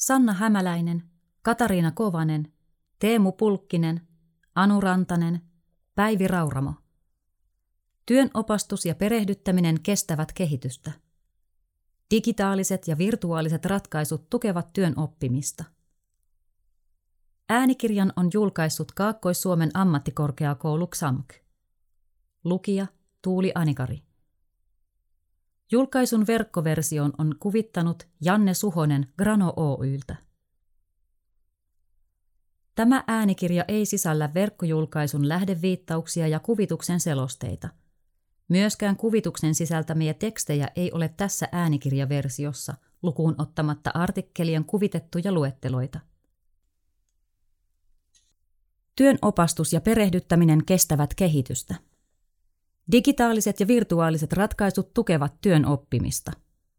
Sanna Hämäläinen, Katariina Kovanen, Teemu Pulkkinen, Anu Rantanen, Päivi Rauramo. Työn opastus ja perehdyttäminen kestävät kehitystä. Digitaaliset ja virtuaaliset ratkaisut tukevat työn oppimista. Äänikirjan on julkaissut Kaakkois-Suomen ammattikorkeakoulu XAMK. Lukija Tuuli Anikari. Julkaisun verkkoversion on kuvittanut Janne Suhonen Grano Oyltä. Tämä äänikirja ei sisällä verkkojulkaisun lähdeviittauksia ja kuvituksen selosteita. Myöskään kuvituksen sisältämiä tekstejä ei ole tässä äänikirjaversiossa, lukuun ottamatta artikkelien kuvitettuja luetteloita. Työn opastus ja perehdyttäminen kestävät kehitystä. Digitaaliset ja virtuaaliset ratkaisut tukevat työn oppimista.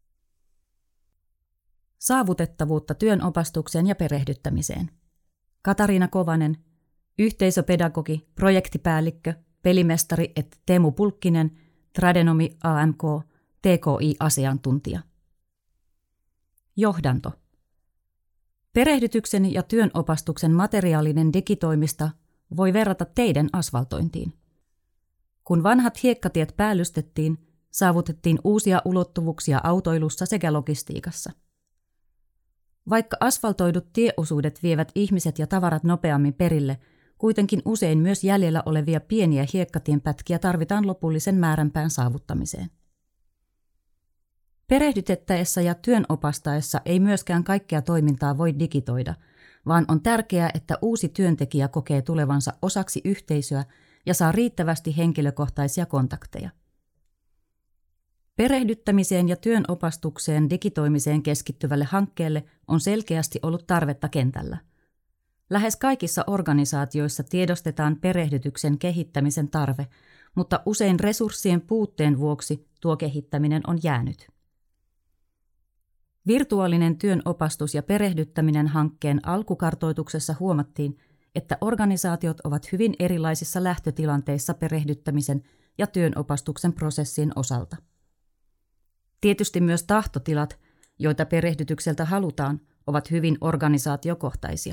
Saavutettavuutta työn opastukseen ja perehdyttämiseen. Katariina Kovanen, yhteisöpedagogi, projektipäällikkö, pelimestari et Teemu Pulkkinen, Tradenomi AMK, TKI-asiantuntija. Johdanto. Perehdytyksen ja työn opastuksen materiaalinen digitoimista voi verrata teiden asfaltointiin. Kun vanhat hiekkatiet päällystettiin, saavutettiin uusia ulottuvuuksia autoilussa sekä logistiikassa. Vaikka asfaltoidut tieosuudet vievät ihmiset ja tavarat nopeammin perille, kuitenkin usein myös jäljellä olevia pieniä hiekkatienpätkiä tarvitaan lopullisen määränpään saavuttamiseen. Perehdytettäessä ja työn opastaessa ei myöskään kaikkea toimintaa voi digitoida, vaan on tärkeää, että uusi työntekijä kokee tulevansa osaksi yhteisöä ja saa riittävästi henkilökohtaisia kontakteja. Perehdyttämiseen ja työn opastukseen digitoimiseen keskittyvälle hankkeelle on selkeästi ollut tarvetta kentällä. Lähes kaikissa organisaatioissa tiedostetaan perehdytyksen kehittämisen tarve, mutta usein resurssien puutteen vuoksi tuo kehittäminen on jäänyt. Virtuaalinen työn opastus ja perehdyttäminen hankkeen alkukartoituksessa huomattiin, että organisaatiot ovat hyvin erilaisissa lähtötilanteissa perehdyttämisen ja työn opastuksen prosessin osalta. Tietysti myös tahtotilat, joita perehdytykseltä halutaan, ovat hyvin organisaatiokohtaisia.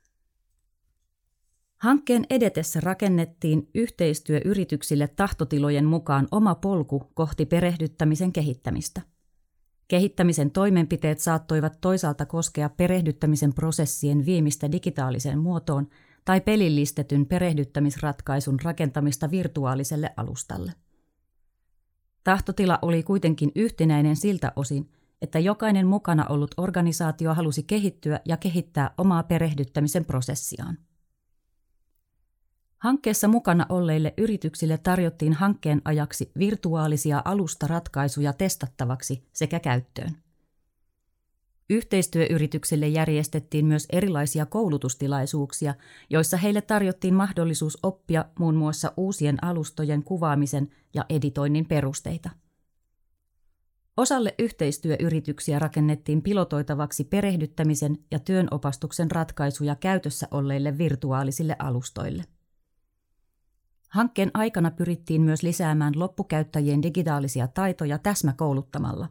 Hankkeen edetessä rakennettiin yhteistyöyrityksille tahtotilojen mukaan oma polku kohti perehdyttämisen kehittämistä. Kehittämisen toimenpiteet saattoivat toisaalta koskea perehdyttämisen prosessien viemistä digitaaliseen muotoon tai pelillistetyn perehdyttämisratkaisun rakentamista virtuaaliselle alustalle. Tahtotila oli kuitenkin yhtenäinen siltä osin, että jokainen mukana ollut organisaatio halusi kehittyä ja kehittää omaa perehdyttämisen prosessiaan. Hankkeessa mukana olleille yrityksille tarjottiin hankkeen ajaksi virtuaalisia alustaratkaisuja testattavaksi sekä käyttöön. Yhteistyöyrityksille järjestettiin myös erilaisia koulutustilaisuuksia, joissa heille tarjottiin mahdollisuus oppia muun muassa uusien alustojen kuvaamisen ja editoinnin perusteita. Osalle yhteistyöyrityksiä rakennettiin pilotoitavaksi perehdyttämisen ja työn opastuksen ratkaisuja käytössä olleille virtuaalisille alustoille. Hankkeen aikana pyrittiin myös lisäämään loppukäyttäjien digitaalisia taitoja täsmäkouluttamalla.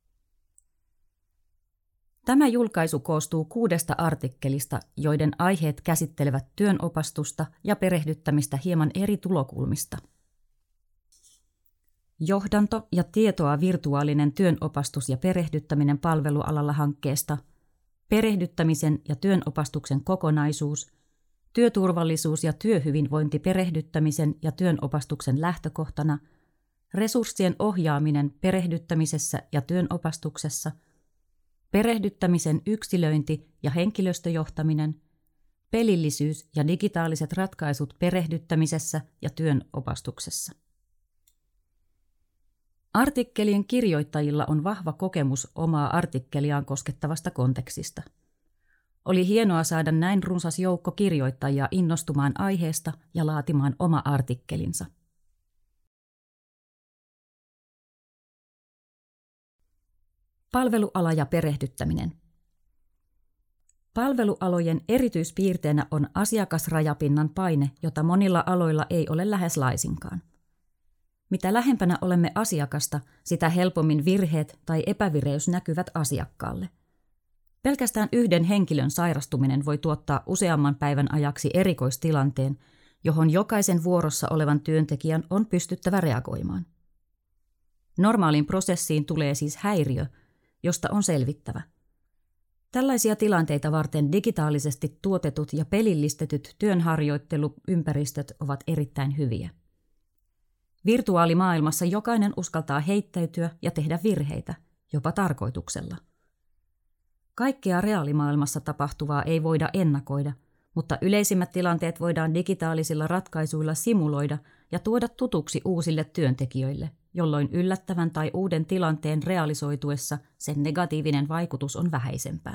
Tämä julkaisu koostuu 6 artikkelista, joiden aiheet käsittelevät työn opastusta ja perehdyttämistä hieman eri tulokulmista. Johdanto ja tietoa virtuaalinen työn opastus ja perehdyttäminen palvelualalla hankkeesta, perehdyttämisen ja työn opastuksen kokonaisuus, työturvallisuus ja työhyvinvointi perehdyttämisen ja työn opastuksen lähtökohtana, resurssien ohjaaminen perehdyttämisessä ja työn opastuksessa, perehdyttämisen yksilöinti ja henkilöstöjohtaminen, pelillisyys ja digitaaliset ratkaisut perehdyttämisessä ja työn opastuksessa. Artikkelien kirjoittajilla on vahva kokemus omaa artikkeliaan koskettavasta kontekstista. Oli hienoa saada näin runsas joukko kirjoittajia innostumaan aiheesta ja laatimaan oma artikkelinsa. Palveluala ja perehdyttäminen. Palvelualojen erityispiirteenä on asiakasrajapinnan paine, jota monilla aloilla ei ole lähes laisinkaan. Mitä lähempänä olemme asiakasta, sitä helpommin virheet tai epävireys näkyvät asiakkaalle. Pelkästään yhden henkilön sairastuminen voi tuottaa useamman päivän ajaksi erikoistilanteen, johon jokaisen vuorossa olevan työntekijän on pystyttävä reagoimaan. Normaaliin prosessiin tulee siis häiriö, josta on selvittävä. Tällaisia tilanteita varten digitaalisesti tuotetut ja pelillistetyt työnharjoitteluympäristöt ovat erittäin hyviä. Virtuaalimaailmassa jokainen uskaltaa heittäytyä ja tehdä virheitä, jopa tarkoituksella. Kaikkea reaalimaailmassa tapahtuvaa ei voida ennakoida, mutta yleisimmät tilanteet voidaan digitaalisilla ratkaisuilla simuloida ja tuoda tutuksi uusille työntekijöille, jolloin yllättävän tai uuden tilanteen realisoituessa sen negatiivinen vaikutus on vähäisempää.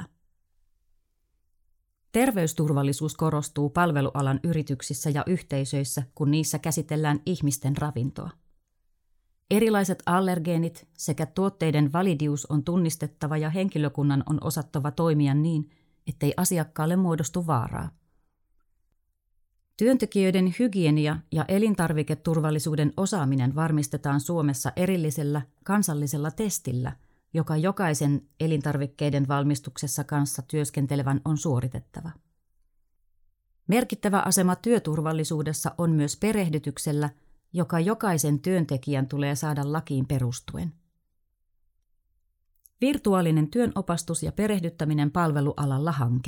Terveysturvallisuus korostuu palvelualan yrityksissä ja yhteisöissä, kun niissä käsitellään ihmisten ravintoa. Erilaiset allergeenit sekä tuotteiden validius on tunnistettava ja henkilökunnan on osattava toimia niin, ettei asiakkaalle muodostu vaaraa. Työntekijöiden hygienia ja elintarviketurvallisuuden osaaminen varmistetaan Suomessa erillisellä kansallisella testillä, joka jokaisen elintarvikkeiden valmistuksessa kanssa työskentelevän on suoritettava. Merkittävä asema työturvallisuudessa on myös perehdytyksellä, joka jokaisen työntekijän tulee saada lakiin perustuen. Virtuaalinen työnopastus ja perehdyttäminen palvelualalla -hanke.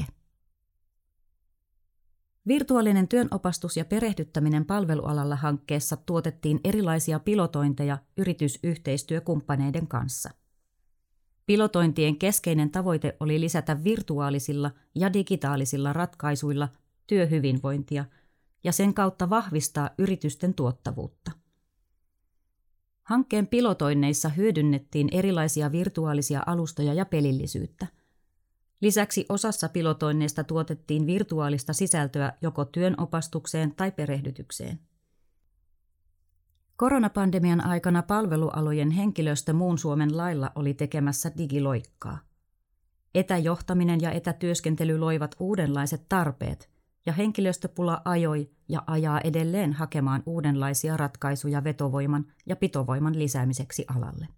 Virtuaalinen työnopastus ja perehdyttäminen palvelualalla -hankkeessa tuotettiin erilaisia pilotointeja yritysyhteistyökumppaneiden kanssa. Pilotointien keskeinen tavoite oli lisätä virtuaalisilla ja digitaalisilla ratkaisuilla työhyvinvointia ja sen kautta vahvistaa yritysten tuottavuutta. Hankkeen pilotoinneissa hyödynnettiin erilaisia virtuaalisia alustoja ja pelillisyyttä. Lisäksi osassa pilotoinneista tuotettiin virtuaalista sisältöä joko työnopastukseen tai perehdytykseen. Koronapandemian aikana palvelualojen henkilöstö muun Suomen lailla oli tekemässä digiloikkaa. Etäjohtaminen ja etätyöskentely loivat uudenlaiset tarpeet, ja henkilöstöpula ajoi ja ajaa edelleen hakemaan uudenlaisia ratkaisuja vetovoiman ja pitovoiman lisäämiseksi alalle.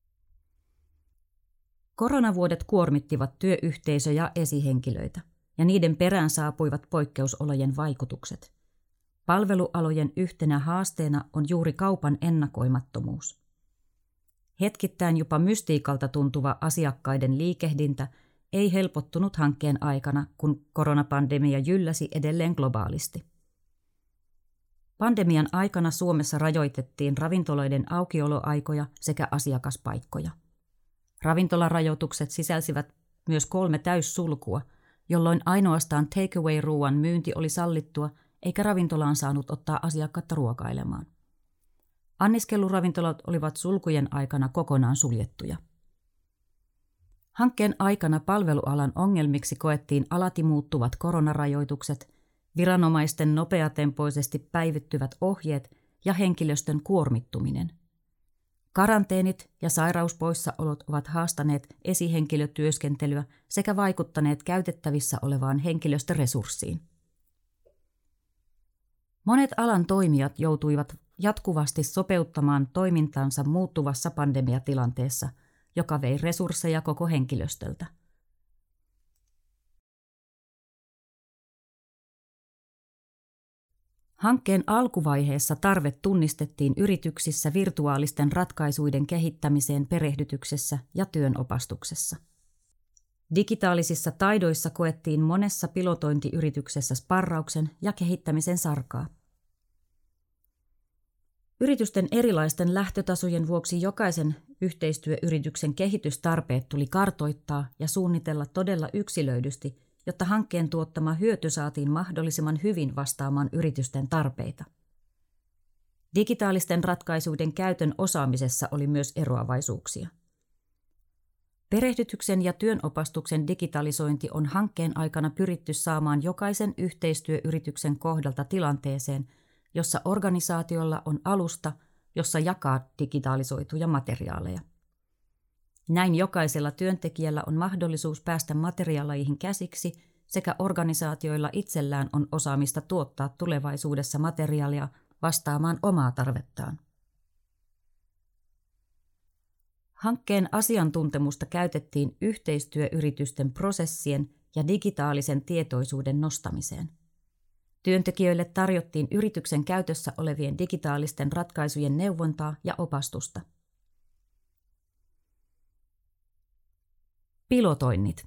Koronavuodet kuormittivat työyhteisö- ja esihenkilöitä, ja niiden perään saapuivat poikkeusolojen vaikutukset. Palvelualojen yhtenä haasteena on juuri kaupan ennakoimattomuus. Hetkittäin jopa mystiikalta tuntuva asiakkaiden liikehdintä ei helpottunut hankkeen aikana, kun koronapandemia jylläsi edelleen globaalisti. Pandemian aikana Suomessa rajoitettiin ravintoloiden aukioloaikoja sekä asiakaspaikkoja. Ravintolarajoitukset sisälsivät myös 3 täyssulkua, jolloin ainoastaan takeaway-ruuan myynti oli sallittua eikä ravintolaan saanut ottaa asiakkaita ruokailemaan. Anniskeluravintolat olivat sulkujen aikana kokonaan suljettuja. Hankkeen aikana palvelualan ongelmiksi koettiin alati muuttuvat koronarajoitukset, viranomaisten nopeatempoisesti päivittyvät ohjeet ja henkilöstön kuormittuminen. Karanteenit ja sairauspoissaolot ovat haastaneet esihenkilötyöskentelyä sekä vaikuttaneet käytettävissä olevaan henkilöstöresurssiin. Monet alan toimijat joutuivat jatkuvasti sopeuttamaan toimintansa muuttuvassa pandemiatilanteessa, joka vei resursseja koko henkilöstöltä. Hankkeen alkuvaiheessa tarve tunnistettiin yrityksissä virtuaalisten ratkaisuiden kehittämiseen perehdytyksessä ja työnopastuksessa. Digitaalisissa taidoissa koettiin monessa pilotointiyrityksessä sparrauksen ja kehittämisen sarkaa. Yritysten erilaisten lähtötasojen vuoksi jokaisen yhteistyöyrityksen kehitystarpeet tuli kartoittaa ja suunnitella todella yksilöidysti, jotta hankkeen tuottama hyöty saatiin mahdollisimman hyvin vastaamaan yritysten tarpeita. Digitaalisten ratkaisuiden käytön osaamisessa oli myös eroavaisuuksia. Perehdytyksen ja työnopastuksen digitalisointi on hankkeen aikana pyritty saamaan jokaisen yhteistyöyrityksen kohdalta tilanteeseen, jossa organisaatiolla on alusta, jossa jakaa digitalisoituja materiaaleja. Näin jokaisella työntekijällä on mahdollisuus päästä materiaaleihin käsiksi sekä organisaatioilla itsellään on osaamista tuottaa tulevaisuudessa materiaalia vastaamaan omaa tarvettaan. Hankkeen asiantuntemusta käytettiin yhteistyöyritysten prosessien ja digitaalisen tietoisuuden nostamiseen. Työntekijöille tarjottiin yrityksen käytössä olevien digitaalisten ratkaisujen neuvontaa ja opastusta. Pilotoinnit.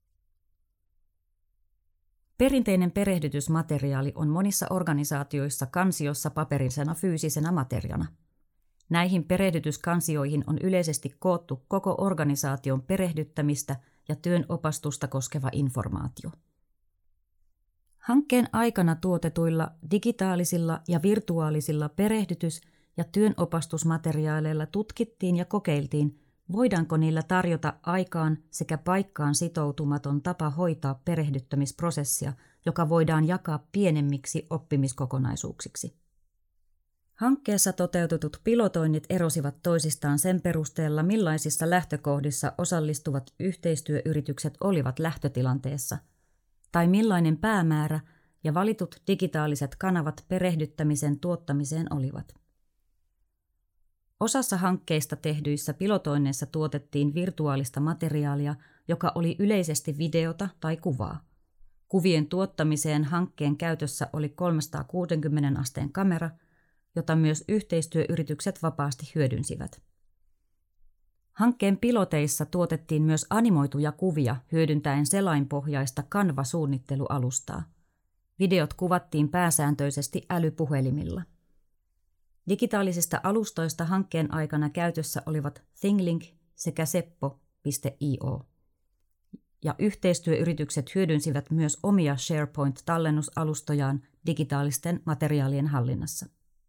Perinteinen perehdytysmateriaali on monissa organisaatioissa kansiossa paperisena fyysisenä materiana. Näihin perehdytyskansioihin on yleisesti koottu koko organisaation perehdyttämistä ja työn opastusta koskeva informaatio. Hankkeen aikana tuotetuilla digitaalisilla ja virtuaalisilla perehdytys- ja työnopastusmateriaaleilla tutkittiin ja kokeiltiin, voidaanko niillä tarjota aikaan sekä paikkaan sitoutumaton tapa hoitaa perehdyttämisprosessia, joka voidaan jakaa pienemmiksi oppimiskokonaisuuksiksi. Hankkeessa toteutetut pilotoinnit erosivat toisistaan sen perusteella, millaisissa lähtökohdissa osallistuvat yhteistyöyritykset olivat lähtötilanteessa, tai millainen päämäärä ja valitut digitaaliset kanavat perehdyttämisen tuottamiseen olivat. Osassa hankkeista tehdyissä pilotoinneissa tuotettiin virtuaalista materiaalia, joka oli yleisesti videota tai kuvaa. Kuvien tuottamiseen hankkeen käytössä oli 360 asteen kamera, jota myös yhteistyöyritykset vapaasti hyödynsivät. Hankkeen piloteissa tuotettiin myös animoituja kuvia hyödyntäen selainpohjaista Canva-suunnittelualustaa. Videot kuvattiin pääsääntöisesti älypuhelimilla. Digitaalisista alustoista hankkeen aikana käytössä olivat ThingLink sekä Seppo.io. Ja yhteistyöyritykset hyödynsivät myös omia SharePoint-tallennusalustojaan digitaalisten materiaalien hallinnassa.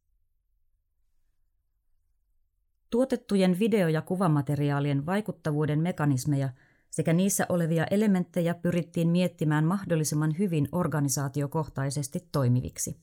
Tuotettujen video- ja kuvamateriaalien vaikuttavuuden mekanismeja sekä niissä olevia elementtejä pyrittiin miettimään mahdollisimman hyvin organisaatiokohtaisesti toimiviksi.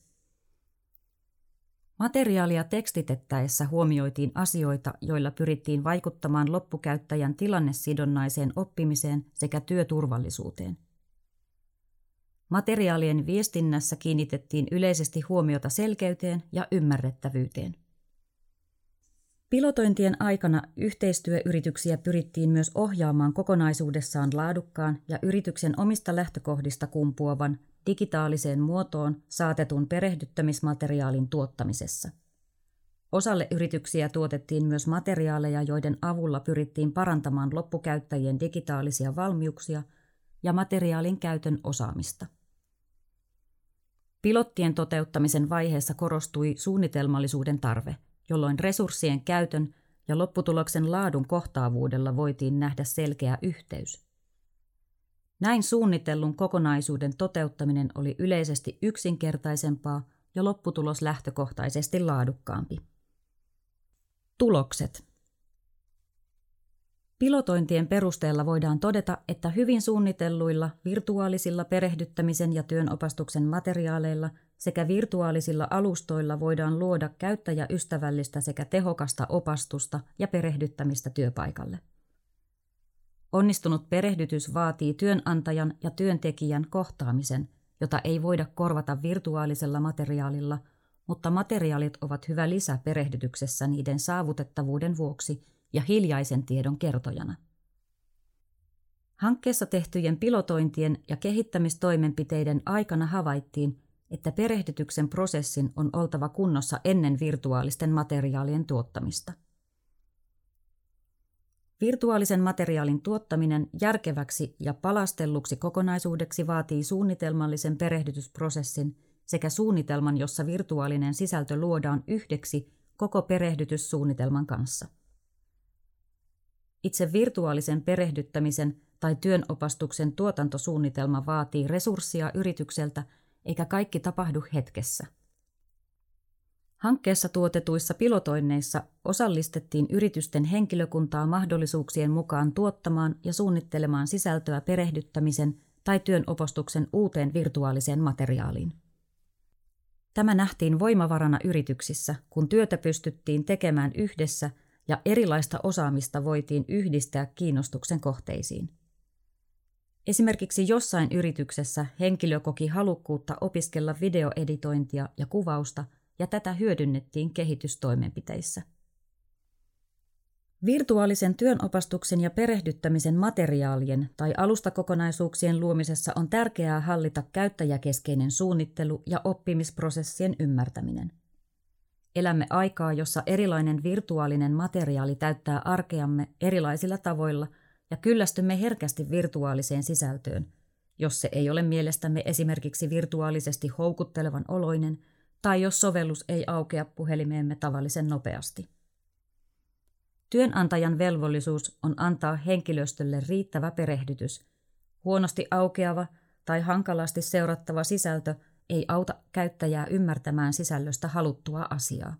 Materiaalia tekstitettäessä huomioitiin asioita, joilla pyrittiin vaikuttamaan loppukäyttäjän tilannesidonnaiseen oppimiseen sekä työturvallisuuteen. Materiaalien viestinnässä kiinnitettiin yleisesti huomiota selkeyteen ja ymmärrettävyyteen. Pilotointien aikana yhteistyöyrityksiä pyrittiin myös ohjaamaan kokonaisuudessaan laadukkaan ja yrityksen omista lähtökohdista kumpuavan digitaaliseen muotoon saatetun perehdyttämismateriaalin tuottamisessa. Osalle yrityksiä tuotettiin myös materiaaleja, joiden avulla pyrittiin parantamaan loppukäyttäjien digitaalisia valmiuksia ja materiaalin käytön osaamista. Pilottien toteuttamisen vaiheessa korostui suunnitelmallisuuden tarve, jolloin resurssien käytön ja lopputuloksen laadun kohtaavuudella voitiin nähdä selkeä yhteys. Näin suunnitellun kokonaisuuden toteuttaminen oli yleisesti yksinkertaisempaa ja lopputulos lähtökohtaisesti laadukkaampi. Tulokset. Pilotointien perusteella voidaan todeta, että hyvin suunnitelluilla virtuaalisilla perehdyttämisen ja työnopastuksen materiaaleilla sekä virtuaalisilla alustoilla voidaan luoda käyttäjäystävällistä sekä tehokasta opastusta ja perehdyttämistä työpaikalle. Onnistunut perehdytys vaatii työnantajan ja työntekijän kohtaamisen, jota ei voida korvata virtuaalisella materiaalilla, mutta materiaalit ovat hyvä lisä perehdytyksessä niiden saavutettavuuden vuoksi ja hiljaisen tiedon kertojana. Hankkeessa tehtyjen pilotointien ja kehittämistoimenpiteiden aikana havaittiin, että perehdytyksen prosessin on oltava kunnossa ennen virtuaalisten materiaalien tuottamista. Virtuaalisen materiaalin tuottaminen järkeväksi ja palastelluksi kokonaisuudeksi vaatii suunnitelmallisen perehdytysprosessin sekä suunnitelman, jossa virtuaalinen sisältö luodaan yhdeksi koko perehdytyssuunnitelman kanssa. Itse virtuaalisen perehdyttämisen tai työnopastuksen tuotantosuunnitelma vaatii resurssia yritykseltä, eikä kaikki tapahdu hetkessä. Hankkeessa tuotetuissa pilotoinneissa osallistettiin yritysten henkilökuntaa mahdollisuuksien mukaan tuottamaan ja suunnittelemaan sisältöä perehdyttämisen tai työnopostuksen uuteen virtuaaliseen materiaaliin. Tämä nähtiin voimavarana yrityksissä, kun työtä pystyttiin tekemään yhdessä ja erilaista osaamista voitiin yhdistää kiinnostuksen kohteisiin. Esimerkiksi jossain yrityksessä henkilö koki halukkuutta opiskella videoeditointia ja kuvausta, ja tätä hyödynnettiin kehitystoimenpiteissä. Virtuaalisen työnopastuksen ja perehdyttämisen materiaalien tai alustakokonaisuuksien luomisessa on tärkeää hallita käyttäjäkeskeinen suunnittelu ja oppimisprosessien ymmärtäminen. Elämme aikaa, jossa erilainen virtuaalinen materiaali täyttää arkeamme erilaisilla tavoilla ja kyllästymme herkästi virtuaaliseen sisältöön, jos se ei ole mielestämme esimerkiksi virtuaalisesti houkuttelevan oloinen tai jos sovellus ei aukea puhelimeemme tavallisen nopeasti. Työnantajan velvollisuus on antaa henkilöstölle riittävä perehdytys. Huonosti aukeava tai hankalasti seurattava sisältö ei auta käyttäjää ymmärtämään sisällöstä haluttua asiaa.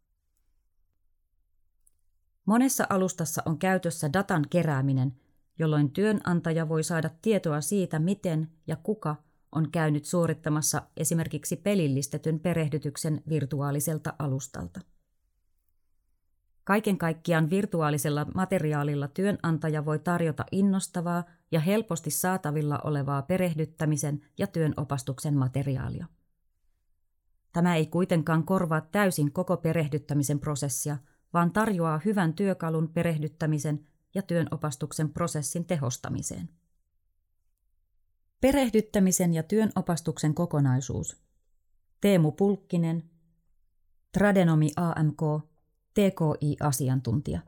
Monessa alustassa on käytössä datan kerääminen, jolloin työnantaja voi saada tietoa siitä, miten ja kuka on käynyt suorittamassa esimerkiksi pelillistetyn perehdytyksen virtuaaliselta alustalta. Kaiken kaikkiaan virtuaalisella materiaalilla työnantaja voi tarjota innostavaa ja helposti saatavilla olevaa perehdyttämisen ja työnopastuksen materiaalia. Tämä ei kuitenkaan korvaa täysin koko perehdyttämisen prosessia, vaan tarjoaa hyvän työkalun perehdyttämisen ja työnopastuksen prosessin tehostamiseen. Perehdyttämisen ja työnopastuksen kokonaisuus. Teemu Pulkkinen, Tradenomi AMK, TKI-asiantuntija.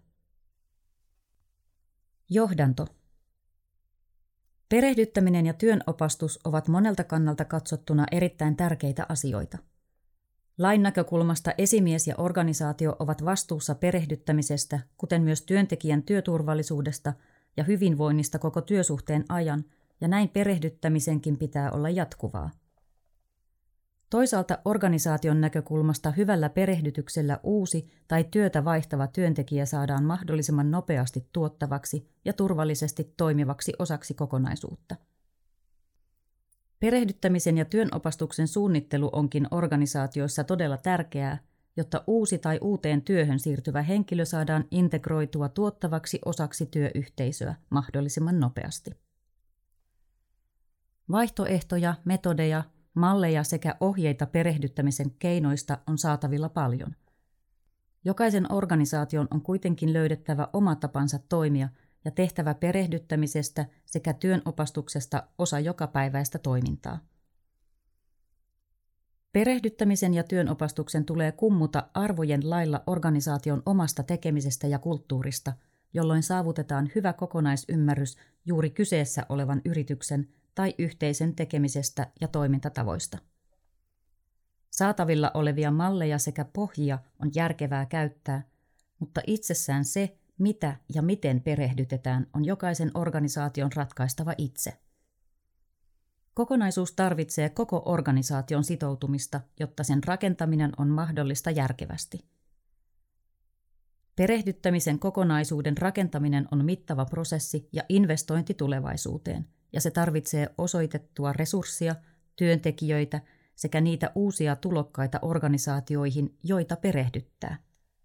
Johdanto. Perehdyttäminen ja työnopastus ovat monelta kannalta katsottuna erittäin tärkeitä asioita. Lain näkökulmasta esimies ja organisaatio ovat vastuussa perehdyttämisestä, kuten myös työntekijän työturvallisuudesta ja hyvinvoinnista koko työsuhteen ajan, ja näin perehdyttämisenkin pitää olla jatkuvaa. Toisaalta organisaation näkökulmasta hyvällä perehdytyksellä uusi tai työtä vaihtava työntekijä saadaan mahdollisimman nopeasti tuottavaksi ja turvallisesti toimivaksi osaksi kokonaisuutta. Perehdyttämisen ja työnopastuksen suunnittelu onkin organisaatioissa todella tärkeää, jotta uusi tai uuteen työhön siirtyvä henkilö saadaan integroitua tuottavaksi osaksi työyhteisöä mahdollisimman nopeasti. Vaihtoehtoja, metodeja, malleja sekä ohjeita perehdyttämisen keinoista on saatavilla paljon. Jokaisen organisaation on kuitenkin löydettävä oma tapansa toimia ja tehtävä perehdyttämisestä sekä työnopastuksesta osa jokapäiväistä toimintaa. Perehdyttämisen ja työnopastuksen tulee kummuta arvojen lailla organisaation omasta tekemisestä ja kulttuurista, jolloin saavutetaan hyvä kokonaisymmärrys juuri kyseessä olevan yrityksen tai yhteisön tekemisestä ja toimintatavoista. Saatavilla olevia malleja sekä pohjia on järkevää käyttää, mutta itsessään se, mitä ja miten perehdytetään, on jokaisen organisaation ratkaistava itse. Kokonaisuus tarvitsee koko organisaation sitoutumista, jotta sen rakentaminen on mahdollista järkevästi. Perehdyttämisen kokonaisuuden rakentaminen on mittava prosessi ja investointi tulevaisuuteen, ja se tarvitsee osoitettua resurssia, työntekijöitä sekä niitä uusia tulokkaita organisaatioihin, joita perehdyttää.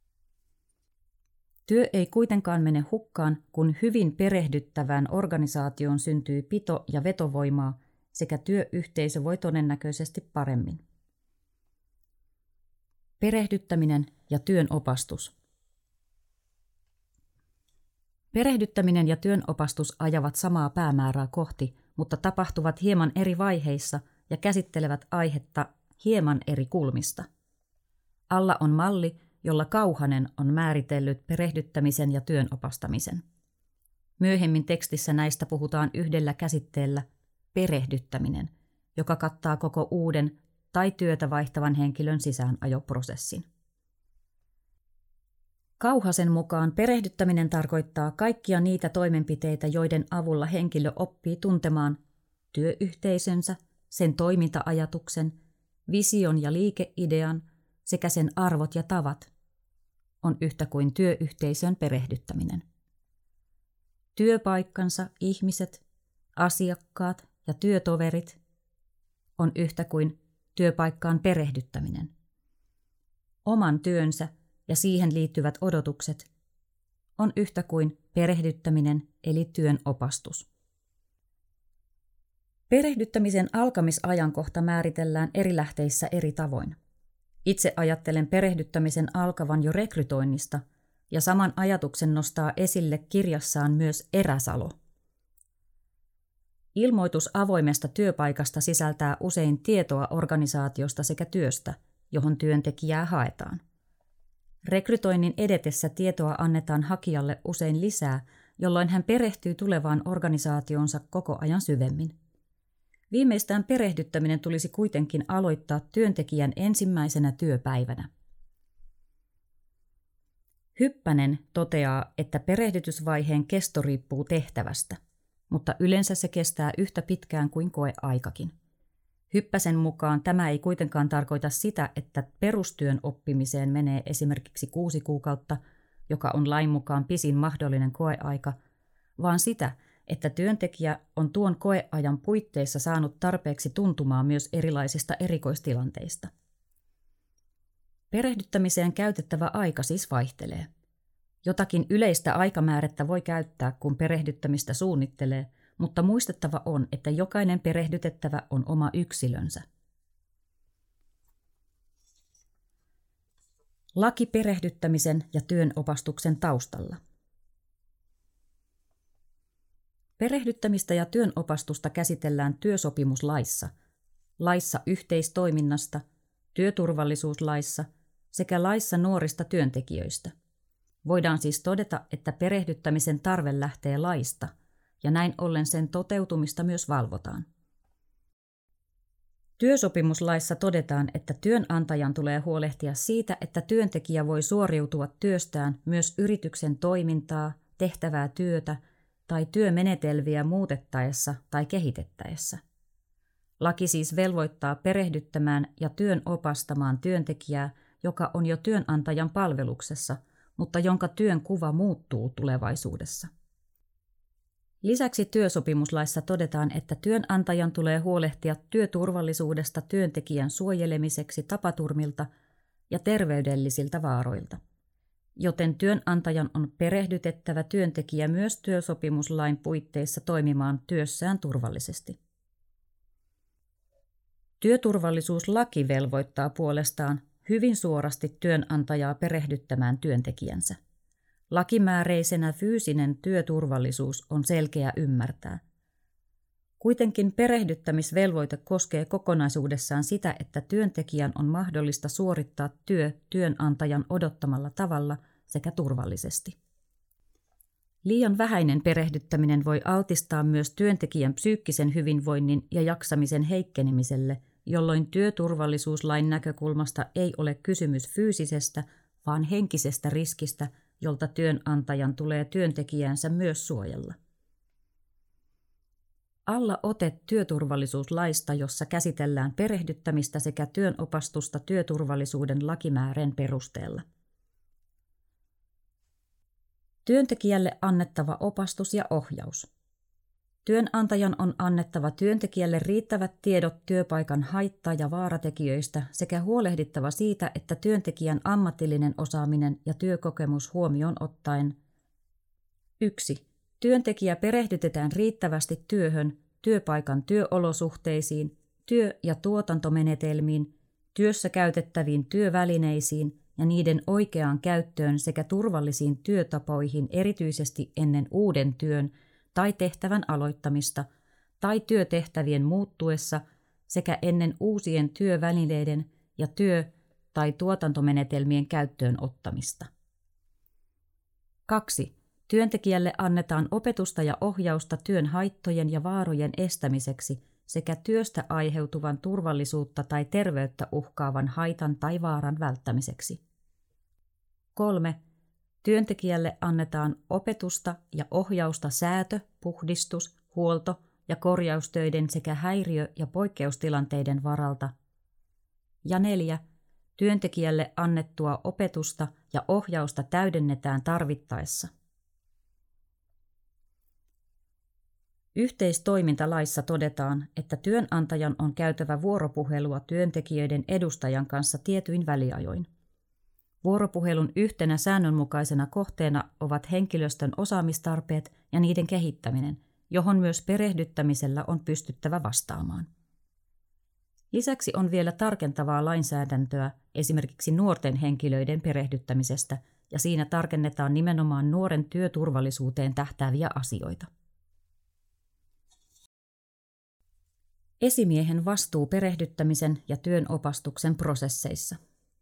Työ ei kuitenkaan mene hukkaan, kun hyvin perehdyttävään organisaatioon syntyy pito- ja vetovoimaa sekä työyhteisö voi todennäköisesti paremmin. Perehdyttäminen ja työnopastus. Perehdyttäminen ja työnopastus ajavat samaa päämäärää kohti, mutta tapahtuvat hieman eri vaiheissa ja käsittelevät aihetta hieman eri kulmista. Alla on malli, jolla Kauhanen on määritellyt perehdyttämisen ja työnopastamisen. Myöhemmin tekstissä näistä puhutaan yhdellä käsitteellä perehdyttäminen, joka kattaa koko uuden tai työtä vaihtavan henkilön sisäänajoprosessin. Kauhasen mukaan perehdyttäminen tarkoittaa kaikkia niitä toimenpiteitä, joiden avulla henkilö oppii tuntemaan työyhteisönsä, sen toiminta-ajatuksen, vision ja liikeidean sekä sen arvot ja tavat, on yhtä kuin työyhteisön perehdyttäminen. Työpaikkansa, ihmiset, asiakkaat ja työtoverit on yhtä kuin työpaikkaan perehdyttäminen. Oman työnsä ja siihen liittyvät odotukset on yhtä kuin perehdyttäminen eli työnopastus. Perehdyttämisen alkamisajankohta määritellään eri lähteissä eri tavoin. Itse ajattelen perehdyttämisen alkavan jo rekrytoinnista, ja saman ajatuksen nostaa esille kirjassaan myös Eräsalo. Ilmoitus avoimesta työpaikasta sisältää usein tietoa organisaatiosta sekä työstä, johon työntekijää haetaan. Rekrytoinnin edetessä tietoa annetaan hakijalle usein lisää, jolloin hän perehtyy tulevaan organisaationsa koko ajan syvemmin. Viimeistään perehdyttäminen tulisi kuitenkin aloittaa työntekijän ensimmäisenä työpäivänä. Hyppänen toteaa, että perehdytysvaiheen kesto riippuu tehtävästä, mutta yleensä se kestää yhtä pitkään kuin koeaikakin. Hyppäsen mukaan tämä ei kuitenkaan tarkoita sitä, että perustyön oppimiseen menee esimerkiksi 6 kuukautta, joka on lain mukaan pisin mahdollinen koeaika, vaan sitä, että työntekijä on tuon koeajan puitteissa saanut tarpeeksi tuntumaan myös erilaisista erikoistilanteista. Perehdyttämiseen käytettävä aika siis vaihtelee. Jotakin yleistä aikamäärettä voi käyttää, kun perehdyttämistä suunnittelee, mutta muistettava on, että jokainen perehdytettävä on oma yksilönsä. Laki perehdyttämisen ja työnopastuksen taustalla. Perehdyttämistä ja työnopastusta käsitellään työsopimuslaissa, laissa yhteistoiminnasta, työturvallisuuslaissa sekä laissa nuorista työntekijöistä. Voidaan siis todeta, että perehdyttämisen tarve lähtee laista, ja näin ollen sen toteutumista myös valvotaan. Työsopimuslaissa todetaan, että työnantajan tulee huolehtia siitä, että työntekijä voi suoriutua työstään myös yrityksen toimintaa, tehtävää työtä tai työmenetelmiä muutettaessa tai kehitettäessä. Laki siis velvoittaa perehdyttämään ja työnopastamaan työntekijää, joka on jo työnantajan palveluksessa, mutta jonka työn kuva muuttuu tulevaisuudessa. Lisäksi työsopimuslaissa todetaan, että työnantajan tulee huolehtia työturvallisuudesta työntekijän suojelemiseksi tapaturmilta ja terveydellisiltä vaaroilta, joten työnantajan on perehdytettävä työntekijä myös työsopimuslain puitteissa toimimaan työssään turvallisesti. Työturvallisuuslaki velvoittaa puolestaan hyvin suorasti työnantajaa perehdyttämään työntekijänsä. Lakimääräisenä fyysinen työturvallisuus on selkeä ymmärtää. Kuitenkin perehdyttämisvelvoite koskee kokonaisuudessaan sitä, että työntekijän on mahdollista suorittaa työ työnantajan odottamalla tavalla sekä turvallisesti. Liian vähäinen perehdyttäminen voi altistaa myös työntekijän psyykkisen hyvinvoinnin ja jaksamisen heikkenemiselle, jolloin työturvallisuuslain näkökulmasta ei ole kysymys fyysisestä, vaan henkisestä riskistä, jolta työnantajan tulee työntekijänsä myös suojella. Alla ote työturvallisuuslaista, jossa käsitellään perehdyttämistä sekä työnopastusta työturvallisuuden lakimääreen perusteella. Työntekijälle annettava opastus ja ohjaus. Työnantajan on annettava työntekijälle riittävät tiedot työpaikan haitta- ja vaaratekijöistä sekä huolehdittava siitä, että työntekijän ammatillinen osaaminen ja työkokemus huomioon ottaen 1. Työntekijä perehdytetään riittävästi työhön, työpaikan työolosuhteisiin, työ- ja tuotantomenetelmiin, työssä käytettäviin työvälineisiin ja niiden oikeaan käyttöön sekä turvallisiin työtapoihin erityisesti ennen uuden työn tai tehtävän aloittamista tai työtehtävien muuttuessa sekä ennen uusien työvälineiden ja työ- tai tuotantomenetelmien käyttöön ottamista. 2. Työntekijälle annetaan opetusta ja ohjausta työn haittojen ja vaarojen estämiseksi sekä työstä aiheutuvan turvallisuutta tai terveyttä uhkaavan haitan tai vaaran välttämiseksi. 3. Työntekijälle annetaan opetusta ja ohjausta säätö-, puhdistus-, huolto- ja korjaustöiden sekä häiriö- ja poikkeustilanteiden varalta. Ja 4. Työntekijälle annettua opetusta ja ohjausta täydennetään tarvittaessa. Yhteistoimintalaissa todetaan, että työnantajan on käytävä vuoropuhelua työntekijöiden edustajan kanssa tietyin väliajoin. Vuoropuhelun yhtenä säännönmukaisena kohteena ovat henkilöstön osaamistarpeet ja niiden kehittäminen, johon myös perehdyttämisellä on pystyttävä vastaamaan. Lisäksi on vielä tarkentavaa lainsäädäntöä esimerkiksi nuorten henkilöiden perehdyttämisestä ja siinä tarkennetaan nimenomaan nuoren työturvallisuuteen tähtääviä asioita. Esimiehen vastuu perehdyttämisen ja työnopastuksen prosesseissa.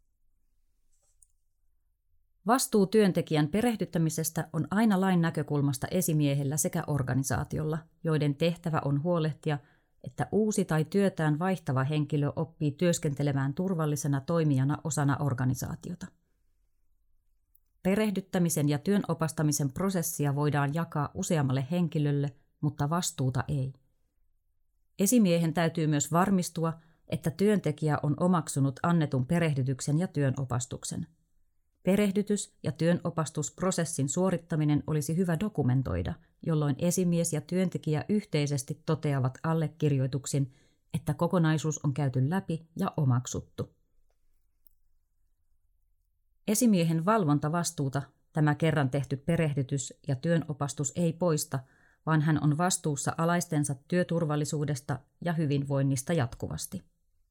Vastuu työntekijän perehdyttämisestä on aina lain näkökulmasta esimiehellä sekä organisaatiolla, joiden tehtävä on huolehtia, että uusi tai työtään vaihtava henkilö oppii työskentelemään turvallisena toimijana osana organisaatiota. Perehdyttämisen ja työnopastamisen prosessia voidaan jakaa useammalle henkilölle, mutta vastuuta ei. Esimiehen täytyy myös varmistua, että työntekijä on omaksunut annetun perehdytyksen ja työnopastuksen. Perehdytys- ja työnopastusprosessin suorittaminen olisi hyvä dokumentoida, jolloin esimies ja työntekijä yhteisesti toteavat allekirjoituksin, että kokonaisuus on käyty läpi ja omaksuttu. Esimiehen valvontavastuuta tämä kerran tehty perehdytys ja työnopastus ei poista, vaan hän on vastuussa alaistensa työturvallisuudesta ja hyvinvoinnista jatkuvasti.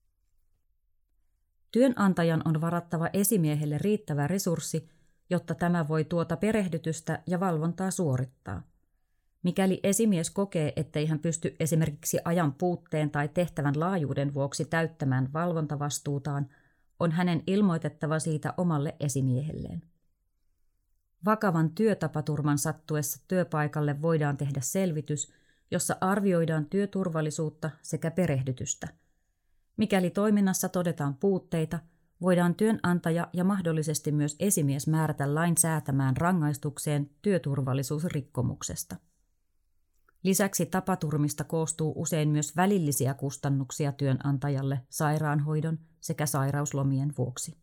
Työnantajan on varattava esimiehelle riittävä resurssi, jotta tämä voi tuota perehdytystä ja valvontaa suorittaa. Mikäli esimies kokee, ettei hän pysty esimerkiksi ajan puutteen tai tehtävän laajuuden vuoksi täyttämään valvontavastuutaan, on hänen ilmoitettava siitä omalle esimiehelleen. Vakavan työtapaturman sattuessa työpaikalle voidaan tehdä selvitys, jossa arvioidaan työturvallisuutta sekä perehdytystä. Mikäli toiminnassa todetaan puutteita, voidaan työnantaja ja mahdollisesti myös esimies määrätä lain säätämään rangaistukseen työturvallisuusrikkomuksesta. Lisäksi tapaturmista koostuu usein myös välillisiä kustannuksia työnantajalle sairaanhoidon sekä sairauslomien vuoksi.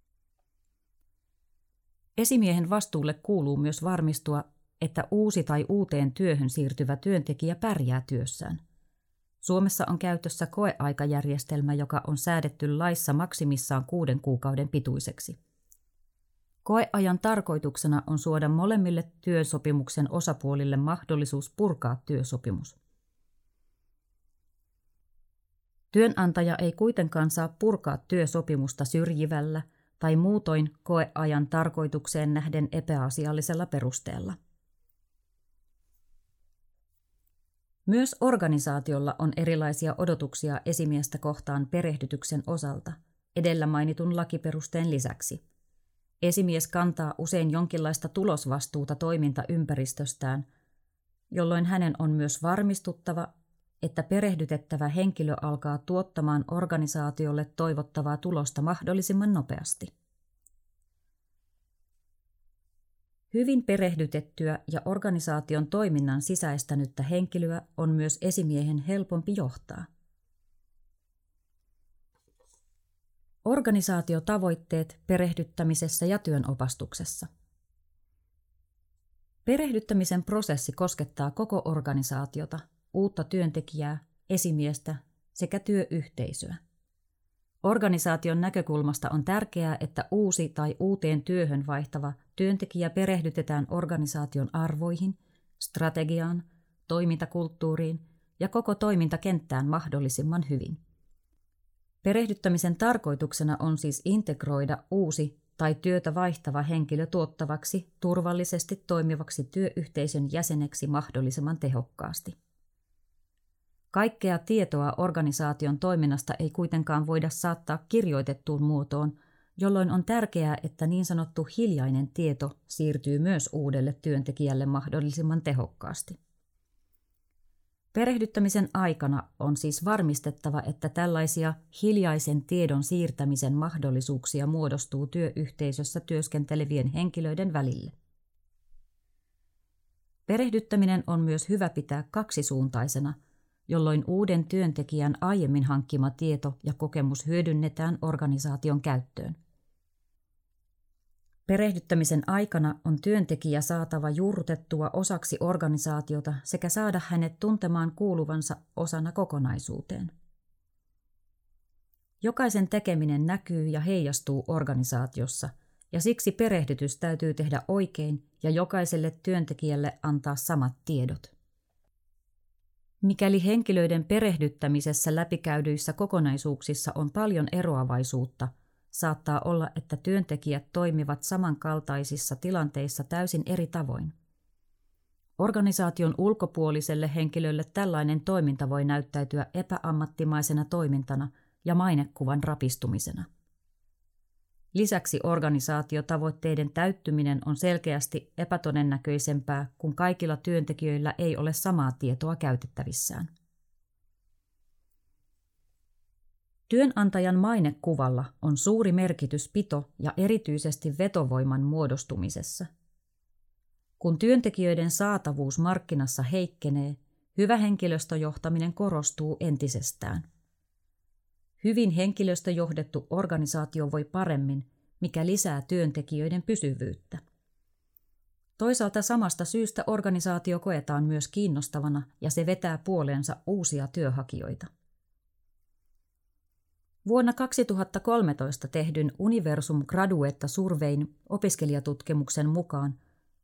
Esimiehen vastuulle kuuluu myös varmistua, että uusi tai uuteen työhön siirtyvä työntekijä pärjää työssään. Suomessa on käytössä koeaikajärjestelmä, joka on säädetty laissa maksimissaan 6 kuukauden pituiseksi. Koeajan tarkoituksena on suoda molemmille työsopimuksen osapuolille mahdollisuus purkaa työsopimus. Työnantaja ei kuitenkaan saa purkaa työsopimusta syrjivällä tai muutoin koeajan tarkoitukseen nähden epäasiallisella perusteella. Myös organisaatiolla on erilaisia odotuksia esimiestä kohtaan perehdytyksen osalta, edellä mainitun lakiperusteen lisäksi. Esimies kantaa usein jonkinlaista tulosvastuuta toimintaympäristöstään, jolloin hänen on myös varmistuttava, että perehdytettävä henkilö alkaa tuottamaan organisaatiolle toivottavaa tulosta mahdollisimman nopeasti. Hyvin perehdytettyä ja organisaation toiminnan sisäistänyttä henkilöä on myös esimiehen helpompi johtaa. Organisaatiotavoitteet perehdyttämisessä ja työnopastuksessa. Perehdyttämisen prosessi koskettaa koko organisaatiota, uutta työntekijää, esimiestä sekä työyhteisöä. Organisaation näkökulmasta on tärkeää, että uusi tai uuteen työhön vaihtava työntekijä perehdytetään organisaation arvoihin, strategiaan, toimintakulttuuriin ja koko toimintakenttään mahdollisimman hyvin. Perehdyttämisen tarkoituksena on siis integroida uusi tai työtä vaihtava henkilö tuottavaksi, turvallisesti toimivaksi työyhteisön jäseneksi mahdollisimman tehokkaasti. Kaikkea tietoa organisaation toiminnasta ei kuitenkaan voida saattaa kirjoitettuun muotoon, jolloin on tärkeää, että niin sanottu hiljainen tieto siirtyy myös uudelle työntekijälle mahdollisimman tehokkaasti. Perehdyttämisen aikana on siis varmistettava, että tällaisia hiljaisen tiedon siirtämisen mahdollisuuksia muodostuu työyhteisössä työskentelevien henkilöiden välille. Perehdyttäminen on myös hyvä pitää kaksisuuntaisena, jolloin uuden työntekijän aiemmin hankkima tieto ja kokemus hyödynnetään organisaation käyttöön. Perehdyttämisen aikana on työntekijä saatava juurrutettua osaksi organisaatiota sekä saada hänet tuntemaan kuuluvansa osana kokonaisuuteen. Jokaisen tekeminen näkyy ja heijastuu organisaatiossa, ja siksi perehdytys täytyy tehdä oikein ja jokaiselle työntekijälle antaa samat tiedot. Mikäli henkilöiden perehdyttämisessä läpikäydyissä kokonaisuuksissa on paljon eroavaisuutta, saattaa olla, että työntekijät toimivat samankaltaisissa tilanteissa täysin eri tavoin. Organisaation ulkopuoliselle henkilölle tällainen toiminta voi näyttäytyä epäammattimaisena toimintana ja mainekuvan rapistumisena. Lisäksi organisaatiotavoitteiden täyttyminen on selkeästi epätodennäköisempää, kun kaikilla työntekijöillä ei ole samaa tietoa käytettävissään. Työnantajan mainekuvalla on suuri merkitys pito- ja erityisesti vetovoiman muodostumisessa. Kun työntekijöiden saatavuus markkinassa heikkenee, hyvä henkilöstöjohtaminen korostuu entisestään. Hyvin henkilöstöjohdettu organisaatio voi paremmin, mikä lisää työntekijöiden pysyvyyttä. Toisaalta samasta syystä organisaatio koetaan myös kiinnostavana ja se vetää puoleensa uusia työnhakijoita. Vuonna 2013 tehdyn Universum Graduetta Surveyn opiskelijatutkimuksen mukaan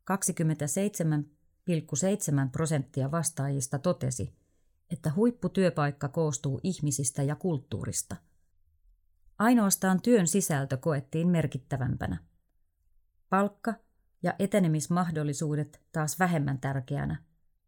27,7% vastaajista totesi, että huipputyöpaikka koostuu ihmisistä ja kulttuurista. Ainoastaan työn sisältö koettiin merkittävämpänä. Palkka ja etenemismahdollisuudet taas vähemmän tärkeänä.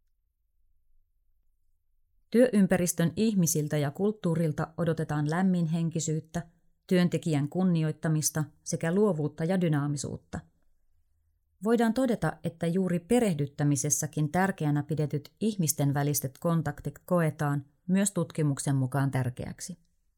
Työympäristön ihmisiltä ja kulttuurilta odotetaan lämminhenkisyyttä, työntekijän kunnioittamista sekä luovuutta ja dynaamisuutta. Voidaan todeta, että juuri perehdyttämisessäkin tärkeänä pidetyt ihmisten väliset kontaktit koetaan myös tutkimuksen mukaan tärkeäksi.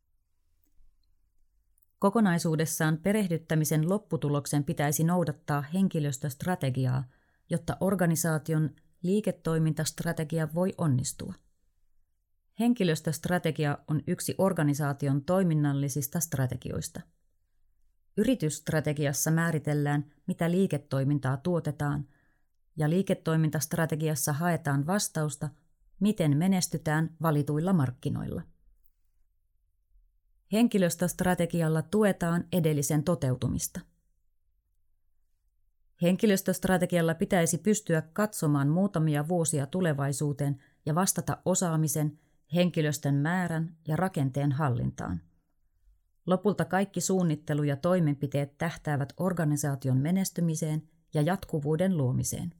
Kokonaisuudessaan perehdyttämisen lopputuloksen pitäisi noudattaa henkilöstöstrategiaa, jotta organisaation liiketoimintastrategia voi onnistua. Henkilöstöstrategia on yksi organisaation toiminnallisista strategioista. Yritysstrategiassa määritellään, mitä liiketoimintaa tuotetaan, ja liiketoimintastrategiassa haetaan vastausta, miten menestytään valituilla markkinoilla. Henkilöstöstrategialla tuetaan edellisen toteutumista. Henkilöstöstrategialla pitäisi pystyä katsomaan muutamia vuosia tulevaisuuteen ja vastata osaamisen, henkilöstön määrän ja rakenteen hallintaan. Lopulta kaikki suunnittelu ja toimenpiteet tähtäävät organisaation menestymiseen ja jatkuvuuden luomiseen.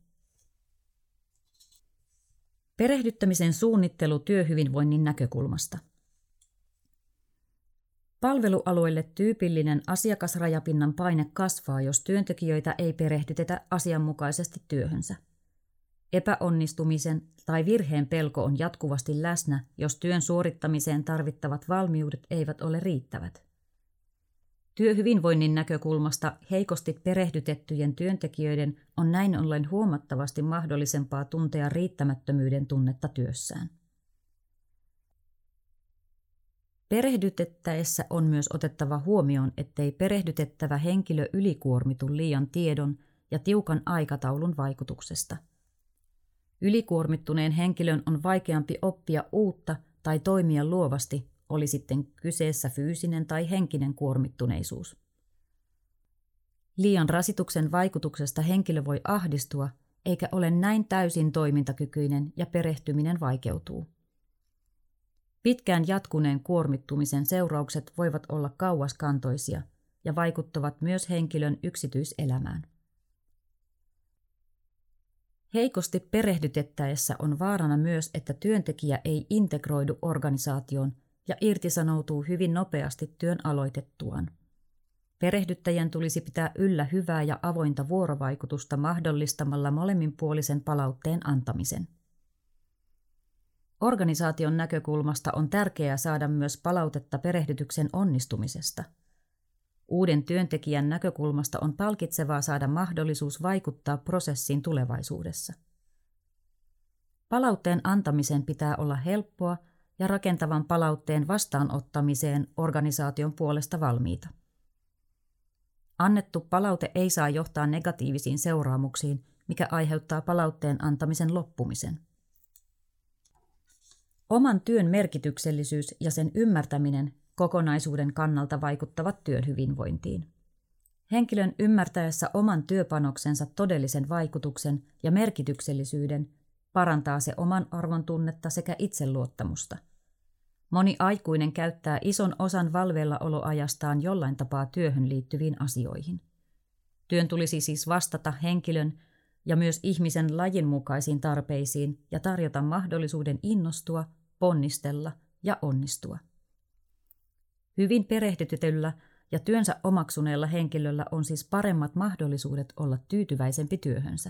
Perehdyttämisen suunnittelu työhyvinvoinnin näkökulmasta. Palvelualoille tyypillinen asiakasrajapinnan paine kasvaa, jos työntekijöitä ei perehdytetä asianmukaisesti työhönsä. Epäonnistumisen tai virheen pelko on jatkuvasti läsnä, jos työn suorittamiseen tarvittavat valmiudet eivät ole riittävät. Työhyvinvoinnin näkökulmasta heikosti perehdytettyjen työntekijöiden on näin ollen huomattavasti mahdollisempaa tuntea riittämättömyyden tunnetta työssään. Perehdytettäessä on myös otettava huomioon, ettei perehdytettävä henkilö ylikuormitu liian tiedon ja tiukan aikataulun vaikutuksesta. Ylikuormittuneen henkilön on vaikeampi oppia uutta tai toimia luovasti, oli sitten kyseessä fyysinen tai henkinen kuormittuneisuus. Liian rasituksen vaikutuksesta henkilö voi ahdistua, eikä ole näin täysin toimintakykyinen ja perehtyminen vaikeutuu. Pitkään jatkuneen kuormittumisen seuraukset voivat olla kauaskantoisia ja vaikuttavat myös henkilön yksityiselämään. Heikosti perehdytettäessä on vaarana myös, että työntekijä ei integroidu organisaatioon ja irtisanoutuu hyvin nopeasti työn aloitettuaan. Perehdyttäjän tulisi pitää yllä hyvää ja avointa vuorovaikutusta mahdollistamalla molemminpuolisen palautteen antamisen. Organisaation näkökulmasta on tärkeää saada myös palautetta perehdytyksen onnistumisesta. Uuden työntekijän näkökulmasta on palkitsevaa saada mahdollisuus vaikuttaa prosessiin tulevaisuudessa. Palautteen antamisen pitää olla helppoa ja rakentavan palautteen vastaanottamiseen organisaation puolesta valmiita. Annettu palaute ei saa johtaa negatiivisiin seuraamuksiin, mikä aiheuttaa palautteen antamisen loppumisen. Oman työn merkityksellisyys ja sen ymmärtäminen kokonaisuuden kannalta vaikuttavat työn hyvinvointiin. Henkilön ymmärtäessä oman työpanoksensa todellisen vaikutuksen ja merkityksellisyyden parantaa se oman arvon tunnetta sekä itseluottamusta. Moni aikuinen käyttää ison osan valveillaoloajastaan jollain tapaa työhön liittyviin asioihin. Työn tulisi siis vastata henkilön ja myös ihmisen lajin mukaisiin tarpeisiin ja tarjota mahdollisuuden innostua, ponnistella ja onnistua. Hyvin perehdytetyllä ja työnsä omaksuneella henkilöllä on siis paremmat mahdollisuudet olla tyytyväisempi työhönsä.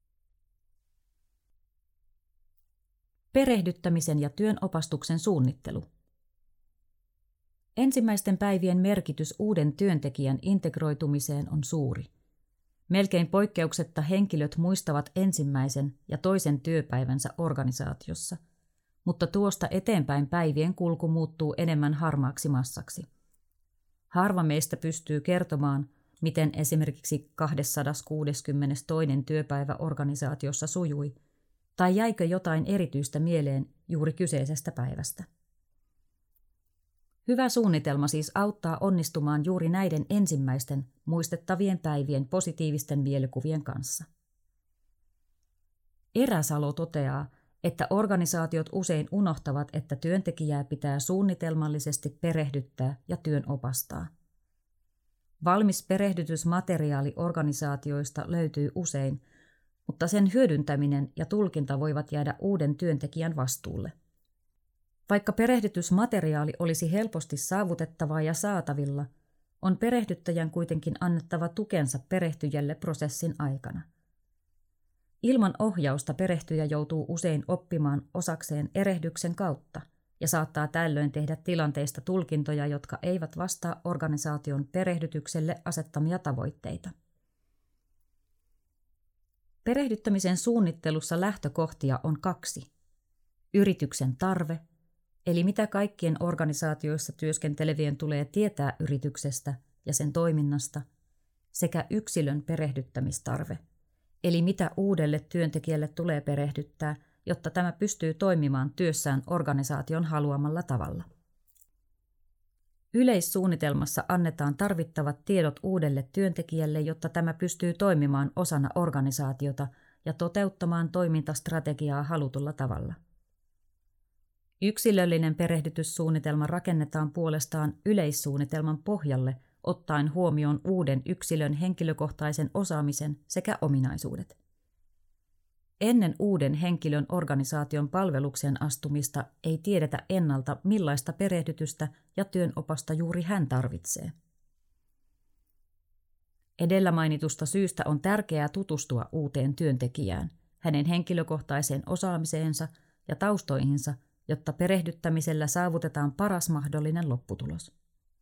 Perehdyttämisen ja työnopastuksen suunnittelu. Ensimmäisten päivien merkitys uuden työntekijän integroitumiseen on suuri. Melkein poikkeuksetta henkilöt muistavat ensimmäisen ja toisen työpäivänsä organisaatiossa, mutta tuosta eteenpäin päivien kulku muuttuu enemmän harmaaksi massaksi. Harva meistä pystyy kertomaan, miten esimerkiksi 262. työpäivä organisaatiossa sujui, tai jäikö jotain erityistä mieleen juuri kyseisestä päivästä. Hyvä suunnitelma siis auttaa onnistumaan juuri näiden ensimmäisten muistettavien päivien positiivisten mielikuvien kanssa. Eräsalo toteaa, että organisaatiot usein unohtavat, että työntekijää pitää suunnitelmallisesti perehdyttää ja työn opastaa. Valmis perehdytysmateriaali organisaatioista löytyy usein, mutta sen hyödyntäminen ja tulkinta voivat jäädä uuden työntekijän vastuulle. Vaikka perehdytysmateriaali olisi helposti saavutettavaa ja saatavilla, on perehdyttäjän kuitenkin annettava tukensa perehtyjälle prosessin aikana. Ilman ohjausta perehtyjä joutuu usein oppimaan osakseen erehdyksen kautta ja saattaa tällöin tehdä tilanteista tulkintoja, jotka eivät vastaa organisaation perehdytykselle asettamia tavoitteita. Perehdyttämisen suunnittelussa lähtökohtia on 2. Yrityksen tarve, eli mitä kaikkien organisaatioissa työskentelevien tulee tietää yrityksestä ja sen toiminnasta, sekä yksilön perehdyttämistarve, eli mitä uudelle työntekijälle tulee perehdyttää, jotta tämä pystyy toimimaan työssään organisaation haluamalla tavalla. Yleissuunnitelmassa annetaan tarvittavat tiedot uudelle työntekijälle, jotta tämä pystyy toimimaan osana organisaatiota ja toteuttamaan toimintastrategiaa halutulla tavalla. Yksilöllinen perehdytyssuunnitelma rakennetaan puolestaan yleissuunnitelman pohjalle ottaen huomioon uuden yksilön henkilökohtaisen osaamisen sekä ominaisuudet. Ennen uuden henkilön organisaation palvelukseen astumista ei tiedetä ennalta, millaista perehdytystä ja työnopasta juuri hän tarvitsee. Edellä mainitusta syystä on tärkeää tutustua uuteen työntekijään, hänen henkilökohtaiseen osaamiseensa ja taustoihinsa, jotta perehdyttämisellä saavutetaan paras mahdollinen lopputulos.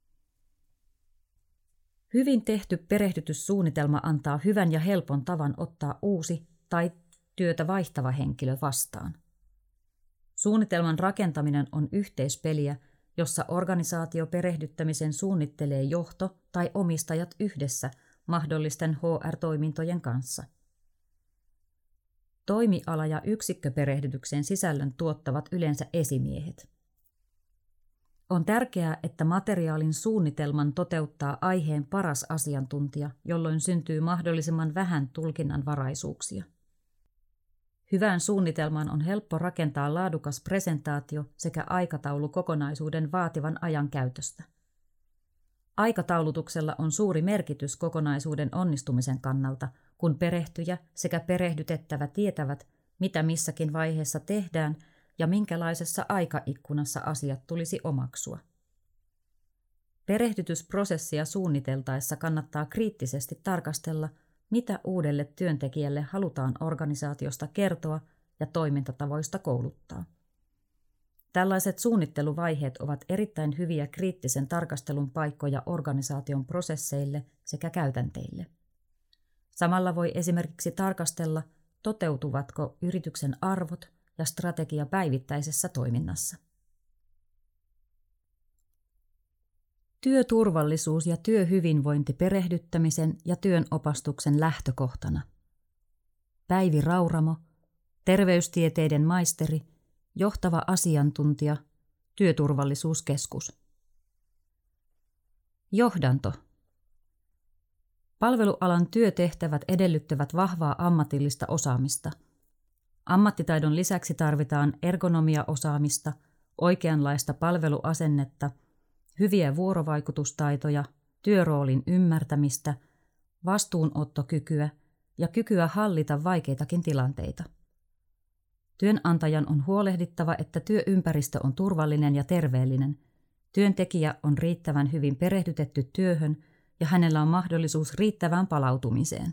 Hyvin tehty perehdytyssuunnitelma antaa hyvän ja helpon tavan ottaa uusi tai työtä vaihtava henkilö vastaan. Suunnitelman rakentaminen on yhteispeliä, jossa organisaatio perehdyttämisen suunnittelee johto tai omistajat yhdessä mahdollisten HR-toimintojen kanssa. Toimiala- ja yksikköperehdytyksen sisällön tuottavat yleensä esimiehet. On tärkeää, että materiaalin suunnitelman toteuttaa aiheen paras asiantuntija, jolloin syntyy mahdollisimman vähän tulkinnanvaraisuuksia. Hyvään suunnitelmaan on helppo rakentaa laadukas presentaatio sekä aikataulu kokonaisuuden vaativan ajan käytöstä. Aikataulutuksella on suuri merkitys kokonaisuuden onnistumisen kannalta, kun perehtyjä sekä perehdytettävä tietävät, mitä missäkin vaiheessa tehdään ja minkälaisessa aikaikkunassa asiat tulisi omaksua. Perehdytysprosessia suunniteltaessa kannattaa kriittisesti tarkastella, mitä uudelle työntekijälle halutaan organisaatiosta kertoa ja toimintatavoista kouluttaa. Tällaiset suunnitteluvaiheet ovat erittäin hyviä kriittisen tarkastelun paikkoja organisaation prosesseille sekä käytänteille. Samalla voi esimerkiksi tarkastella, toteutuvatko yrityksen arvot ja strategia päivittäisessä toiminnassa. Työturvallisuus ja työhyvinvointi perehdyttämisen ja työnopastuksen lähtökohtana. Päivi Rauramo, terveystieteiden maisteri, johtava asiantuntija, Työturvallisuuskeskus. Johdanto. Palvelualan työtehtävät edellyttävät vahvaa ammatillista osaamista. Ammattitaidon lisäksi tarvitaan ergonomiaosaamista, oikeanlaista palveluasennetta, hyviä vuorovaikutustaitoja, työroolin ymmärtämistä, vastuunottokykyä ja kykyä hallita vaikeitakin tilanteita. Työnantajan on huolehdittava, että työympäristö on turvallinen ja terveellinen, työntekijä on riittävän hyvin perehdytetty työhön ja hänellä on mahdollisuus riittävään palautumiseen.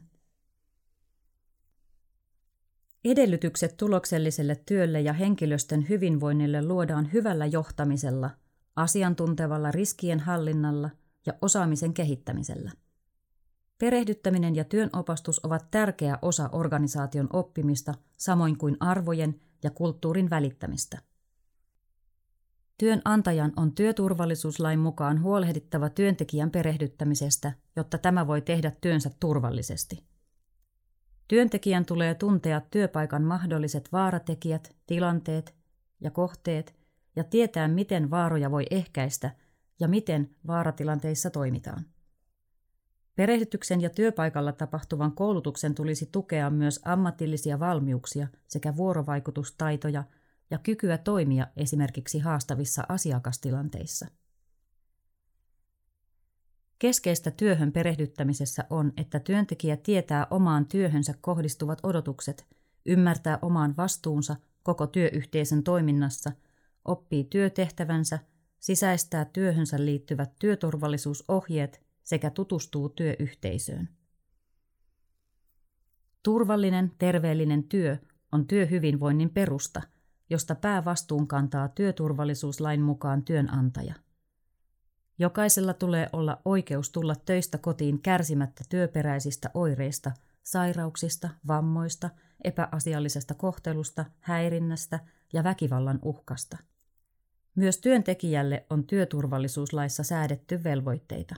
Edellytykset tulokselliselle työlle ja henkilöstön hyvinvoinnille luodaan hyvällä johtamisella, asiantuntevalla riskien hallinnalla ja osaamisen kehittämisellä. Perehdyttäminen ja työnopastus ovat tärkeä osa organisaation oppimista, samoin kuin arvojen ja kulttuurin välittämistä. Työnantajan on työturvallisuuslain mukaan huolehdittava työntekijän perehdyttämisestä, jotta tämä voi tehdä työnsä turvallisesti. Työntekijän tulee tuntea työpaikan mahdolliset vaaratekijät, tilanteet ja kohteet ja tietää, miten vaaroja voi ehkäistä ja miten vaaratilanteissa toimitaan. Perehdytyksen ja työpaikalla tapahtuvan koulutuksen tulisi tukea myös ammatillisia valmiuksia sekä vuorovaikutustaitoja ja kykyä toimia esimerkiksi haastavissa asiakastilanteissa. Keskeistä työhön perehdyttämisessä on, että työntekijä tietää omaan työhönsä kohdistuvat odotukset, ymmärtää oman vastuunsa koko työyhteisön toiminnassa, oppii työtehtävänsä, sisäistää työhönsä liittyvät työturvallisuusohjeet sekä tutustuu työyhteisöön. Turvallinen, terveellinen työ on työhyvinvoinnin perusta, josta päävastuun kantaa työturvallisuuslain mukaan työnantaja. Jokaisella tulee olla oikeus tulla töistä kotiin kärsimättä työperäisistä oireista, sairauksista, vammoista, epäasiallisesta kohtelusta, häirinnästä ja väkivallan uhkasta. Myös työntekijälle on työturvallisuuslaissa säädetty velvoitteita.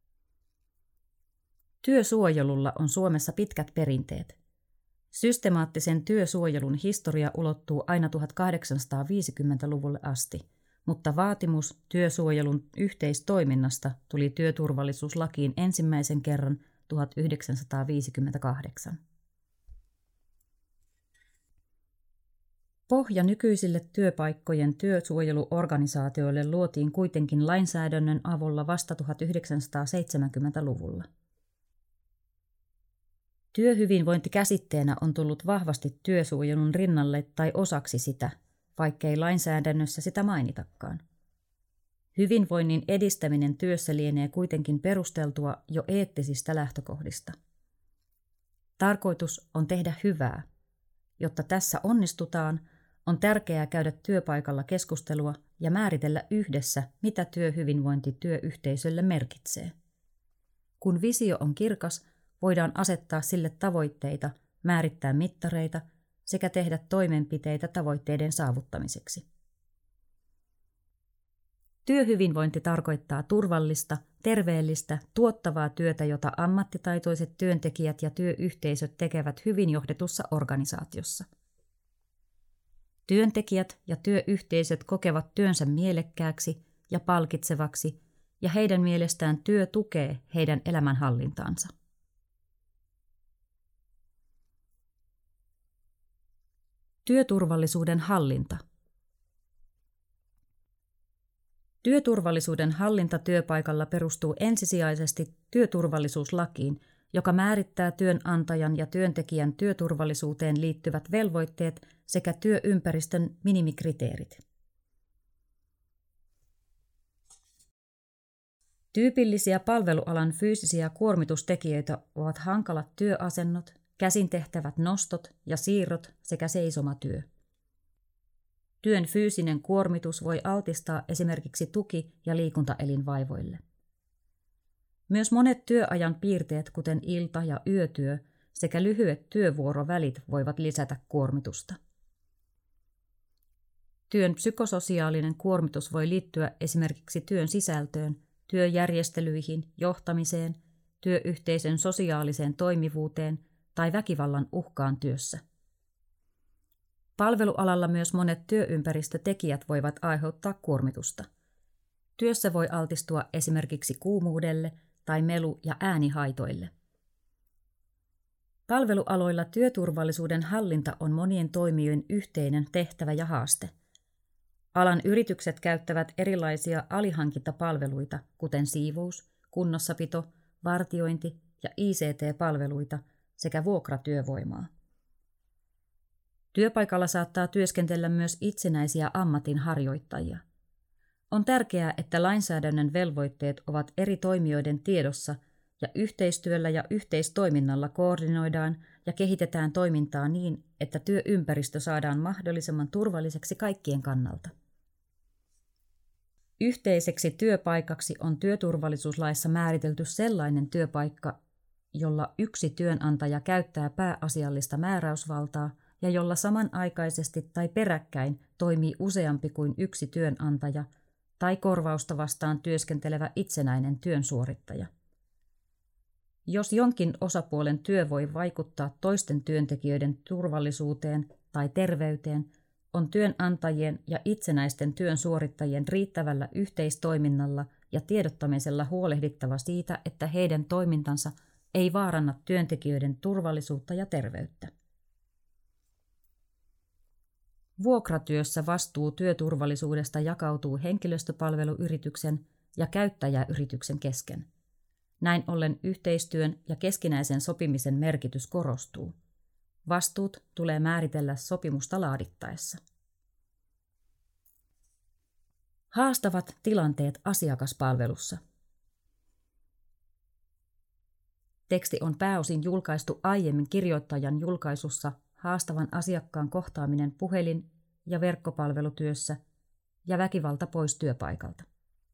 Työsuojelulla on Suomessa pitkät perinteet. Systemaattisen työsuojelun historia ulottuu aina 1850-luvulle asti, mutta vaatimus työsuojelun yhteistoiminnasta tuli työturvallisuuslakiin ensimmäisen kerran 1958. Pohja nykyisille työpaikkojen työsuojeluorganisaatioille luotiin kuitenkin lainsäädännön avulla vasta 1970-luvulla. Työhyvinvointi käsitteenä on tullut vahvasti työsuojelun rinnalle tai osaksi sitä, vaikkei lainsäädännössä sitä mainitakaan. Hyvinvoinnin edistäminen työssä lienee kuitenkin perusteltua jo eettisistä lähtökohdista. Tarkoitus on tehdä hyvää. Jotta tässä onnistutaan, on tärkeää käydä työpaikalla keskustelua ja määritellä yhdessä, mitä työhyvinvointi työyhteisölle merkitsee. Kun visio on kirkas, voidaan asettaa sille tavoitteita, määrittää mittareita sekä tehdä toimenpiteitä tavoitteiden saavuttamiseksi. Työhyvinvointi tarkoittaa turvallista, terveellistä, tuottavaa työtä, jota ammattitaitoiset työntekijät ja työyhteisöt tekevät hyvin johdetussa organisaatiossa. Työntekijät ja työyhteisöt kokevat työnsä mielekkääksi ja palkitsevaksi, ja heidän mielestään työ tukee heidän elämänhallintaansa. Työturvallisuuden hallinta. Työturvallisuuden hallinta työpaikalla perustuu ensisijaisesti työturvallisuuslakiin, joka määrittää työnantajan ja työntekijän työturvallisuuteen liittyvät velvoitteet sekä työympäristön minimikriteerit. Tyypillisiä palvelualan fyysisiä kuormitustekijöitä ovat hankalat työasennot, käsin tehtävät nostot ja siirrot sekä seisomatyö. Työn fyysinen kuormitus voi altistaa esimerkiksi tuki- ja liikuntaelinvaivoille. Myös monet työajan piirteet, kuten ilta- ja yötyö sekä lyhyet työvuorovälit, voivat lisätä kuormitusta. Työn psykososiaalinen kuormitus voi liittyä esimerkiksi työn sisältöön, työjärjestelyihin, johtamiseen, työyhteisön sosiaaliseen toimivuuteen tai väkivallan uhkaan työssä. Palvelualalla myös monet työympäristötekijät voivat aiheuttaa kuormitusta. Työssä voi altistua esimerkiksi kuumuudelle tai melu- ja äänihaitoille. Palvelualoilla työturvallisuuden hallinta on monien toimijoiden yhteinen tehtävä ja haaste. Alan yritykset käyttävät erilaisia alihankintapalveluita, kuten siivous, kunnossapito, vartiointi ja ICT-palveluita sekä vuokratyövoimaa. Työpaikalla saattaa työskentellä myös itsenäisiä ammatinharjoittajia. On tärkeää, että lainsäädännön velvoitteet ovat eri toimijoiden tiedossa ja yhteistyöllä ja yhteistoiminnalla koordinoidaan ja kehitetään toimintaa niin, että työympäristö saadaan mahdollisimman turvalliseksi kaikkien kannalta. Yhteiseksi työpaikaksi on työturvallisuuslaissa määritelty sellainen työpaikka, jolla yksi työnantaja käyttää pääasiallista määräysvaltaa ja jolla samanaikaisesti tai peräkkäin toimii useampi kuin yksi työnantaja tai korvausta vastaan työskentelevä itsenäinen työnsuorittaja. Jos jonkin osapuolen työ voi vaikuttaa toisten työntekijöiden turvallisuuteen tai terveyteen, on työnantajien ja itsenäisten työnsuorittajien riittävällä yhteistoiminnalla ja tiedottamisella huolehdittava siitä, että heidän toimintansa ei vaaranna työntekijöiden turvallisuutta ja terveyttä. Vuokratyössä vastuu työturvallisuudesta jakautuu henkilöstöpalveluyrityksen ja käyttäjäyrityksen kesken. Näin ollen yhteistyön ja keskinäisen sopimisen merkitys korostuu. Vastuut tulee määritellä sopimusta laadittaessa. Haastavat tilanteet asiakaspalvelussa. Teksti on pääosin julkaistu aiemmin kirjoittajan julkaisussa Haastavan asiakkaan kohtaaminen puhelin- ja verkkopalvelutyössä ja väkivalta pois työpaikalta.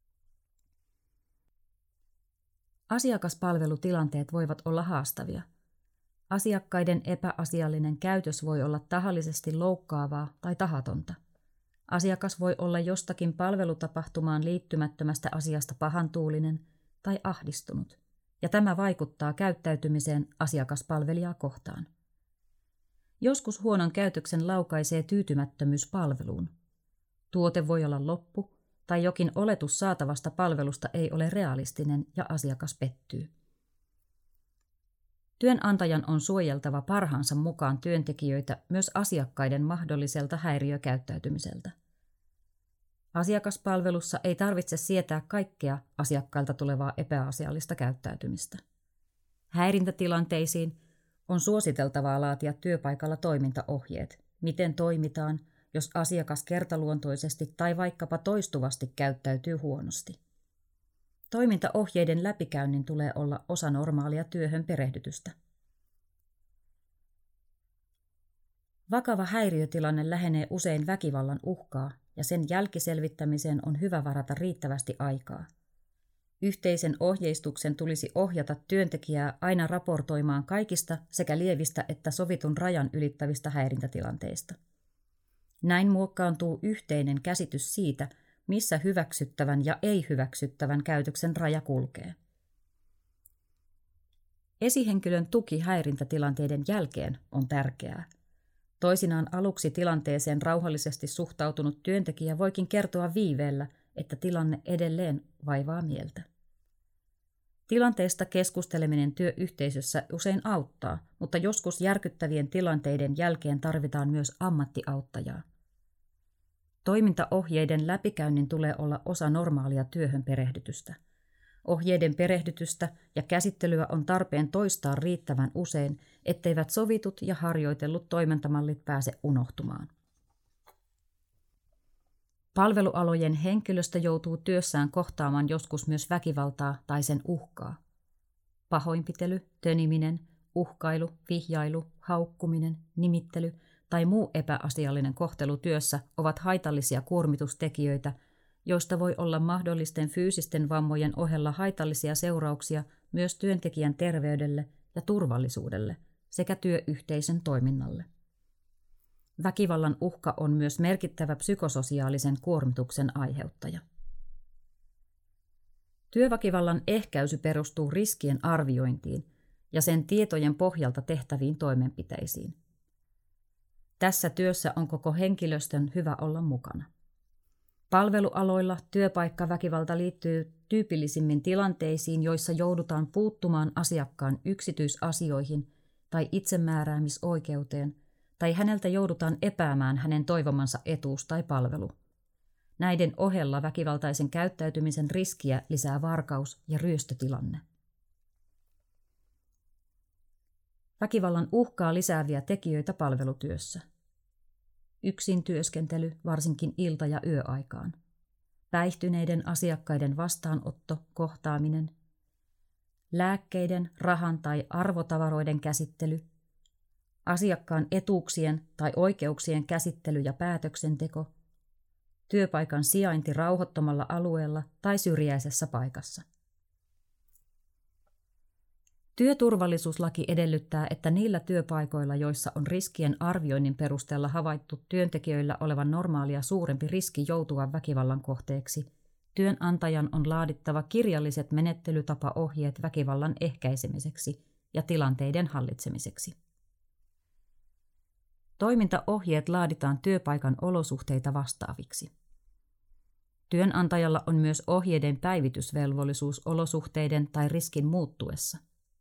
Asiakaspalvelutilanteet voivat olla haastavia. Asiakkaiden epäasiallinen käytös voi olla tahallisesti loukkaavaa tai tahatonta. Asiakas voi olla jostakin palvelutapahtumaan liittymättömästä asiasta pahantuulinen tai ahdistunut, ja tämä vaikuttaa käyttäytymiseen asiakaspalvelijaa kohtaan. Joskus huonon käytöksen laukaisee tyytymättömyys palveluun. Tuote voi olla loppu tai jokin oletus saatavasta palvelusta ei ole realistinen ja asiakas pettyy. Työnantajan on suojeltava parhaansa mukaan työntekijöitä myös asiakkaiden mahdolliselta häiriökäyttäytymiseltä. Asiakaspalvelussa ei tarvitse sietää kaikkea asiakkailta tulevaa epäasiallista käyttäytymistä. Häirintätilanteisiin on suositeltavaa laatia työpaikalla toimintaohjeet, miten toimitaan, jos asiakas kertaluontoisesti tai vaikkapa toistuvasti käyttäytyy huonosti. Toimintaohjeiden läpikäynnin tulee olla osa normaalia työhön perehdytystä. Vakava häiriötilanne lähenee usein väkivallan uhkaa ja sen jälkiselvittämiseen on hyvä varata riittävästi aikaa. Yhteisen ohjeistuksen tulisi ohjata työntekijää aina raportoimaan kaikista sekä lievistä että sovitun rajan ylittävistä häirintätilanteista. Näin muokkaantuu yhteinen käsitys siitä, missä hyväksyttävän ja ei-hyväksyttävän käytöksen raja kulkee. Esihenkilön tuki häirintätilanteiden jälkeen on tärkeää. Toisinaan aluksi tilanteeseen rauhallisesti suhtautunut työntekijä voikin kertoa viiveellä, että tilanne edelleen vaivaa mieltä. Tilanteesta keskusteleminen työyhteisössä usein auttaa, mutta joskus järkyttävien tilanteiden jälkeen tarvitaan myös ammattiauttajaa. Toimintaohjeiden läpikäynnin tulee olla osa normaalia työhön perehdytystä. Ohjeiden perehdytystä ja käsittelyä on tarpeen toistaa riittävän usein, etteivät sovitut ja harjoitellut toimintamallit pääse unohtumaan. Palvelualojen henkilöstö joutuu työssään kohtaamaan joskus myös väkivaltaa tai sen uhkaa. Pahoinpitely, töniminen, uhkailu, vihjailu, haukkuminen, nimittely tai muu epäasiallinen kohtelu työssä ovat haitallisia kuormitustekijöitä, joista voi olla mahdollisten fyysisten vammojen ohella haitallisia seurauksia myös työntekijän terveydelle ja turvallisuudelle sekä työyhteisön toiminnalle. Väkivallan uhka on myös merkittävä psykososiaalisen kuormituksen aiheuttaja. Työväkivallan ehkäisy perustuu riskien arviointiin ja sen tietojen pohjalta tehtäviin toimenpiteisiin. Tässä työssä on koko henkilöstön hyvä olla mukana. Palvelualoilla työpaikkaväkivalta liittyy tyypillisimmin tilanteisiin, joissa joudutaan puuttumaan asiakkaan yksityisasioihin tai itsemääräämisoikeuteen, tai häneltä joudutaan epäämään hänen toivomansa etuus tai palvelu. Näiden ohella väkivaltaisen käyttäytymisen riskiä lisää varkaus- ja ryöstötilanne. Väkivallan uhkaa lisääviä tekijöitä palvelutyössä. Yksin työskentely, varsinkin ilta- ja yöaikaan. Päihtyneiden asiakkaiden vastaanotto, kohtaaminen. Lääkkeiden, rahan tai arvotavaroiden käsittely. Asiakkaan etuuksien tai oikeuksien käsittely ja päätöksenteko. Työpaikan sijainti rauhattomalla alueella tai syrjäisessä paikassa. Työturvallisuuslaki edellyttää, että niillä työpaikoilla, joissa on riskien arvioinnin perusteella havaittu työntekijöillä olevan normaalia suurempi riski joutua väkivallan kohteeksi, työnantajan on laadittava kirjalliset menettelytapaohjeet väkivallan ehkäisemiseksi ja tilanteiden hallitsemiseksi. Toimintaohjeet laaditaan työpaikan olosuhteita vastaaviksi. Työnantajalla on myös ohjeiden päivitysvelvollisuus olosuhteiden tai riskin muuttuessa.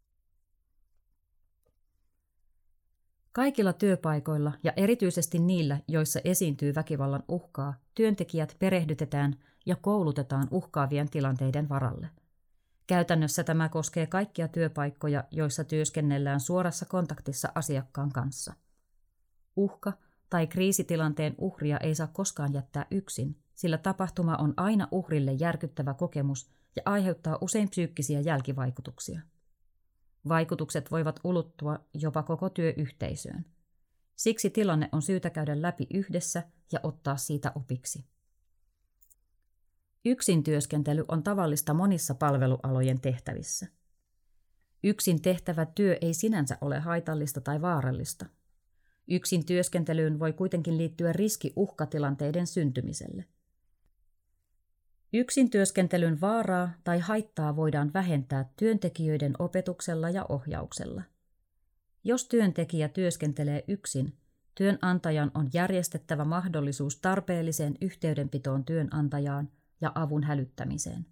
Kaikilla työpaikoilla ja erityisesti niillä, joissa esiintyy väkivallan uhkaa, työntekijät perehdytetään ja koulutetaan uhkaavien tilanteiden varalle. Käytännössä tämä koskee kaikkia työpaikkoja, joissa työskennellään suorassa kontaktissa asiakkaan kanssa. Uhka tai kriisitilanteen uhria ei saa koskaan jättää yksin, sillä tapahtuma on aina uhrille järkyttävä kokemus ja aiheuttaa usein psyykkisiä jälkivaikutuksia. Vaikutukset voivat ulottua jopa koko työyhteisöön. Siksi tilanne on syytä käydä läpi yhdessä ja ottaa siitä opiksi. Yksin työskentely on tavallista monissa palvelualojen tehtävissä. Yksin tehtävä työ ei sinänsä ole haitallista tai vaarallista. Yksin työskentelyyn voi kuitenkin liittyä riski uhkatilanteiden syntymiselle. Yksin työskentelyn vaaraa tai haittaa voidaan vähentää työntekijöiden opetuksella ja ohjauksella. Jos työntekijä työskentelee yksin, työnantajan on järjestettävä mahdollisuus tarpeelliseen yhteydenpitoon työnantajaan ja avun hälyttämiseen.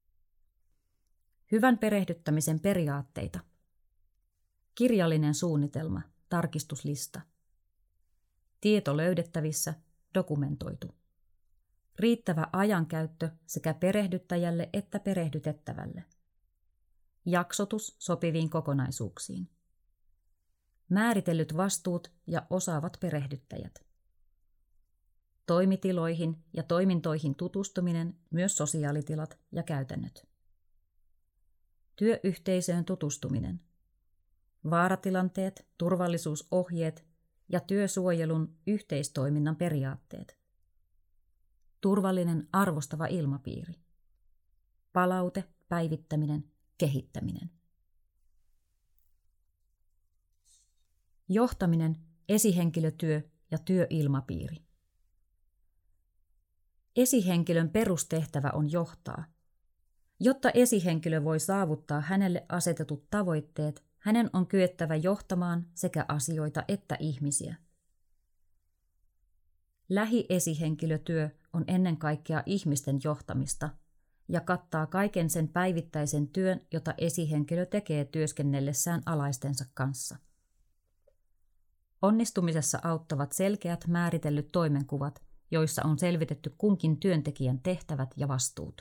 Hyvän perehdyttämisen periaatteita. Kirjallinen suunnitelma, tarkistuslista. Tieto löydettävissä, dokumentoitu. Riittävä ajankäyttö sekä perehdyttäjälle että perehdytettävälle. Jaksotus sopiviin kokonaisuuksiin. Määritellyt vastuut ja osaavat perehdyttäjät. Toimitiloihin ja toimintoihin tutustuminen, myös sosiaalitilat ja käytännöt. Työyhteisöön tutustuminen. Vaaratilanteet, turvallisuusohjeet ja työsuojelun yhteistoiminnan periaatteet. Turvallinen, arvostava ilmapiiri. Palaute, päivittäminen, kehittäminen. Johtaminen, esihenkilötyö ja työilmapiiri. Esihenkilön perustehtävä on johtaa. Jotta esihenkilö voi saavuttaa hänelle asetetut tavoitteet, hänen on kyettävä johtamaan sekä asioita että ihmisiä. Lähiesihenkilötyö on ennen kaikkea ihmisten johtamista ja kattaa kaiken sen päivittäisen työn, jota esihenkilö tekee työskennellessään alaistensa kanssa. Onnistumisessa auttavat selkeät määritellyt toimenkuvat, joissa on selvitetty kunkin työntekijän tehtävät ja vastuut.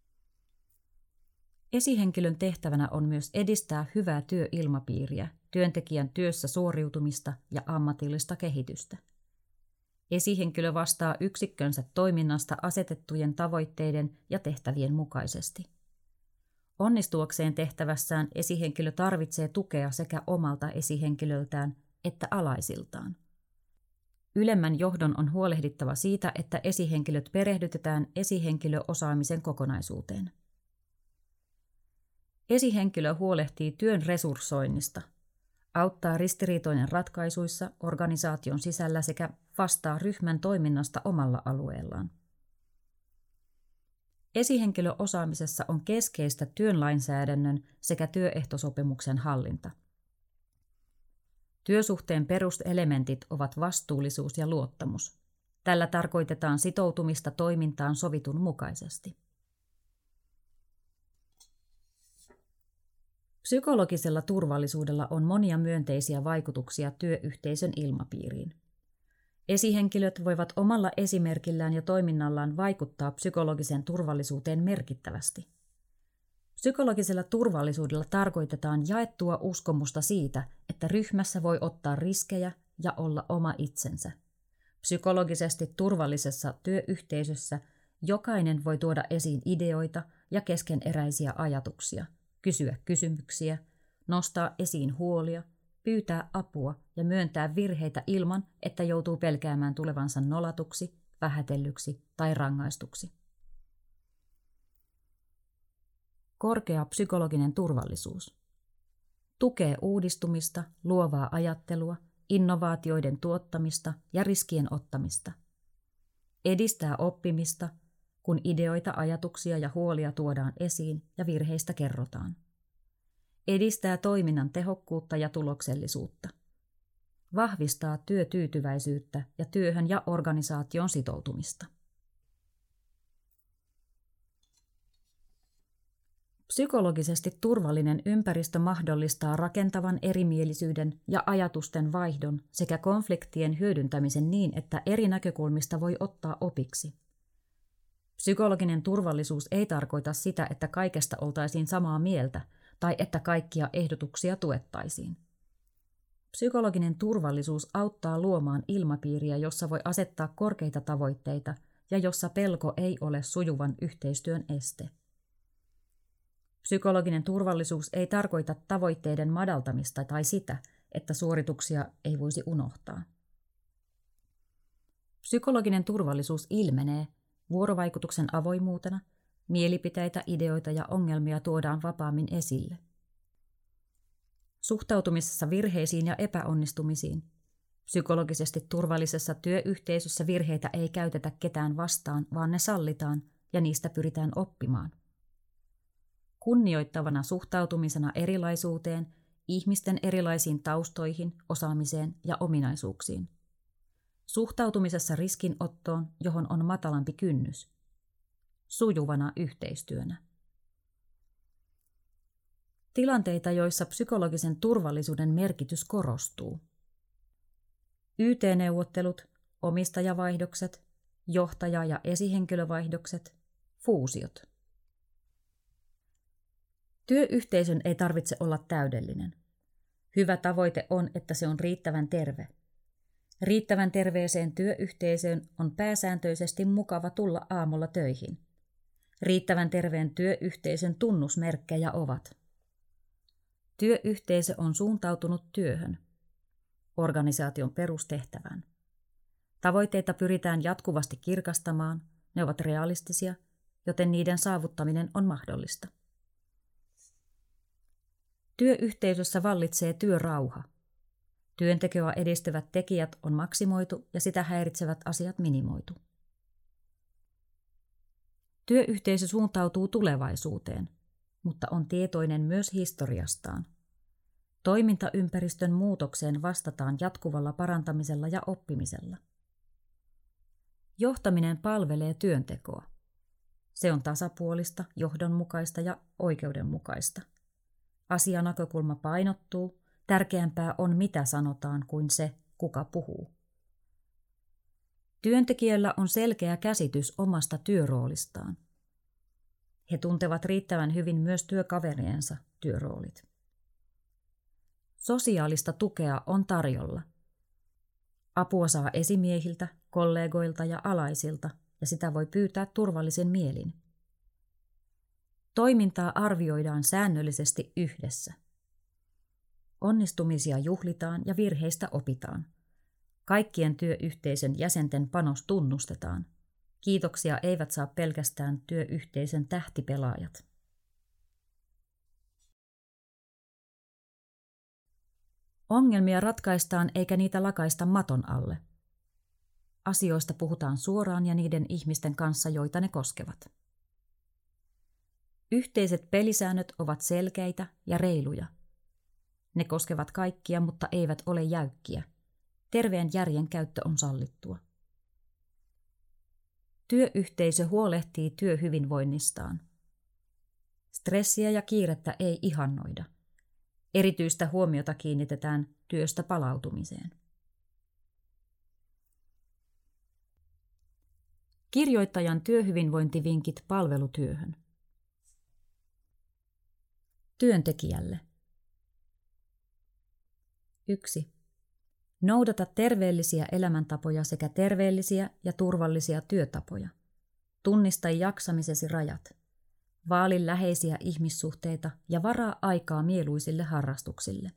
Esihenkilön tehtävänä on myös edistää hyvää työilmapiiriä, työntekijän työssä suoriutumista ja ammatillista kehitystä. Esihenkilö vastaa yksikkönsä toiminnasta asetettujen tavoitteiden ja tehtävien mukaisesti. Onnistuakseen tehtävässään esihenkilö tarvitsee tukea sekä omalta esihenkilöltään että alaisiltaan. Ylemmän johdon on huolehdittava siitä, että esihenkilöt perehdytetään esihenkilöosaamisen kokonaisuuteen. Esihenkilö huolehtii työn resurssoinnista, auttaa ristiriitojen ratkaisuissa organisaation sisällä sekä vastaa ryhmän toiminnasta omalla alueellaan. Esihenkilöosaamisessa on keskeistä työlainsäädännön sekä työehtosopimuksen hallinta. Työsuhteen peruselementit ovat vastuullisuus ja luottamus. Tällä tarkoitetaan sitoutumista toimintaan sovitun mukaisesti. Psykologisella turvallisuudella on monia myönteisiä vaikutuksia työyhteisön ilmapiiriin. Esihenkilöt voivat omalla esimerkillään ja toiminnallaan vaikuttaa psykologiseen turvallisuuteen merkittävästi. Psykologisella turvallisuudella tarkoitetaan jaettua uskomusta siitä, että ryhmässä voi ottaa riskejä ja olla oma itsensä. Psykologisesti turvallisessa työyhteisössä jokainen voi tuoda esiin ideoita ja keskeneräisiä ajatuksia, kysyä kysymyksiä, nostaa esiin huolia, pyytää apua ja myöntää virheitä ilman, että joutuu pelkäämään tulevansa nolatuksi, vähätellyksi tai rangaistuksi. Korkea psykologinen turvallisuus tukee uudistumista, luovaa ajattelua, innovaatioiden tuottamista ja riskien ottamista. Edistää oppimista, kun ideoita, ajatuksia ja huolia tuodaan esiin ja virheistä kerrotaan. Edistää toiminnan tehokkuutta ja tuloksellisuutta. Vahvistaa työtyytyväisyyttä ja työhön ja organisaation sitoutumista. Psykologisesti turvallinen ympäristö mahdollistaa rakentavan erimielisyyden ja ajatusten vaihdon sekä konfliktien hyödyntämisen niin, että eri näkökulmista voi ottaa opiksi. Psykologinen turvallisuus ei tarkoita sitä, että kaikesta oltaisiin samaa mieltä tai että kaikkia ehdotuksia tuettaisiin. Psykologinen turvallisuus auttaa luomaan ilmapiiriä, jossa voi asettaa korkeita tavoitteita ja jossa pelko ei ole sujuvan yhteistyön este. Psykologinen turvallisuus ei tarkoita tavoitteiden madaltamista tai sitä, että suorituksia ei voisi unohtaa. Psykologinen turvallisuus ilmenee vuorovaikutuksen avoimuutena, mielipiteitä, ideoita ja ongelmia tuodaan vapaammin esille. Suhtautumisessa virheisiin ja epäonnistumisiin. Psykologisesti turvallisessa työyhteisössä virheitä ei käytetä ketään vastaan, vaan ne sallitaan ja niistä pyritään oppimaan. Kunnioittavana suhtautumisena erilaisuuteen, ihmisten erilaisiin taustoihin, osaamiseen ja ominaisuuksiin. Suhtautumisessa riskinottoon, johon on matalampi kynnys. Sujuvana yhteistyönä. Tilanteita, joissa psykologisen turvallisuuden merkitys korostuu. YT-neuvottelut, omistajavaihdokset, johtaja- ja esihenkilövaihdokset, fuusiot. Työyhteisön ei tarvitse olla täydellinen. Hyvä tavoite on, että se on riittävän terve. Riittävän terveeseen työyhteisöön on pääsääntöisesti mukava tulla aamulla töihin. Riittävän terveen työyhteisön tunnusmerkkejä ovat: työyhteisö on suuntautunut työhön, organisaation perustehtävään. Tavoitteita pyritään jatkuvasti kirkastamaan, ne ovat realistisia, joten niiden saavuttaminen on mahdollista. Työyhteisössä vallitsee työrauha. Työntekoa edistävät tekijät on maksimoitu ja sitä häiritsevät asiat minimoitu. Työyhteisö suuntautuu tulevaisuuteen, mutta on tietoinen myös historiastaan. Toimintaympäristön muutokseen vastataan jatkuvalla parantamisella ja oppimisella. Johtaminen palvelee työntekoa. Se on tasapuolista, johdonmukaista ja oikeudenmukaista. Asianäkökulma painottuu, tärkeämpää on mitä sanotaan kuin se, kuka puhuu. Työntekijöillä on selkeä käsitys omasta työroolistaan. He tuntevat riittävän hyvin myös työkaveriensa työroolit. Sosiaalista tukea on tarjolla. Apua saa esimiehiltä, kollegoilta ja alaisilta, ja sitä voi pyytää turvallisin mielin. Toimintaa arvioidaan säännöllisesti yhdessä. Onnistumisia juhlitaan ja virheistä opitaan. Kaikkien työyhteisön jäsenten panos tunnustetaan. Kiitoksia eivät saa pelkästään työyhteisön tähtipelaajat. Ongelmia ratkaistaan eikä niitä lakaista maton alle. Asioista puhutaan suoraan ja niiden ihmisten kanssa, joita ne koskevat. Yhteiset pelisäännöt ovat selkeitä ja reiluja. Ne koskevat kaikkia, mutta eivät ole jäykkiä. Terveen järjen käyttö on sallittua. Työyhteisö huolehtii työhyvinvoinnistaan. Stressiä ja kiirettä ei ihannoida. Erityistä huomiota kiinnitetään työstä palautumiseen. Kirjoittajan työhyvinvointivinkit palvelutyöhön. Työntekijälle. 1. Noudata terveellisiä elämäntapoja sekä terveellisiä ja turvallisia työtapoja. Tunnista jaksamisesi rajat. Vaali läheisiä ihmissuhteita ja varaa aikaa mieluisille harrastuksille.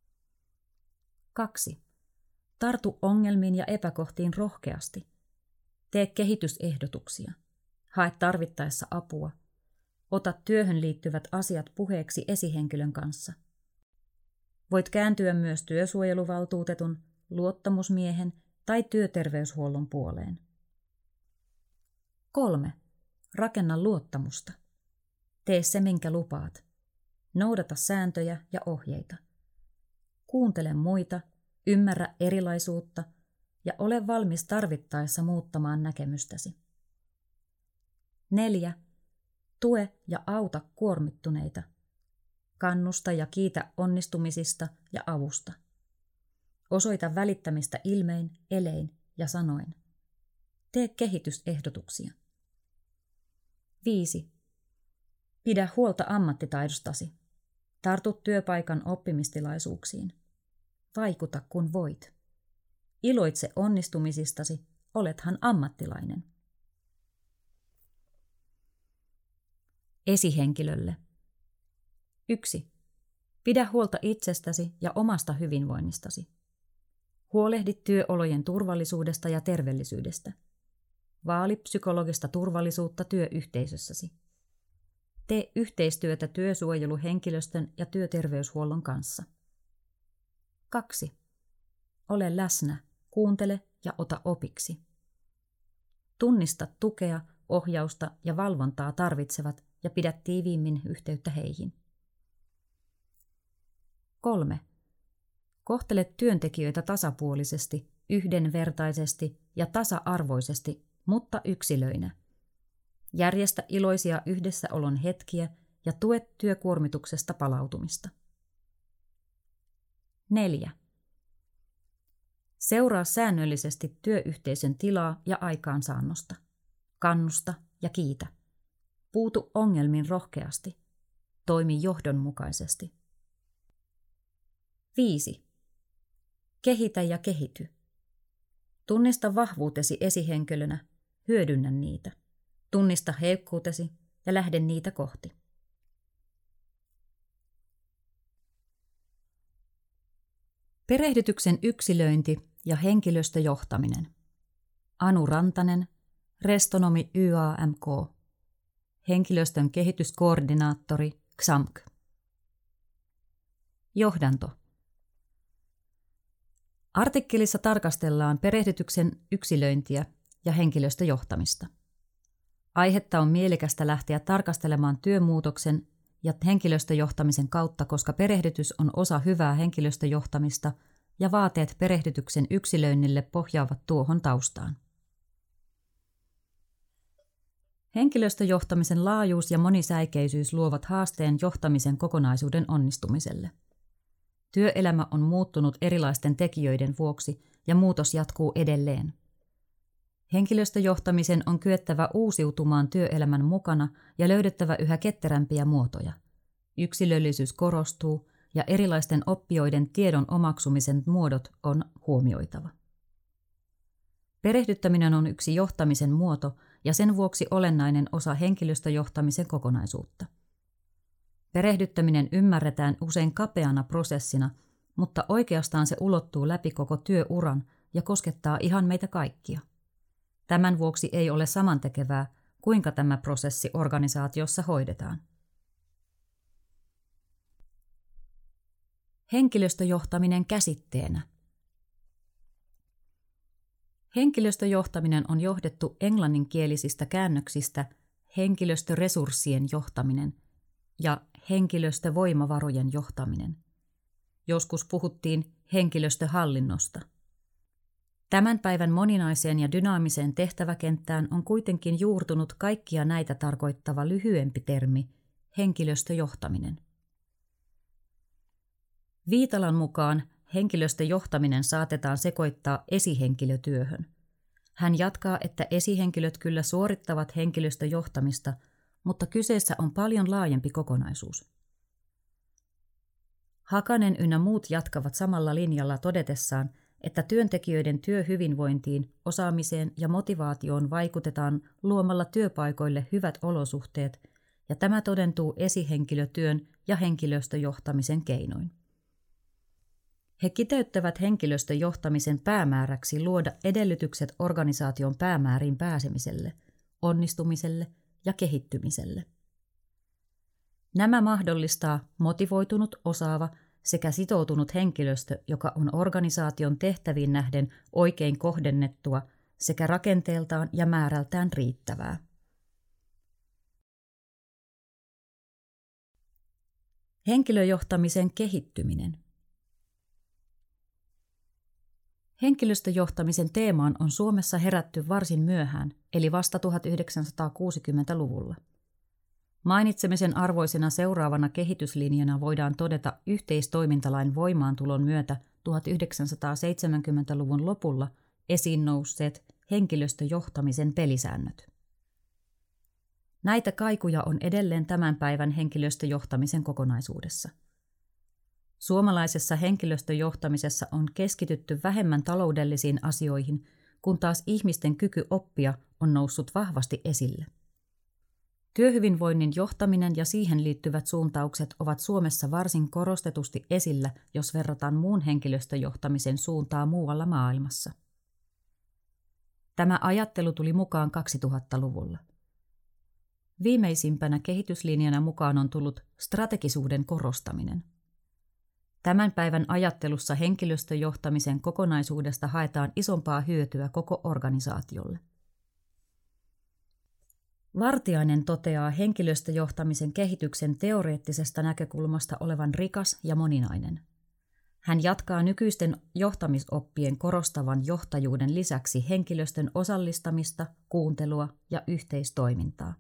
2. Tartu ongelmiin ja epäkohtiin rohkeasti. Tee kehitysehdotuksia. Hae tarvittaessa apua. Ota työhön liittyvät asiat puheeksi esihenkilön kanssa. Voit kääntyä myös työsuojeluvaltuutetun, luottamusmiehen tai työterveyshuollon puoleen. 3. Rakenna luottamusta. Tee se, minkä lupaat. Noudata sääntöjä ja ohjeita. Kuuntele muita, ymmärrä erilaisuutta ja ole valmis tarvittaessa muuttamaan näkemystäsi. 4. Tue ja auta kuormittuneita. Kannusta ja kiitä onnistumisista ja avusta. Osoita välittämistä ilmein, elein ja sanoin. Tee kehitysehdotuksia. 5. Pidä huolta ammattitaidostasi. Tartu työpaikan oppimistilaisuuksiin. Vaikuta kun voit. Iloitse onnistumisistasi, olethan ammattilainen. Esihenkilölle. 1. Pidä huolta itsestäsi ja omasta hyvinvoinnistasi. Huolehdi työolojen turvallisuudesta ja terveellisyydestä. Vaali psykologista turvallisuutta työyhteisössäsi. Tee yhteistyötä työsuojeluhenkilöstön ja työterveyshuollon kanssa. 2. Ole läsnä, kuuntele ja ota opiksi. Tunnista tukea, ohjausta ja valvontaa tarvitsevat ja pidä tiiviimmin yhteyttä heihin. 3. Kohtele työntekijöitä tasapuolisesti, yhdenvertaisesti ja tasa-arvoisesti, mutta yksilöinä. Järjestä iloisia yhdessäolon hetkiä ja tue työkuormituksesta palautumista. 4. Seuraa säännöllisesti työyhteisön tilaa ja aikaansaannosta. Kannusta ja kiitä. Puutu ongelmiin rohkeasti. Toimi johdonmukaisesti. 5. Kehitä ja kehity. Tunnista vahvuutesi esihenkilönä, hyödynnä niitä. Tunnista heikkuutesi ja lähde niitä kohti. Perehdytyksen yksilöinti ja henkilöstöjohtaminen. Anu Rantanen, Restonomi YAMK. Henkilöstön kehityskoordinaattori XAMK. Johdanto. Artikkelissa tarkastellaan perehdytyksen yksilöintiä ja henkilöstöjohtamista. Aihetta on mielekästä lähteä tarkastelemaan työmuutoksen ja henkilöstöjohtamisen kautta, koska perehdytys on osa hyvää henkilöstöjohtamista ja vaateet perehdytyksen yksilöinnille pohjaavat tuohon taustaan. Henkilöstöjohtamisen laajuus ja monisäikeisyys luovat haasteen johtamisen kokonaisuuden onnistumiselle. Työelämä on muuttunut erilaisten tekijöiden vuoksi ja muutos jatkuu edelleen. Henkilöstöjohtamisen on kyettävä uusiutumaan työelämän mukana ja löydettävä yhä ketterämpiä muotoja. Yksilöllisyys korostuu ja erilaisten oppijoiden tiedon omaksumisen muodot on huomioitava. Perehdyttäminen on yksi johtamisen muoto ja sen vuoksi olennainen osa henkilöstöjohtamisen kokonaisuutta. Perehdyttäminen ymmärretään usein kapeana prosessina, mutta oikeastaan se ulottuu läpi koko työuran ja koskettaa ihan meitä kaikkia. Tämän vuoksi ei ole samantekevää, kuinka tämä prosessi organisaatiossa hoidetaan. Henkilöstöjohtaminen käsitteenä. Henkilöstöjohtaminen on johdettu englanninkielisistä käännöksistä henkilöstöresurssien johtaminen ja henkilöstövoimavarojen johtaminen. Joskus puhuttiin henkilöstöhallinnosta. Tämän päivän moninaiseen ja dynaamiseen tehtäväkenttään on kuitenkin juurtunut kaikkia näitä tarkoittava lyhyempi termi, henkilöstöjohtaminen. Viitalan mukaan henkilöstöjohtaminen saatetaan sekoittaa esihenkilötyöhön. Hän jatkaa, että esihenkilöt kyllä suorittavat henkilöstöjohtamista, mutta kyseessä on paljon laajempi kokonaisuus. Hakanen ynnä muut jatkavat samalla linjalla todetessaan, että työntekijöiden työhyvinvointiin, osaamiseen ja motivaatioon vaikutetaan luomalla työpaikoille hyvät olosuhteet, ja tämä todentuu esihenkilötyön ja henkilöstöjohtamisen keinoin. He kiteyttävät henkilöstöjohtamisen päämääräksi luoda edellytykset organisaation päämääriin pääsemiselle, onnistumiselle ja kehittymiselle. Nämä mahdollistaa motivoitunut, osaava sekä sitoutunut henkilöstö, joka on organisaation tehtäviin nähden oikein kohdennettua sekä rakenteeltaan ja määrältään riittävää. Henkilöjohtamisen kehittyminen. Henkilöstöjohtamisen teemaan on Suomessa herätty varsin myöhään, eli vasta 1960-luvulla. Mainitsemisen arvoisena seuraavana kehityslinjana voidaan todeta yhteistoimintalain voimaantulon myötä 1970-luvun lopulla esiin nousseet henkilöstöjohtamisen pelisäännöt. Näitä kaikuja on edelleen tämän päivän henkilöstöjohtamisen kokonaisuudessa. Suomalaisessa henkilöstöjohtamisessa on keskitytty vähemmän taloudellisiin asioihin, kun taas ihmisten kyky oppia on noussut vahvasti esille. Työhyvinvoinnin johtaminen ja siihen liittyvät suuntaukset ovat Suomessa varsin korostetusti esillä, jos verrataan muun henkilöstöjohtamisen suuntaa muualla maailmassa. Tämä ajattelu tuli mukaan 2000-luvulla. Viimeisimpänä kehityslinjana mukaan on tullut strategisuuden korostaminen. Tämän päivän ajattelussa henkilöstöjohtamisen kokonaisuudesta haetaan isompaa hyötyä koko organisaatiolle. Vartiainen toteaa henkilöstöjohtamisen kehityksen teoreettisesta näkökulmasta olevan rikas ja moninainen. Hän jatkaa nykyisten johtamisoppien korostavan johtajuuden lisäksi henkilöstön osallistamista, kuuntelua ja yhteistoimintaa.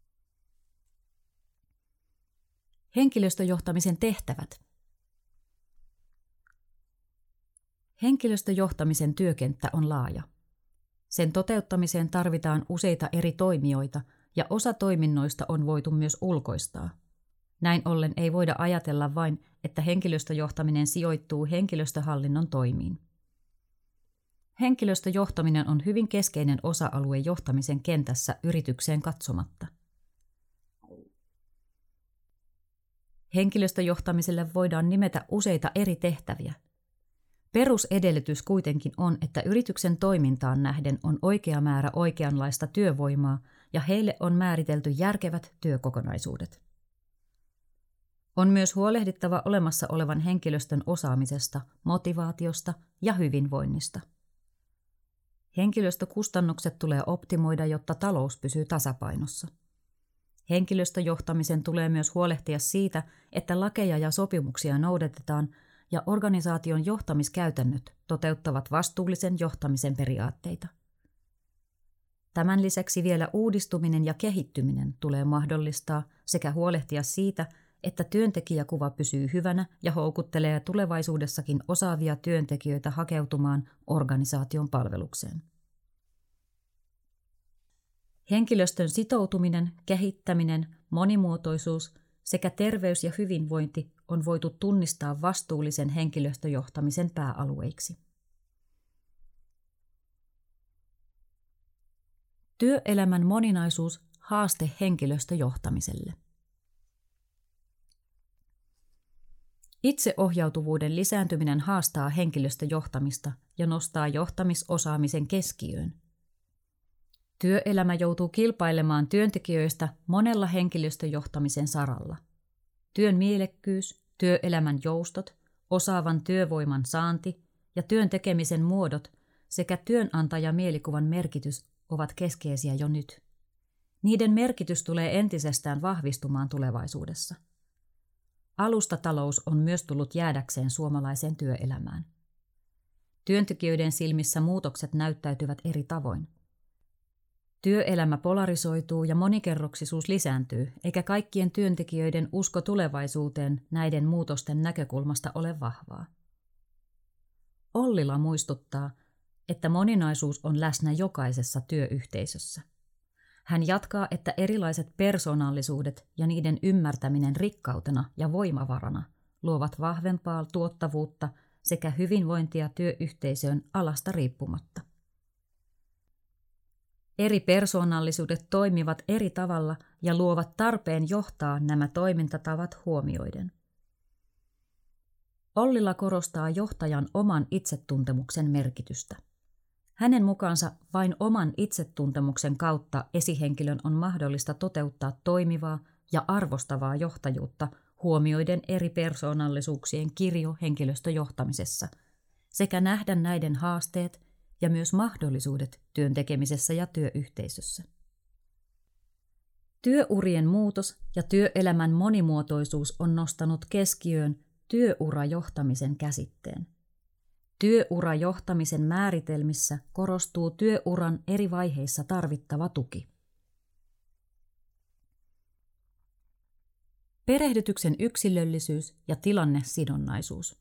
Henkilöstöjohtamisen tehtävät. Henkilöstöjohtamisen työkenttä on laaja. Sen toteuttamiseen tarvitaan useita eri toimijoita ja osa toiminnoista on voitu myös ulkoistaa. Näin ollen ei voida ajatella vain, että henkilöstöjohtaminen sijoittuu henkilöstöhallinnon toimiin. Henkilöstöjohtaminen on hyvin keskeinen osa-alue johtamisen kentässä yritykseen katsomatta. Henkilöstöjohtamiselle voidaan nimetä useita eri tehtäviä. Perusedellytys kuitenkin on, että yrityksen toimintaan nähden on oikea määrä oikeanlaista työvoimaa ja heille on määritelty järkevät työkokonaisuudet. On myös huolehdittava olemassa olevan henkilöstön osaamisesta, motivaatiosta ja hyvinvoinnista. Henkilöstökustannukset tulee optimoida, jotta talous pysyy tasapainossa. Henkilöstöjohtamisen tulee myös huolehtia siitä, että lakeja ja sopimuksia noudatetaan ja organisaation johtamiskäytännöt toteuttavat vastuullisen johtamisen periaatteita. Tämän lisäksi vielä uudistuminen ja kehittyminen tulee mahdollistaa sekä huolehtia siitä, että työntekijäkuva pysyy hyvänä ja houkuttelee tulevaisuudessakin osaavia työntekijöitä hakeutumaan organisaation palvelukseen. Henkilöstön sitoutuminen, kehittäminen, monimuotoisuus sekä terveys ja hyvinvointi on voitu tunnistaa vastuullisen henkilöstöjohtamisen pääalueiksi. Työelämän moninaisuus haaste henkilöstöjohtamiselle. Itseohjautuvuuden lisääntyminen haastaa henkilöstöjohtamista ja nostaa johtamisosaamisen keskiöön. Työelämä joutuu kilpailemaan työntekijöistä monella henkilöstöjohtamisen saralla. Työn mielekkyys, työelämän joustot, osaavan työvoiman saanti ja työn tekemisen muodot sekä työnantajamielikuvan merkitys ovat keskeisiä jo nyt. Niiden merkitys tulee entisestään vahvistumaan tulevaisuudessa. Alustatalous on myös tullut jäädäkseen suomalaiseen työelämään. Työntekijöiden silmissä muutokset näyttäytyvät eri tavoin. Työelämä polarisoituu ja monikerroksisuus lisääntyy, eikä kaikkien työntekijöiden usko tulevaisuuteen näiden muutosten näkökulmasta ole vahvaa. Ollila muistuttaa, että moninaisuus on läsnä jokaisessa työyhteisössä. Hän jatkaa, että erilaiset persoonallisuudet ja niiden ymmärtäminen rikkautena ja voimavarana luovat vahvempaa tuottavuutta sekä hyvinvointia työyhteisöön alasta riippumatta. Eri persoonallisuudet toimivat eri tavalla ja luovat tarpeen johtaa nämä toimintatavat huomioiden. Ollila korostaa johtajan oman itsetuntemuksen merkitystä. Hänen mukaansa vain oman itsetuntemuksen kautta esihenkilön on mahdollista toteuttaa toimivaa ja arvostavaa johtajuutta huomioiden eri persoonallisuuksien kirjo henkilöstöjohtamisessa sekä nähdä näiden haasteet ja myös mahdollisuudet työn tekemisessä ja työyhteisössä. Työurien muutos ja työelämän monimuotoisuus on nostanut keskiöön työurajohtamisen käsitteen. Työurajohtamisen määritelmissä korostuu työuran eri vaiheissa tarvittava tuki. Perehdytyksen yksilöllisyys ja tilannesidonnaisuus.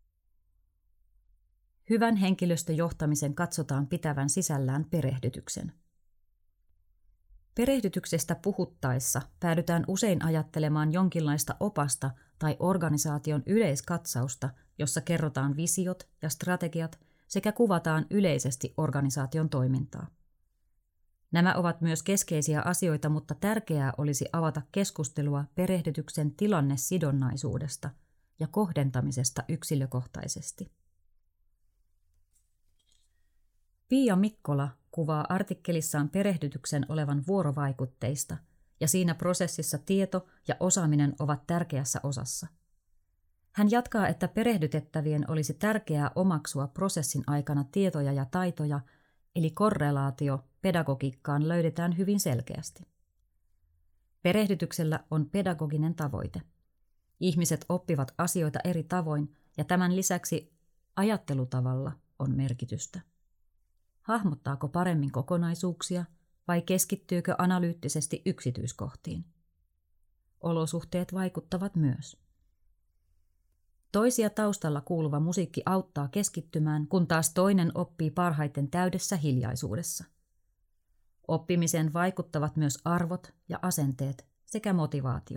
Hyvän henkilöstöjohtamisen katsotaan pitävän sisällään perehdytyksen. Perehdytyksestä puhuttaessa päädytään usein ajattelemaan jonkinlaista opasta tai organisaation yleiskatsausta, jossa kerrotaan visiot ja strategiat sekä kuvataan yleisesti organisaation toimintaa. Nämä ovat myös keskeisiä asioita, mutta tärkeää olisi avata keskustelua perehdytyksen tilannesidonnaisuudesta ja kohdentamisesta yksilökohtaisesti. Pia Mikkola kuvaa artikkelissaan perehdytyksen olevan vuorovaikutteista, ja siinä prosessissa tieto ja osaaminen ovat tärkeässä osassa. Hän jatkaa, että perehdytettävien olisi tärkeää omaksua prosessin aikana tietoja ja taitoja, eli korrelaatio pedagogiikkaan löydetään hyvin selkeästi. Perehdytyksellä on pedagoginen tavoite. Ihmiset oppivat asioita eri tavoin, ja tämän lisäksi ajattelutavalla on merkitystä. Hahmottaako paremmin kokonaisuuksia vai keskittyykö analyyttisesti yksityiskohtiin? Olosuhteet vaikuttavat myös. Toisia taustalla kuuluva musiikki auttaa keskittymään, kun taas toinen oppii parhaiten täydessä hiljaisuudessa. Oppimiseen vaikuttavat myös arvot ja asenteet sekä motivaatio.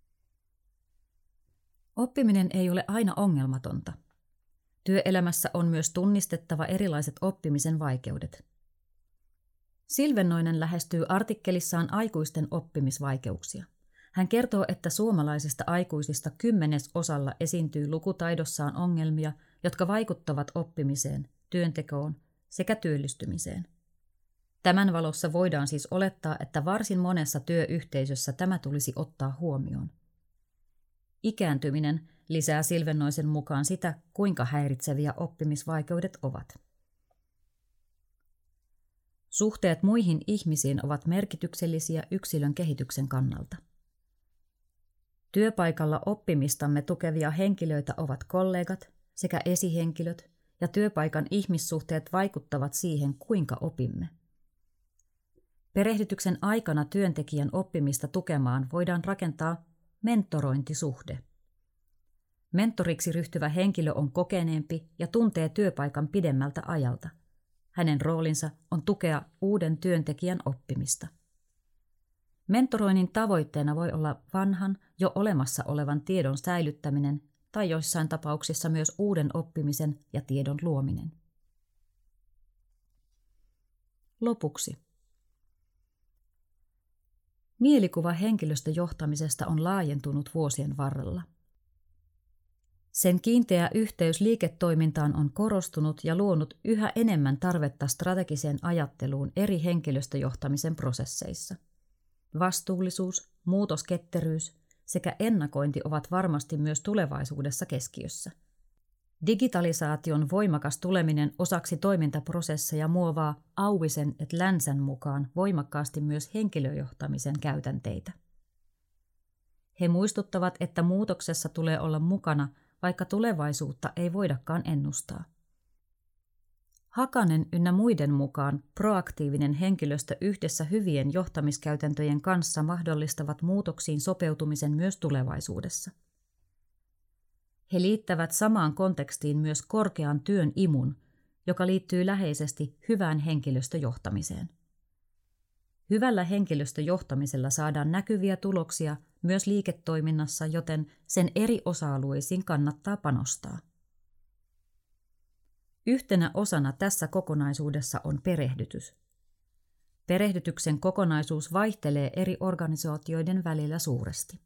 Oppiminen ei ole aina ongelmatonta. Työelämässä on myös tunnistettava erilaiset oppimisen vaikeudet. Silvennoinen lähestyy artikkelissaan aikuisten oppimisvaikeuksia. Hän kertoo, että suomalaisista aikuisista 10% esiintyy lukutaidossaan ongelmia, jotka vaikuttavat oppimiseen, työntekoon sekä työllistymiseen. Tämän valossa voidaan siis olettaa, että varsin monessa työyhteisössä tämä tulisi ottaa huomioon. Ikääntyminen lisää Silvennoisen mukaan sitä, kuinka häiritseviä oppimisvaikeudet ovat. Suhteet muihin ihmisiin ovat merkityksellisiä yksilön kehityksen kannalta. Työpaikalla oppimistamme tukevia henkilöitä ovat kollegat sekä esihenkilöt, ja työpaikan ihmissuhteet vaikuttavat siihen, kuinka opimme. Perehdytyksen aikana työntekijän oppimista tukemaan voidaan rakentaa mentorointisuhde. Mentoriksi ryhtyvä henkilö on kokeneempi ja tuntee työpaikan pidemmältä ajalta. Hänen roolinsa on tukea uuden työntekijän oppimista. Mentoroinnin tavoitteena voi olla vanhan, jo olemassa olevan tiedon säilyttäminen tai joissain tapauksissa myös uuden oppimisen ja tiedon luominen. Lopuksi. Mielikuva henkilöstöjohtamisesta on laajentunut vuosien varrella. Sen kiinteä yhteys liiketoimintaan on korostunut ja luonut yhä enemmän tarvetta strategiseen ajatteluun eri henkilöstöjohtamisen prosesseissa. Vastuullisuus, muutosketteryys sekä ennakointi ovat varmasti myös tulevaisuudessa keskiössä. Digitalisaation voimakas tuleminen osaksi toimintaprosesseja muovaa Auvisen et Länsän mukaan voimakkaasti myös henkilöjohtamisen käytänteitä. He muistuttavat, että muutoksessa tulee olla mukana, vaikka tulevaisuutta ei voidakaan ennustaa. Hakanen ynnä muiden mukaan proaktiivinen henkilöstö yhdessä hyvien johtamiskäytäntöjen kanssa mahdollistavat muutoksiin sopeutumisen myös tulevaisuudessa. He liittävät samaan kontekstiin myös korkean työn imun, joka liittyy läheisesti hyvään henkilöstöjohtamiseen. Hyvällä henkilöstöjohtamisella saadaan näkyviä tuloksia myös liiketoiminnassa, joten sen eri osa-alueisiin kannattaa panostaa. Yhtenä osana tässä kokonaisuudessa on perehdytys. Perehdytyksen kokonaisuus vaihtelee eri organisaatioiden välillä suuresti.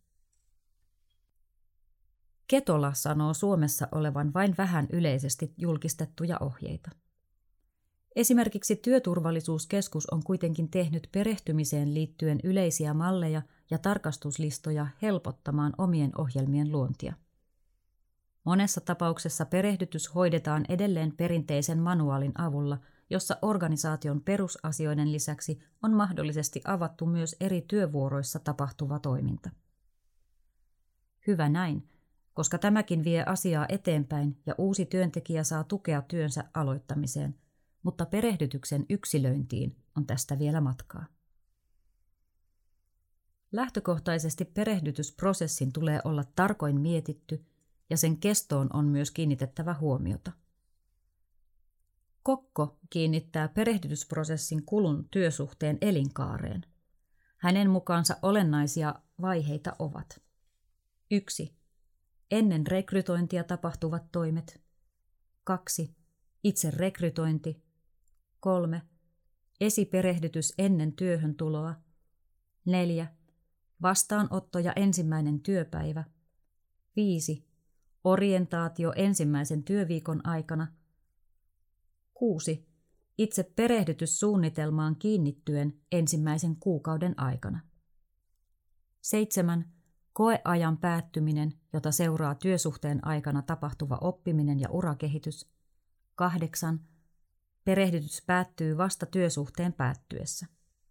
Ketola sanoo Suomessa olevan vain vähän yleisesti julkistettuja ohjeita. Esimerkiksi Työturvallisuuskeskus on kuitenkin tehnyt perehtymiseen liittyen yleisiä malleja ja tarkastuslistoja helpottamaan omien ohjelmien luontia. Monessa tapauksessa perehdytys hoidetaan edelleen perinteisen manuaalin avulla, jossa organisaation perusasioiden lisäksi on mahdollisesti avattu myös eri työvuoroissa tapahtuva toiminta. Hyvä näin, koska tämäkin vie asiaa eteenpäin ja uusi työntekijä saa tukea työnsä aloittamiseen, mutta perehdytyksen yksilöintiin on tästä vielä matkaa. Lähtökohtaisesti perehdytysprosessin tulee olla tarkoin mietitty ja sen kestoon on myös kiinnitettävä huomiota. Kokko kiinnittää perehdytysprosessin kulun työsuhteen elinkaareen. Hänen mukaansa olennaisia vaiheita ovat: 1. Ennen rekrytointia tapahtuvat toimet. 2. Itse rekrytointi. 3. Esiperehdytys ennen työhön tuloa. 4. Vastaanotto ja ensimmäinen työpäivä. 5. Orientaatio ensimmäisen työviikon aikana. 6. Itse perehdytyssuunnitelmaan kiinnittyen ensimmäisen kuukauden aikana. 7. Koeajan päättyminen, jota seuraa työsuhteen aikana tapahtuva oppiminen ja urakehitys. 8. Perehdytys päättyy vasta työsuhteen päättyessä.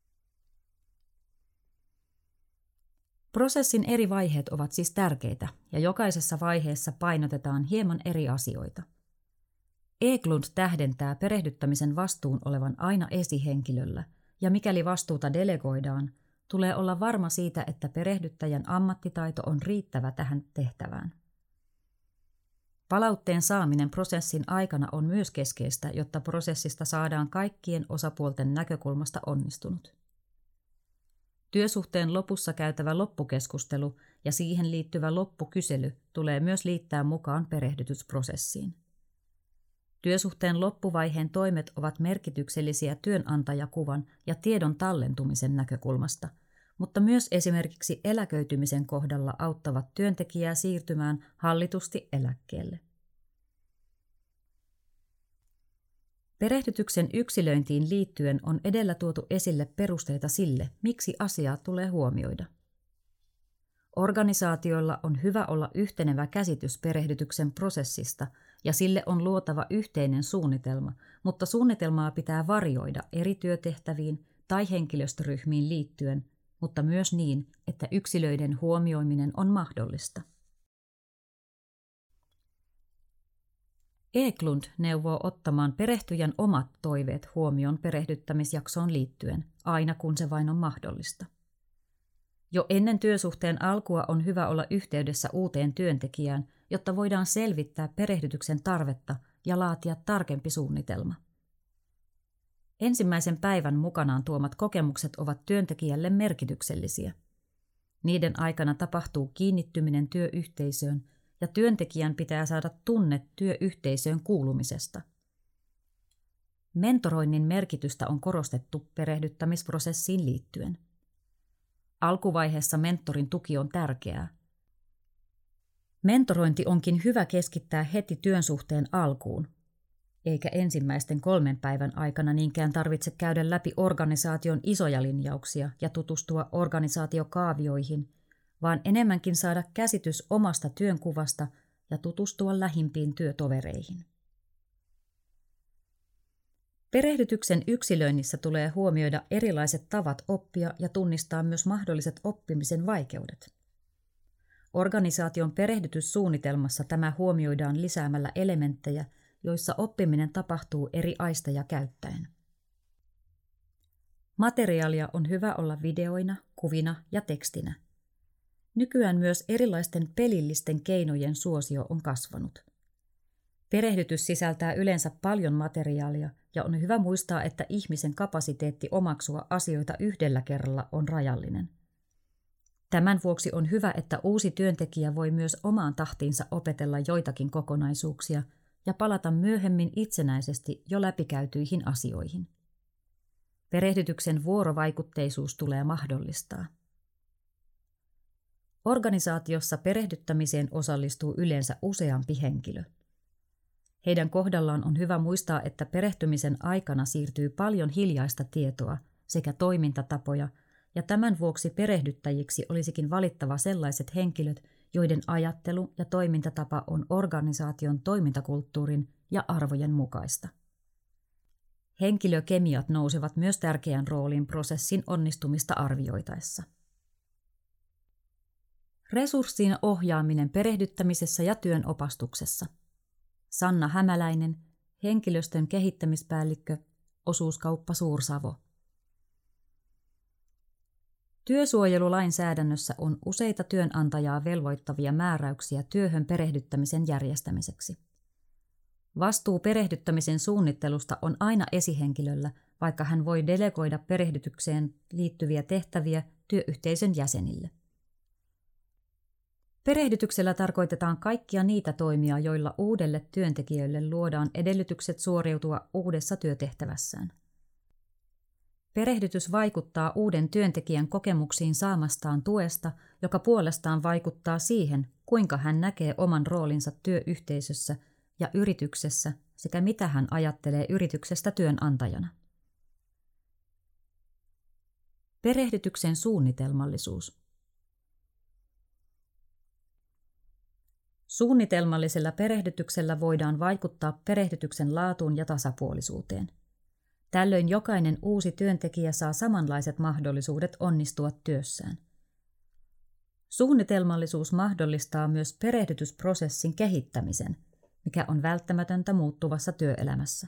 Prosessin eri vaiheet ovat siis tärkeitä ja jokaisessa vaiheessa painotetaan hieman eri asioita. Eklund tähdentää perehdyttämisen vastuun olevan aina esihenkilöllä ja mikäli vastuuta delegoidaan, tulee olla varma siitä, että perehdyttäjän ammattitaito on riittävä tähän tehtävään. Palautteen saaminen prosessin aikana on myös keskeistä, jotta prosessista saadaan kaikkien osapuolten näkökulmasta onnistunut. Työsuhteen lopussa käytävä loppukeskustelu ja siihen liittyvä loppukysely tulee myös liittää mukaan perehdytysprosessiin. Työsuhteen loppuvaiheen toimet ovat merkityksellisiä työnantajakuvan ja tiedon tallentumisen näkökulmasta, mutta myös esimerkiksi eläköitymisen kohdalla auttavat työntekijää siirtymään hallitusti eläkkeelle. Perehdytyksen yksilöintiin liittyen on edellä tuotu esille perusteita sille, miksi asiaa tulee huomioida. Organisaatioilla on hyvä olla yhtenevä käsitys perehdytyksen prosessista ja sille on luotava yhteinen suunnitelma, mutta suunnitelmaa pitää varioida eri työtehtäviin tai henkilöstöryhmiin liittyen, mutta myös niin, että yksilöiden huomioiminen on mahdollista. Eklund neuvoo ottamaan perehtyjän omat toiveet huomioon perehdyttämisjaksoon liittyen, aina kun se vain on mahdollista. Jo ennen työsuhteen alkua on hyvä olla yhteydessä uuteen työntekijään, jotta voidaan selvittää perehdytyksen tarvetta ja laatia tarkempi suunnitelma. Ensimmäisen päivän mukanaan tuomat kokemukset ovat työntekijälle merkityksellisiä. Niiden aikana tapahtuu kiinnittyminen työyhteisöön ja työntekijän pitää saada tunne työyhteisöön kuulumisesta. Mentoroinnin merkitystä on korostettu perehdyttämisprosessiin liittyen. Alkuvaiheessa mentorin tuki on tärkeää. Mentorointi onkin hyvä keskittää heti työn suhteen alkuun, eikä ensimmäisten 3 päivän aikana niinkään tarvitse käydä läpi organisaation isoja linjauksia ja tutustua organisaatiokaavioihin, vaan enemmänkin saada käsitys omasta työnkuvasta ja tutustua lähimpiin työtovereihin. Perehdytyksen yksilöinnissä tulee huomioida erilaiset tavat oppia ja tunnistaa myös mahdolliset oppimisen vaikeudet. Organisaation perehdytyssuunnitelmassa tämä huomioidaan lisäämällä elementtejä, joissa oppiminen tapahtuu eri aisteja käyttäen. Materiaalia on hyvä olla videoina, kuvina ja tekstinä. Nykyään myös erilaisten pelillisten keinojen suosio on kasvanut. Perehdytys sisältää yleensä paljon materiaalia ja on hyvä muistaa, että ihmisen kapasiteetti omaksua asioita yhdellä kerralla on rajallinen. Tämän vuoksi on hyvä, että uusi työntekijä voi myös omaan tahtiinsa opetella joitakin kokonaisuuksia ja palata myöhemmin itsenäisesti jo läpikäytyihin asioihin. Perehdytyksen vuorovaikutteisuus tulee mahdollistaa. Organisaatiossa perehdyttämiseen osallistuu yleensä useampi henkilö. Heidän kohdallaan on hyvä muistaa, että perehtymisen aikana siirtyy paljon hiljaista tietoa sekä toimintatapoja, ja tämän vuoksi perehdyttäjiksi olisikin valittava sellaiset henkilöt, joiden ajattelu ja toimintatapa on organisaation toimintakulttuurin ja arvojen mukaista. Henkilökemiat nousevat myös tärkeään rooliin prosessin onnistumista arvioitaessa. Resurssien ohjaaminen perehdyttämisessä ja työn opastuksessa. Sanna Hämäläinen, henkilöstön kehittämispäällikkö, Osuuskauppa Suur-Savo. Työsuojelulainsäädännössä on useita työnantajaa velvoittavia määräyksiä työhön perehdyttämisen järjestämiseksi. Vastuu perehdyttämisen suunnittelusta on aina esihenkilöllä, vaikka hän voi delegoida perehdytykseen liittyviä tehtäviä työyhteisön jäsenille. Perehdytyksellä tarkoitetaan kaikkia niitä toimia, joilla uudelle työntekijälle luodaan edellytykset suoriutua uudessa työtehtävässään. Perehdytys vaikuttaa uuden työntekijän kokemuksiin saamastaan tuesta, joka puolestaan vaikuttaa siihen, kuinka hän näkee oman roolinsa työyhteisössä ja yrityksessä sekä mitä hän ajattelee yrityksestä työnantajana. Perehdytyksen suunnitelmallisuus. Suunnitelmallisella perehdytyksellä voidaan vaikuttaa perehdytyksen laatuun ja tasapuolisuuteen. Tällöin jokainen uusi työntekijä saa samanlaiset mahdollisuudet onnistua työssään. Suunnitelmallisuus mahdollistaa myös perehdytysprosessin kehittämisen, mikä on välttämätöntä muuttuvassa työelämässä.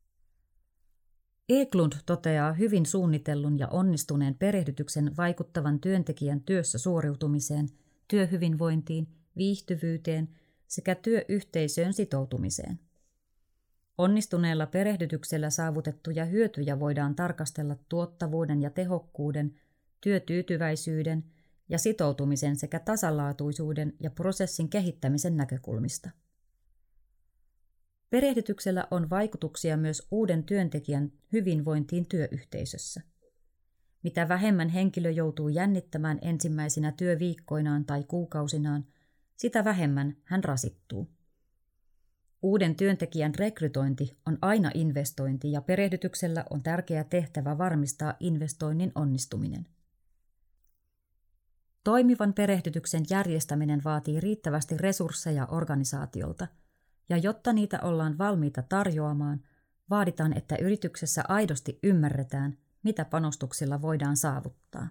Eklund toteaa hyvin suunnitellun ja onnistuneen perehdytyksen vaikuttavan työntekijän työssä suoriutumiseen, työhyvinvointiin, viihtyvyyteen sekä työyhteisöön sitoutumiseen. Onnistuneella perehdytyksellä saavutettuja hyötyjä voidaan tarkastella tuottavuuden ja tehokkuuden, työtyytyväisyyden ja sitoutumisen sekä tasalaatuisuuden ja prosessin kehittämisen näkökulmista. Perehdytyksellä on vaikutuksia myös uuden työntekijän hyvinvointiin työyhteisössä. Mitä vähemmän henkilö joutuu jännittämään ensimmäisinä työviikkoinaan tai kuukausinaan, sitä vähemmän hän rasittuu. Uuden työntekijän rekrytointi on aina investointi ja perehdytyksellä on tärkeä tehtävä varmistaa investoinnin onnistuminen. Toimivan perehdytyksen järjestäminen vaatii riittävästi resursseja organisaatiolta, ja jotta niitä ollaan valmiita tarjoamaan, vaaditaan, että yrityksessä aidosti ymmärretään, mitä panostuksilla voidaan saavuttaa.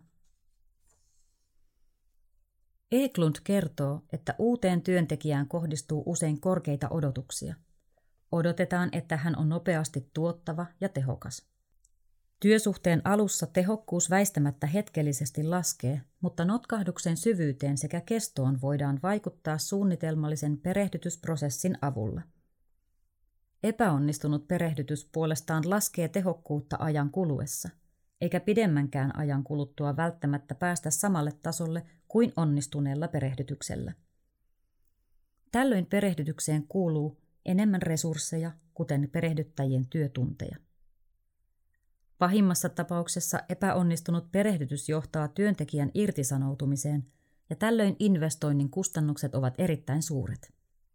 Eklund kertoo, että uuteen työntekijään kohdistuu usein korkeita odotuksia. Odotetaan, että hän on nopeasti tuottava ja tehokas. Työsuhteen alussa tehokkuus väistämättä hetkellisesti laskee, mutta notkahduksen syvyyteen sekä kestoon voidaan vaikuttaa suunnitelmallisen perehdytysprosessin avulla. Epäonnistunut perehdytys puolestaan laskee tehokkuutta ajan kuluessa, eikä pidemmänkään ajan kuluttua välttämättä päästä samalle tasolle kuin onnistuneella perehdytyksellä. Tällöin perehdytykseen kuuluu enemmän resursseja, kuten perehdyttäjien työtunteja. Pahimmassa tapauksessa epäonnistunut perehdytys johtaa työntekijän irtisanoutumiseen, ja tällöin investoinnin kustannukset ovat erittäin suuret.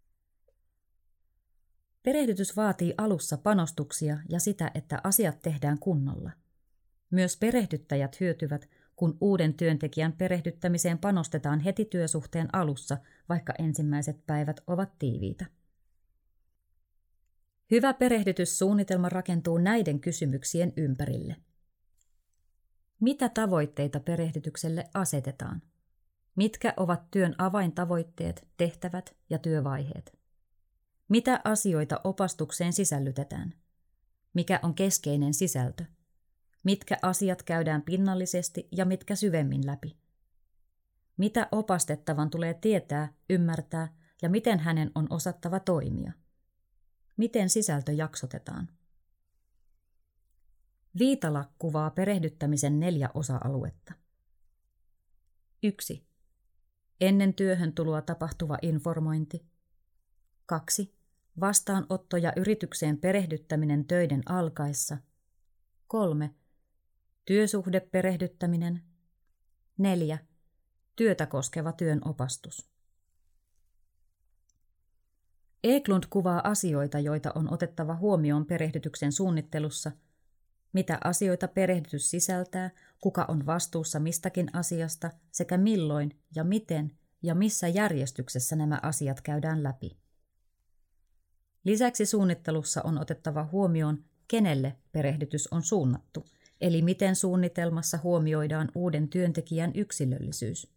Perehdytys vaatii alussa panostuksia ja sitä, että asiat tehdään kunnolla. Myös perehdyttäjät hyötyvät, kun uuden työntekijän perehdyttämiseen panostetaan heti työsuhteen alussa, vaikka ensimmäiset päivät ovat tiiviitä. Hyvä perehdytyssuunnitelma rakentuu näiden kysymyksien ympärille. Mitä tavoitteita perehdytykselle asetetaan? Mitkä ovat työn avaintavoitteet, tehtävät ja työvaiheet? Mitä asioita opastukseen sisällytetään? Mikä on keskeinen sisältö? Mitkä asiat käydään pinnallisesti ja mitkä syvemmin läpi? Mitä opastettavan tulee tietää, ymmärtää ja miten hänen on osattava toimia? Miten sisältö jaksotetaan? Viitala kuvaa perehdyttämisen 4 osa-aluetta. 1. Ennen työhön tuloa tapahtuva informointi. 2. Vastaanotto ja yritykseen perehdyttäminen töiden alkaessa. 3. Työsuhdeperehdyttäminen. 4. Työtä koskeva työnopastus. Eklund kuvaa asioita, joita on otettava huomioon perehdytyksen suunnittelussa, mitä asioita perehdytys sisältää, kuka on vastuussa mistäkin asiasta sekä milloin ja miten ja missä järjestyksessä nämä asiat käydään läpi. Lisäksi suunnittelussa on otettava huomioon, kenelle perehdytys on suunnattu, eli miten suunnitelmassa huomioidaan uuden työntekijän yksilöllisyys.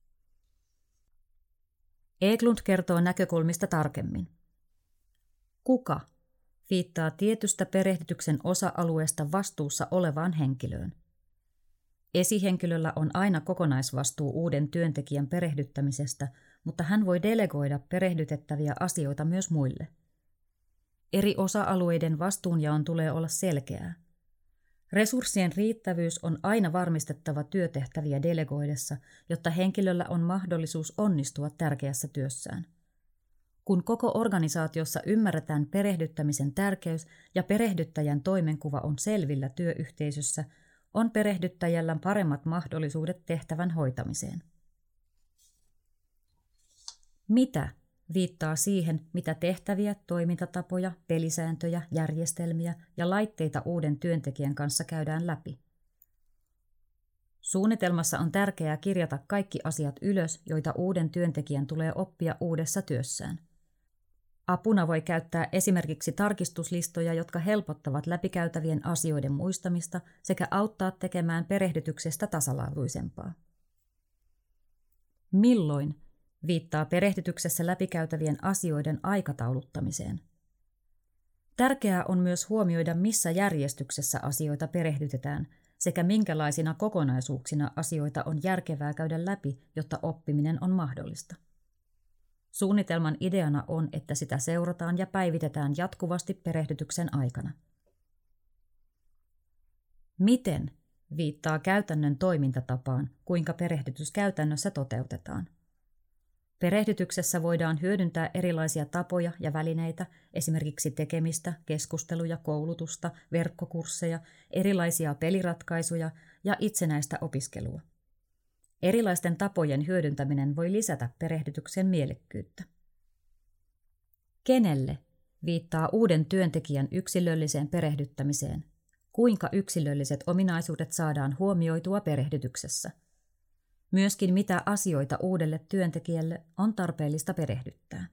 Eklund kertoo näkökulmista tarkemmin. Kuka viittaa tietystä perehdytyksen osa-alueesta vastuussa olevaan henkilöön. Esihenkilöllä on aina kokonaisvastuu uuden työntekijän perehdyttämisestä, mutta hän voi delegoida perehdytettäviä asioita myös muille. Eri osa-alueiden vastuunjaon tulee olla selkeää. Resurssien riittävyys on aina varmistettava työtehtäviä delegoidessa, jotta henkilöllä on mahdollisuus onnistua tärkeässä työssään. Kun koko organisaatiossa ymmärretään perehdyttämisen tärkeys ja perehdyttäjän toimenkuva on selvillä työyhteisössä, on perehdyttäjällä paremmat mahdollisuudet tehtävän hoitamiseen. Mitä viittaa siihen, mitä tehtäviä, toimintatapoja, pelisääntöjä, järjestelmiä ja laitteita uuden työntekijän kanssa käydään läpi. Suunnitelmassa on tärkeää kirjata kaikki asiat ylös, joita uuden työntekijän tulee oppia uudessa työssään. Apuna voi käyttää esimerkiksi tarkistuslistoja, jotka helpottavat läpikäytävien asioiden muistamista sekä auttaa tekemään perehdytyksestä tasalaatuisempaa. Milloin viittaa perehdytyksessä läpikäytävien asioiden aikatauluttamiseen. Tärkeää on myös huomioida, missä järjestyksessä asioita perehdytetään sekä minkälaisina kokonaisuuksina asioita on järkevää käydä läpi, jotta oppiminen on mahdollista. Suunnitelman ideana on, että sitä seurataan ja päivitetään jatkuvasti perehdytyksen aikana. Miten viittaa käytännön toimintatapaan, kuinka perehdytys käytännössä toteutetaan. Perehdytyksessä voidaan hyödyntää erilaisia tapoja ja välineitä, esimerkiksi tekemistä, keskusteluja, koulutusta, verkkokursseja, erilaisia peliratkaisuja ja itsenäistä opiskelua. Erilaisten tapojen hyödyntäminen voi lisätä perehdytyksen mielekkyyttä. Kenelle viittaa uuden työntekijän yksilölliseen perehdyttämiseen? Kuinka yksilölliset ominaisuudet saadaan huomioitua perehdytyksessä? Myöskin mitä asioita uudelle työntekijälle on tarpeellista perehdyttää.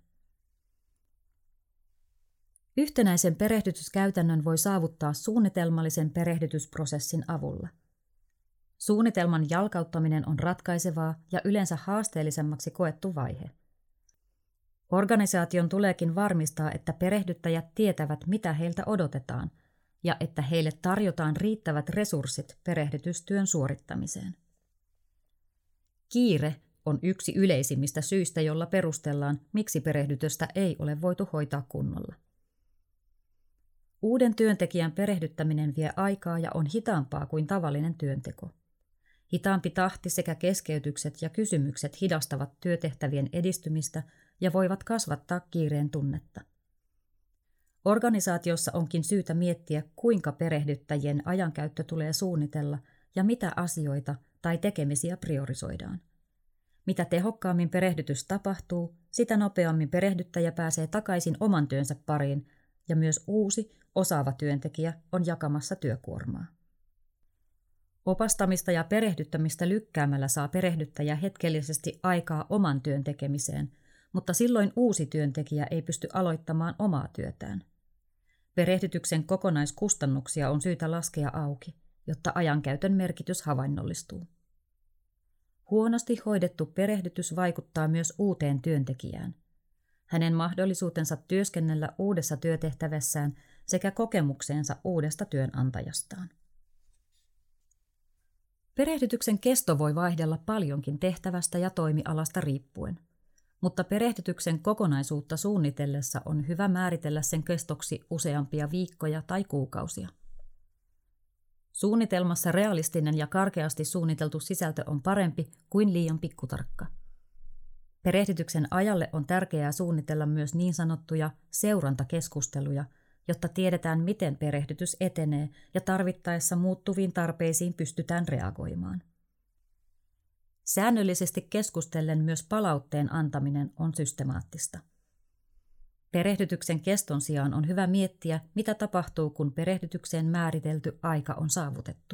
Yhtenäisen perehdytyskäytännön voi saavuttaa suunnitelmallisen perehdytysprosessin avulla. Suunnitelman jalkauttaminen on ratkaisevaa ja yleensä haasteellisemmaksi koettu vaihe. Organisaation tuleekin varmistaa, että perehdyttäjät tietävät, mitä heiltä odotetaan, ja että heille tarjotaan riittävät resurssit perehdytystyön suorittamiseen. Kiire on yksi yleisimmistä syistä, jolla perustellaan, miksi perehdytystä ei ole voitu hoitaa kunnolla. Uuden työntekijän perehdyttäminen vie aikaa ja on hitaampaa kuin tavallinen työnteko. Hitaampi tahti sekä keskeytykset ja kysymykset hidastavat työtehtävien edistymistä ja voivat kasvattaa kiireen tunnetta. Organisaatiossa onkin syytä miettiä, kuinka perehdyttäjien ajankäyttö tulee suunnitella ja mitä asioita tai tekemisiä priorisoidaan. Mitä tehokkaammin perehdytys tapahtuu, sitä nopeammin perehdyttäjä pääsee takaisin oman työnsä pariin ja myös uusi, osaava työntekijä on jakamassa työkuormaa. Opastamista ja perehdyttämistä lykkäämällä saa perehdyttäjä hetkellisesti aikaa oman työn tekemiseen, mutta silloin uusi työntekijä ei pysty aloittamaan omaa työtään. Perehdytyksen kokonaiskustannuksia on syytä laskea auki, jotta ajankäytön merkitys havainnollistuu. Huonosti hoidettu perehdytys vaikuttaa myös uuteen työntekijään. Hänen mahdollisuutensa työskennellä uudessa työtehtävässään sekä kokemukseensa uudesta työnantajastaan. Perehdytyksen kesto voi vaihdella paljonkin tehtävästä ja toimialasta riippuen. mutta perehdytyksen kokonaisuutta suunnitellessa on hyvä määritellä sen kestoksi useampia viikkoja tai kuukausia. Suunnitelmassa realistinen ja karkeasti suunniteltu sisältö on parempi kuin liian pikkutarkka. Perehdytyksen ajalle on tärkeää suunnitella myös niin sanottuja seurantakeskusteluja, jotta tiedetään, miten perehdytys etenee ja tarvittaessa muuttuviin tarpeisiin pystytään reagoimaan. Säännöllisesti keskustellen myös palautteen antaminen on systemaattista. Perehdytyksen keston sijaan on hyvä miettiä, mitä tapahtuu, kun perehdytykseen määritelty aika on saavutettu.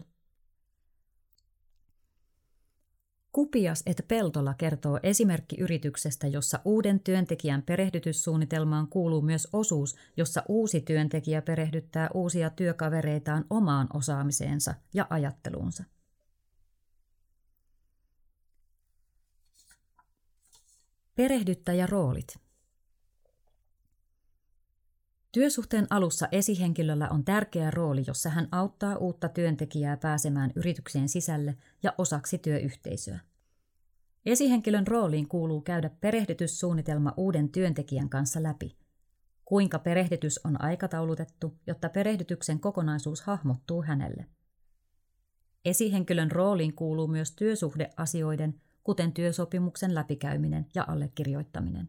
Kupias et Peltola kertoo esimerkkiyrityksestä, jossa uuden työntekijän perehdytyssuunnitelmaan kuuluu myös osuus, jossa uusi työntekijä perehdyttää uusia työkavereitaan omaan osaamiseensa ja ajatteluunsa. Perehdyttäjäroolit. Työsuhteen alussa esihenkilöllä on tärkeä rooli, jossa hän auttaa uutta työntekijää pääsemään yritykseen sisälle ja osaksi työyhteisöä. Esihenkilön rooliin kuuluu käydä perehdytyssuunnitelma uuden työntekijän kanssa läpi. Kuinka perehdytys on aikataulutettu, jotta perehdytyksen kokonaisuus hahmottuu hänelle. Esihenkilön rooliin kuuluu myös työsuhdeasioiden, kuten työsopimuksen läpikäyminen ja allekirjoittaminen.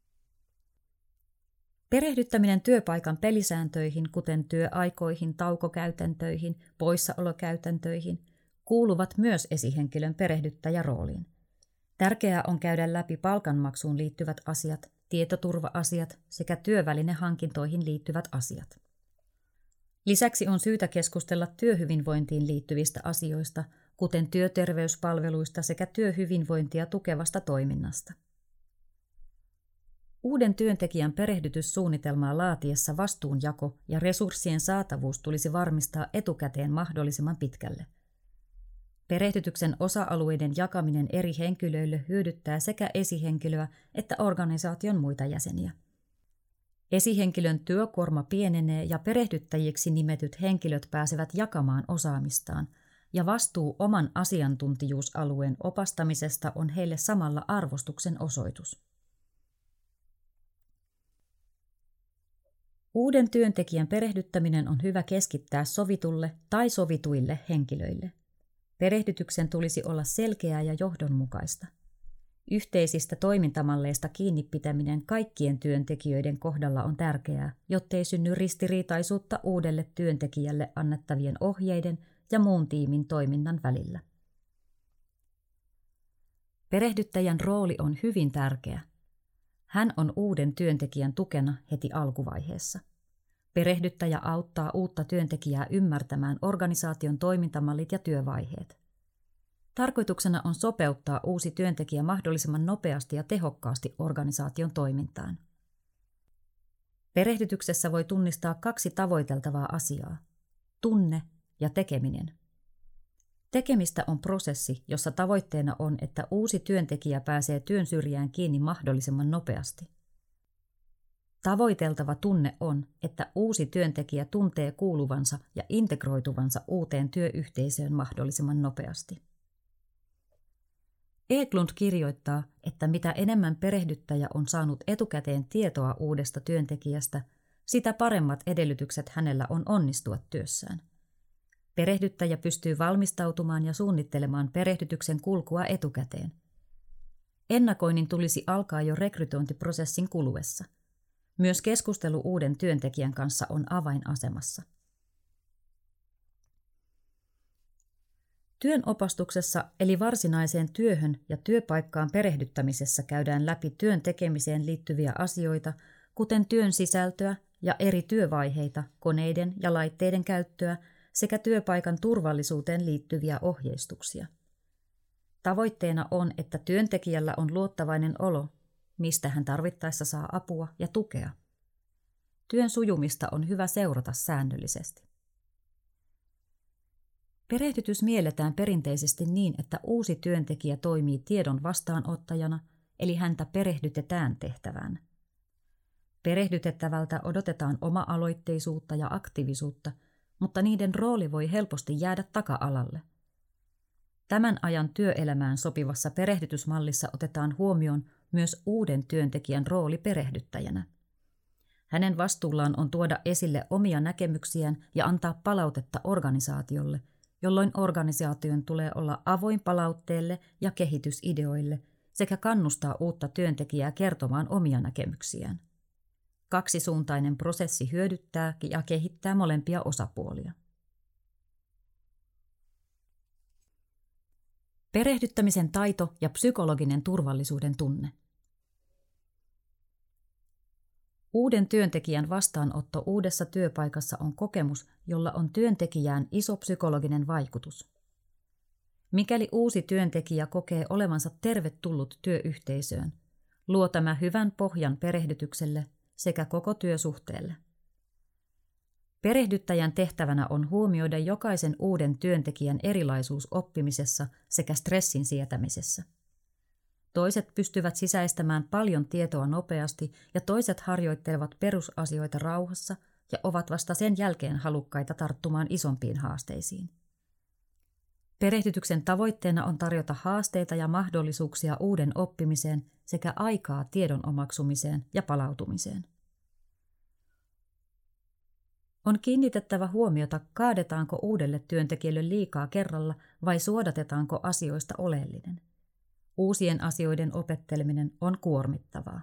Perehdyttäminen työpaikan pelisääntöihin, kuten työaikoihin, taukokäytäntöihin, poissaolokäytäntöihin, kuuluvat myös esihenkilön perehdyttäjärooliin. Tärkeää on käydä läpi palkanmaksuun liittyvät asiat, tietoturva-asiat sekä työvälinehankintoihin liittyvät asiat. Lisäksi on syytä keskustella työhyvinvointiin liittyvistä asioista, kuten työterveyspalveluista sekä työhyvinvointia tukevasta toiminnasta. Uuden työntekijän perehdytyssuunnitelmaa laatiessa vastuunjako ja resurssien saatavuus tulisi varmistaa etukäteen mahdollisimman pitkälle. Perehdytyksen osa-alueiden jakaminen eri henkilöille hyödyttää sekä esihenkilöä että organisaation muita jäseniä. Esihenkilön työkuorma pienenee ja perehdyttäjiksi nimetyt henkilöt pääsevät jakamaan osaamistaan, ja vastuu oman asiantuntijuusalueen opastamisesta on heille samalla arvostuksen osoitus. Uuden työntekijän perehdyttäminen on hyvä keskittää sovitulle tai sovituille henkilöille. Perehdytyksen tulisi olla selkeää ja johdonmukaista. Yhteisistä toimintamalleista kiinni pitäminen kaikkien työntekijöiden kohdalla on tärkeää, jottei synny ristiriitaisuutta uudelle työntekijälle annettavien ohjeiden ja muun tiimin toiminnan välillä. Perehdyttäjän rooli on hyvin tärkeä. Hän on uuden työntekijän tukena heti alkuvaiheessa. Perehdyttäjä auttaa uutta työntekijää ymmärtämään organisaation toimintamallit ja työvaiheet. Tarkoituksena on sopeuttaa uusi työntekijä mahdollisimman nopeasti ja tehokkaasti organisaation toimintaan. Perehdytyksessä voi tunnistaa 2 tavoiteltavaa asiaa: tunne ja tekeminen. Tekemistä on prosessi, jossa tavoitteena on, että uusi työntekijä pääsee työn syrjään kiinni mahdollisimman nopeasti. Tavoiteltava tunne on, että uusi työntekijä tuntee kuuluvansa ja integroituvansa uuteen työyhteisöön mahdollisimman nopeasti. Eklund kirjoittaa, että mitä enemmän perehdyttäjä on saanut etukäteen tietoa uudesta työntekijästä, sitä paremmat edellytykset hänellä on onnistua työssään. Perehdyttäjä pystyy valmistautumaan ja suunnittelemaan perehdytyksen kulkua etukäteen. Ennakoinnin tulisi alkaa jo rekrytointiprosessin kuluessa. Myös keskustelu uuden työntekijän kanssa on avainasemassa. Työn opastuksessa eli varsinaiseen työhön ja työpaikkaan perehdyttämisessä käydään läpi työn tekemiseen liittyviä asioita, kuten työn sisältöä ja eri työvaiheita, koneiden ja laitteiden käyttöä sekä työpaikan turvallisuuteen liittyviä ohjeistuksia. Tavoitteena on, että työntekijällä on luottavainen olo, mistä hän tarvittaessa saa apua ja tukea. Työn sujumista on hyvä seurata säännöllisesti. Perehdytys mielletään perinteisesti niin, että uusi työntekijä toimii tiedon vastaanottajana, eli häntä perehdytetään tehtävään. Perehdytettävältä odotetaan oma-aloitteisuutta ja aktiivisuutta, mutta niiden rooli voi helposti jäädä taka-alalle. Tämän ajan työelämään sopivassa perehdytysmallissa otetaan huomioon myös uuden työntekijän rooli perehdyttäjänä. Hänen vastuullaan on tuoda esille omia näkemyksiään ja antaa palautetta organisaatiolle, jolloin organisaation tulee olla avoin palautteelle ja kehitysideoille sekä kannustaa uutta työntekijää kertomaan omia näkemyksiään. Kaksisuuntainen prosessi hyödyttää ja kehittää molempia osapuolia. Perehdyttämisen taito ja psykologinen turvallisuuden tunne. Uuden työntekijän vastaanotto uudessa työpaikassa on kokemus, jolla on työntekijään iso psykologinen vaikutus. Mikäli uusi työntekijä kokee olevansa tervetullut työyhteisöön, luo tämä hyvän pohjan perehdytykselle sekä koko työsuhteelle. Perehdyttäjän tehtävänä on huomioida jokaisen uuden työntekijän erilaisuus oppimisessa sekä stressin sietämisessä. Toiset pystyvät sisäistämään paljon tietoa nopeasti ja toiset harjoittelevat perusasioita rauhassa ja ovat vasta sen jälkeen halukkaita tarttumaan isompiin haasteisiin. Perehdytyksen tavoitteena on tarjota haasteita ja mahdollisuuksia uuden oppimiseen sekä aikaa tiedon omaksumiseen ja palautumiseen. On kiinnitettävä huomiota, kaadetaanko uudelle työntekijälle liikaa kerralla vai suodatetaanko asioista oleellinen. Uusien asioiden opetteleminen on kuormittavaa.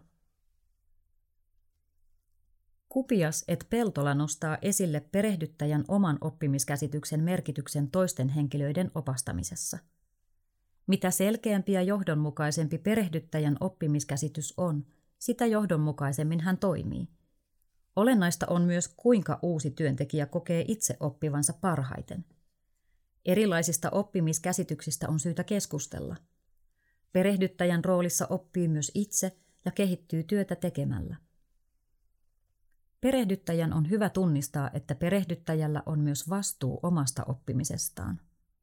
Kupias et Peltola nostaa esille perehdyttäjän oman oppimiskäsityksen merkityksen toisten henkilöiden opastamisessa. Mitä selkeämpi ja johdonmukaisempi perehdyttäjän oppimiskäsitys on, sitä johdonmukaisemmin hän toimii. Olennaista on myös, kuinka uusi työntekijä kokee itse oppivansa parhaiten. Erilaisista oppimiskäsityksistä on syytä keskustella. Perehdyttäjän roolissa oppii myös itse ja kehittyy työtä tekemällä. Perehdyttäjän on hyvä tunnistaa, että perehdyttäjällä on myös vastuu omasta oppimisestaan.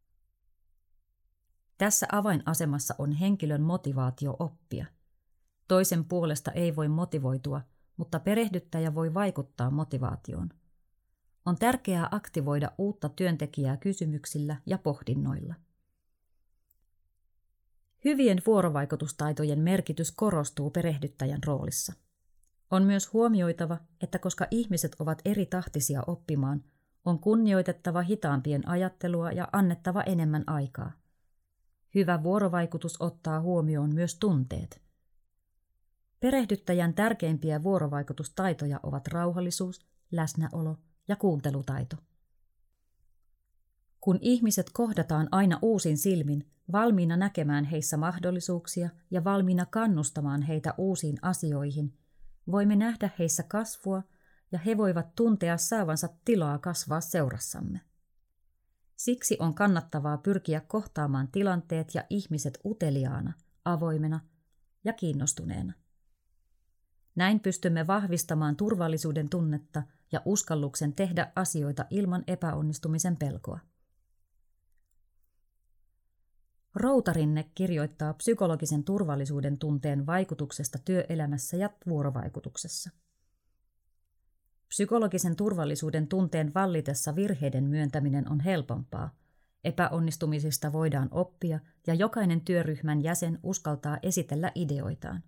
Tässä avainasemassa on henkilön motivaatio oppia. Toisen puolesta ei voi motivoitua, mutta perehdyttäjä voi vaikuttaa motivaatioon. On tärkeää aktivoida uutta työntekijää kysymyksillä ja pohdinnoilla. Hyvien vuorovaikutustaitojen merkitys korostuu perehdyttäjän roolissa. On myös huomioitava, että koska ihmiset ovat eri tahtisia oppimaan, on kunnioitettava hitaampien ajattelua ja annettava enemmän aikaa. Hyvä vuorovaikutus ottaa huomioon myös tunteet. Perehdyttäjän tärkeimpiä vuorovaikutustaitoja ovat rauhallisuus, läsnäolo ja kuuntelutaito. Kun ihmiset kohdataan aina uusin silmin, valmiina näkemään heissä mahdollisuuksia ja valmiina kannustamaan heitä uusiin asioihin, voimme nähdä heissä kasvua ja he voivat tuntea saavansa tilaa kasvaa seurassamme. Siksi on kannattavaa pyrkiä kohtaamaan tilanteet ja ihmiset uteliaana, avoimena ja kiinnostuneena. Näin pystymme vahvistamaan turvallisuuden tunnetta ja uskalluksen tehdä asioita ilman epäonnistumisen pelkoa. Routarinne kirjoittaa psykologisen turvallisuuden tunteen vaikutuksesta työelämässä ja vuorovaikutuksessa. Psykologisen turvallisuuden tunteen vallitessa virheiden myöntäminen on helpompaa. Epäonnistumisista voidaan oppia ja jokainen työryhmän jäsen uskaltaa esitellä ideoitaan.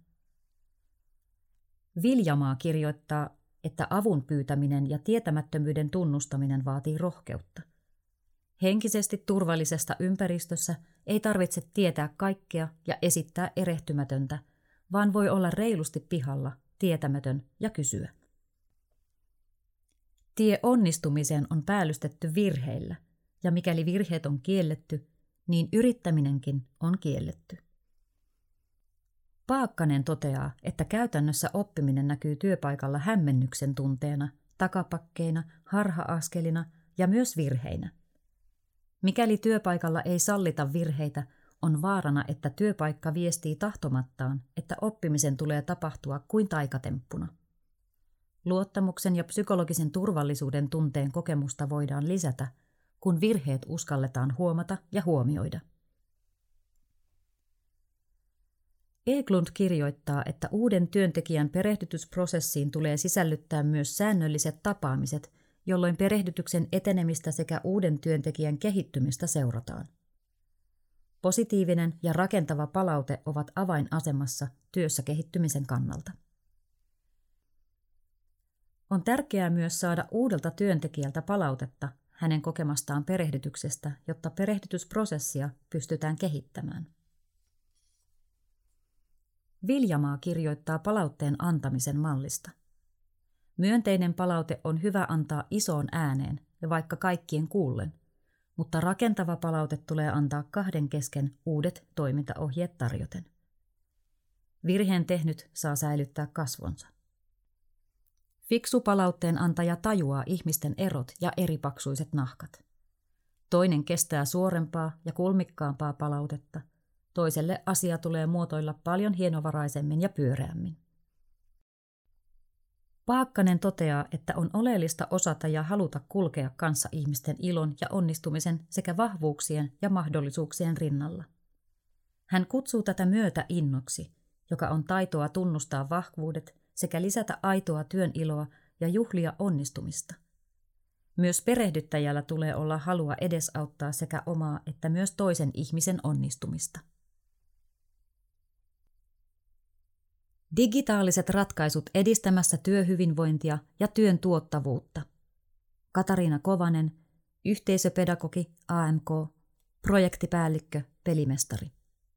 Viljamaa kirjoittaa, että avun pyytäminen ja tietämättömyyden tunnustaminen vaatii rohkeutta. Henkisesti turvallisesta ympäristössä ei tarvitse tietää kaikkea ja esittää erehtymätöntä, vaan voi olla reilusti pihalla, tietämätön ja kysyä. Tie onnistumiseen on päällystetty virheillä, ja mikäli virheet on kielletty, niin yrittäminenkin on kielletty. Paakkanen toteaa, että käytännössä oppiminen näkyy työpaikalla hämmennyksen tunteena, takapakkeina, harha-askelina ja myös virheinä. Mikäli työpaikalla ei sallita virheitä, on vaarana, että työpaikka viestii tahtomattaan, että oppimisen tulee tapahtua kuin taikatemppuna. Luottamuksen ja psykologisen turvallisuuden tunteen kokemusta voidaan lisätä, kun virheet uskalletaan huomata ja huomioida. Eklund kirjoittaa, että uuden työntekijän perehdytysprosessiin tulee sisällyttää myös säännölliset tapaamiset, jolloin perehdytyksen etenemistä sekä uuden työntekijän kehittymistä seurataan. Positiivinen ja rakentava palaute ovat avainasemassa työssä kehittymisen kannalta. On tärkeää myös saada uudelta työntekijältä palautetta hänen kokemastaan perehdytyksestä, jotta perehdytysprosessia pystytään kehittämään. Viljamaa kirjoittaa palautteen antamisen mallista. Myönteinen palaute on hyvä antaa isoon ääneen ja vaikka kaikkien kuullen, mutta rakentava palaute tulee antaa kahden kesken uudet toimintaohjeet tarjoten. Virheen tehnyt saa säilyttää kasvonsa. Fiksu palautteen antaja tajuaa ihmisten erot ja eripaksuiset nahkat. Toinen kestää suorempaa ja kulmikkaampaa palautetta. Toiselle asia tulee muotoilla paljon hienovaraisemmin ja pyöreämmin. Paakkanen toteaa, että on oleellista osata ja haluta kulkea kanssa ihmisten ilon ja onnistumisen sekä vahvuuksien ja mahdollisuuksien rinnalla. Hän kutsuu tätä myötäinnoksi, joka on taitoa tunnustaa vahvuudet sekä lisätä aitoa työn iloa ja juhlia onnistumista. Myös perehdyttäjällä tulee olla halua edesauttaa sekä omaa että myös toisen ihmisen onnistumista. Digitaaliset ratkaisut edistämässä työhyvinvointia ja työn tuottavuutta. Katariina Kovanen, yhteisöpedagogi AMK, projektipäällikkö, pelimestari.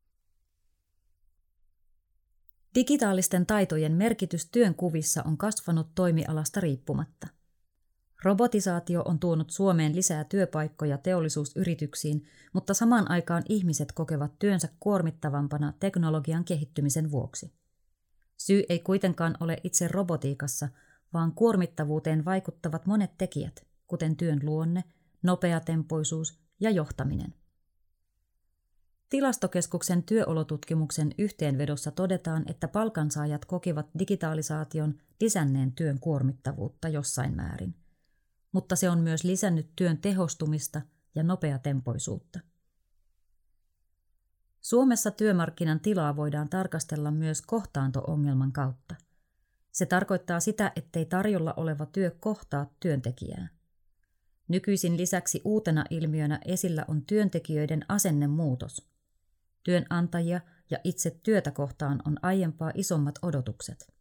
Digitaalisten taitojen merkitys työnkuvissa on kasvanut toimialasta riippumatta. Robotisaatio on tuonut Suomeen lisää työpaikkoja teollisuusyrityksiin, mutta samaan aikaan ihmiset kokevat työnsä kuormittavampana teknologian kehittymisen vuoksi. Syy ei kuitenkaan ole itse robotiikassa, vaan kuormittavuuteen vaikuttavat monet tekijät, kuten työn luonne, nopeatempoisuus ja johtaminen. Tilastokeskuksen työolotutkimuksen yhteenvedossa todetaan, että palkansaajat kokivat digitalisaation lisänneen työn kuormittavuutta jossain määrin, mutta se on myös lisännyt työn tehostumista ja nopeatempoisuutta. Suomessa työmarkkinan tilaa voidaan tarkastella myös kohtaanto-ongelman kautta. Se tarkoittaa sitä, ettei tarjolla oleva työ kohtaa työntekijää. Nykyisin lisäksi uutena ilmiönä esillä on työntekijöiden asennemuutos. Työnantajia ja itse työtä kohtaan on aiempaa isommat odotukset.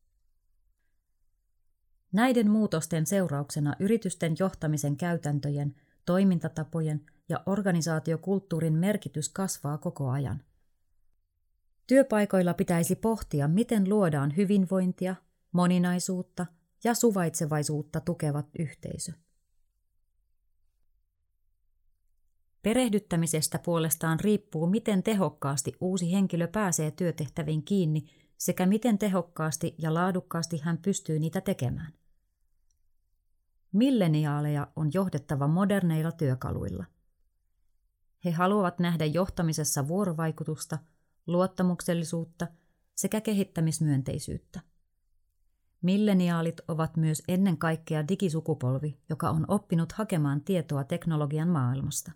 Näiden muutosten seurauksena yritysten johtamisen käytäntöjen, toimintatapojen ja organisaatiokulttuurin merkitys kasvaa koko ajan. Työpaikoilla pitäisi pohtia, miten luodaan hyvinvointia, moninaisuutta ja suvaitsevaisuutta tukevat yhteisö. Perehdyttämisestä puolestaan riippuu, miten tehokkaasti uusi henkilö pääsee työtehtäviin kiinni sekä miten tehokkaasti ja laadukkaasti hän pystyy niitä tekemään. Milleniaaleja on johdettava moderneilla työkaluilla. He haluavat nähdä johtamisessa vuorovaikutusta, luottamuksellisuutta sekä kehittämismyönteisyyttä. Milleniaalit ovat myös ennen kaikkea digisukupolvi, joka on oppinut hakemaan tietoa teknologian maailmasta.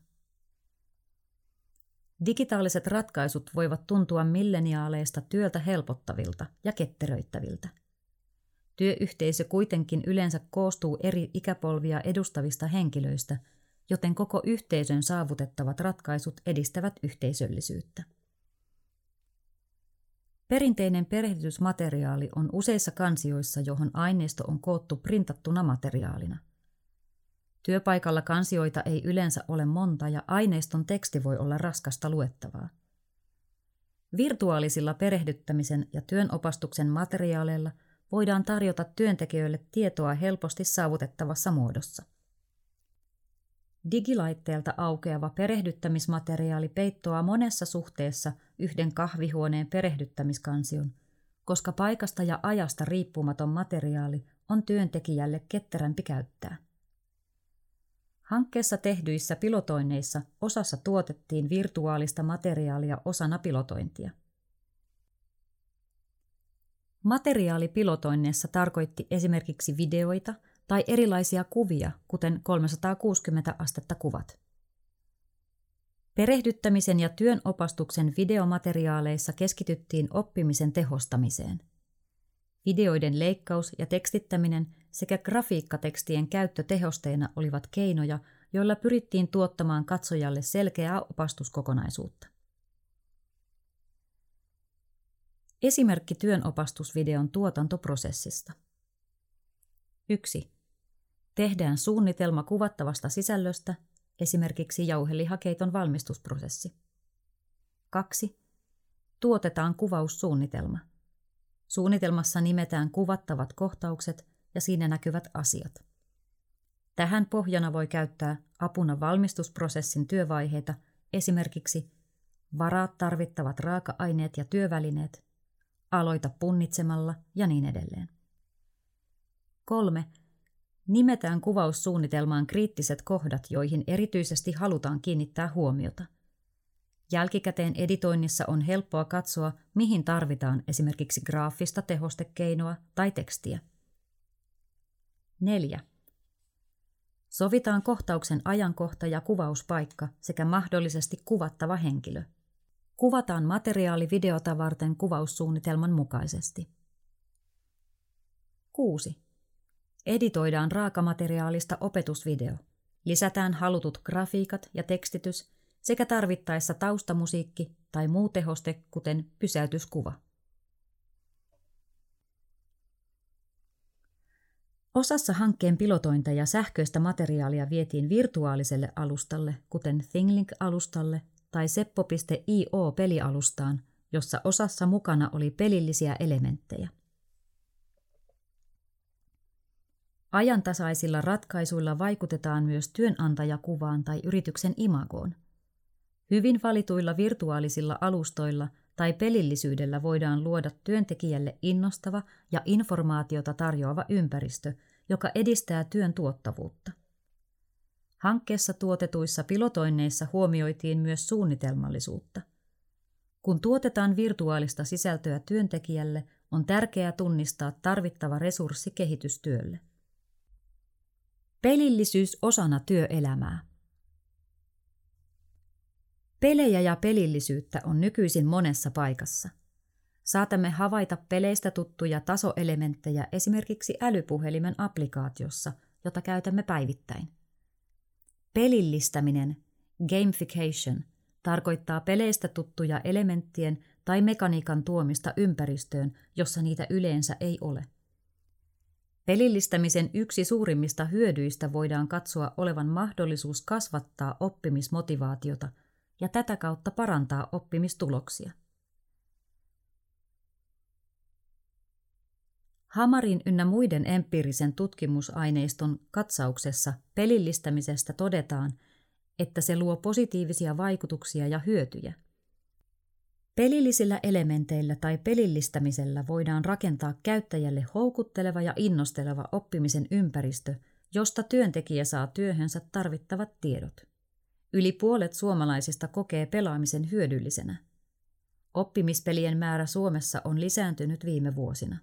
Digitaaliset ratkaisut voivat tuntua milleniaaleista työltä helpottavilta ja ketteröittäviltä. Työyhteisö kuitenkin yleensä koostuu eri ikäpolvia edustavista henkilöistä, joten koko yhteisön saavutettavat ratkaisut edistävät yhteisöllisyyttä. Perinteinen perehdytysmateriaali on useissa kansioissa, johon aineisto on koottu printattuna materiaalina. Työpaikalla kansioita ei yleensä ole monta ja aineiston teksti voi olla raskasta luettavaa. Virtuaalisilla perehdyttämisen ja työnopastuksen materiaaleilla voidaan tarjota työntekijöille tietoa helposti saavutettavassa muodossa. Digilaitteelta aukeava perehdyttämismateriaali peittoaa monessa suhteessa yhden kahvihuoneen perehdyttämiskansion, koska paikasta ja ajasta riippumaton materiaali on työntekijälle ketterämpi käyttää. Hankkeessa tehdyissä pilotoinneissa osassa tuotettiin virtuaalista materiaalia osana pilotointia. Materiaalipilotoinneissa tarkoitti esimerkiksi videoita tai erilaisia kuvia, kuten 360 astetta kuvat. Perehdyttämisen ja työnopastuksen videomateriaaleissa keskityttiin oppimisen tehostamiseen. Videoiden leikkaus ja tekstittäminen sekä grafiikkatekstien käyttö tehosteina olivat keinoja, joilla pyrittiin tuottamaan katsojalle selkeää opastuskokonaisuutta. Esimerkki työnopastusvideon tuotantoprosessista. 1. Tehdään suunnitelma kuvattavasta sisällöstä, esimerkiksi jauhelihakeiton valmistusprosessi. 2. Tuotetaan kuvaussuunnitelma. Suunnitelmassa nimetään kuvattavat kohtaukset ja siinä näkyvät asiat. Tähän pohjana voi käyttää apuna valmistusprosessin työvaiheita, esimerkiksi varaa tarvittavat raaka-aineet ja työvälineet, aloita punnitsemalla ja niin edelleen. 3. Nimetään kuvaussuunnitelmaan kriittiset kohdat, joihin erityisesti halutaan kiinnittää huomiota. Jälkikäteen editoinnissa on helppoa katsoa, mihin tarvitaan esimerkiksi graafista tehostekeinoa tai tekstiä. 4. Sovitaan kohtauksen ajankohta ja kuvauspaikka sekä mahdollisesti kuvattava henkilö. Kuvataan materiaali videota varten kuvaussuunnitelman mukaisesti. 6. Editoidaan raakamateriaalista opetusvideo. Lisätään halutut grafiikat ja tekstitys sekä tarvittaessa taustamusiikki tai muu tehoste, kuten pysäytyskuva. Osassa hankkeen pilotointeja sähköistä materiaalia vietiin virtuaaliselle alustalle, kuten ThingLink-alustalle tai seppo.io-pelialustaan, jossa osassa mukana oli pelillisiä elementtejä. Ajantasaisilla ratkaisuilla vaikutetaan myös työnantajakuvaan tai yrityksen imagoon. Hyvin valituilla virtuaalisilla alustoilla tai pelillisyydellä voidaan luoda työntekijälle innostava ja informaatiota tarjoava ympäristö, joka edistää työn tuottavuutta. Hankkeessa tuotetuissa pilotoinneissa huomioitiin myös suunnitelmallisuutta. Kun tuotetaan virtuaalista sisältöä työntekijälle, on tärkeää tunnistaa tarvittava resurssi kehitystyölle. Pelillisyys osana työelämää. Pelejä ja pelillisyyttä on nykyisin monessa paikassa. Saatamme havaita peleistä tuttuja tasoelementtejä esimerkiksi älypuhelimen applikaatiossa, jota käytämme päivittäin. Pelillistäminen, gamification, tarkoittaa peleistä tuttuja elementtien tai mekaniikan tuomista ympäristöön, jossa niitä yleensä ei ole. Pelillistämisen yksi suurimmista hyödyistä voidaan katsoa olevan mahdollisuus kasvattaa oppimismotivaatiota ja tätä kautta parantaa oppimistuloksia. Hamarin ynnä muiden empiirisen tutkimusaineiston katsauksessa pelillistämisestä todetaan, että se luo positiivisia vaikutuksia ja hyötyjä. Pelillisillä elementeillä tai pelillistämisellä voidaan rakentaa käyttäjälle houkutteleva ja innosteleva oppimisen ympäristö, josta työntekijä saa työhönsä tarvittavat tiedot. Yli puolet suomalaisista kokee pelaamisen hyödyllisenä. Oppimispelien määrä Suomessa on lisääntynyt viime vuosina.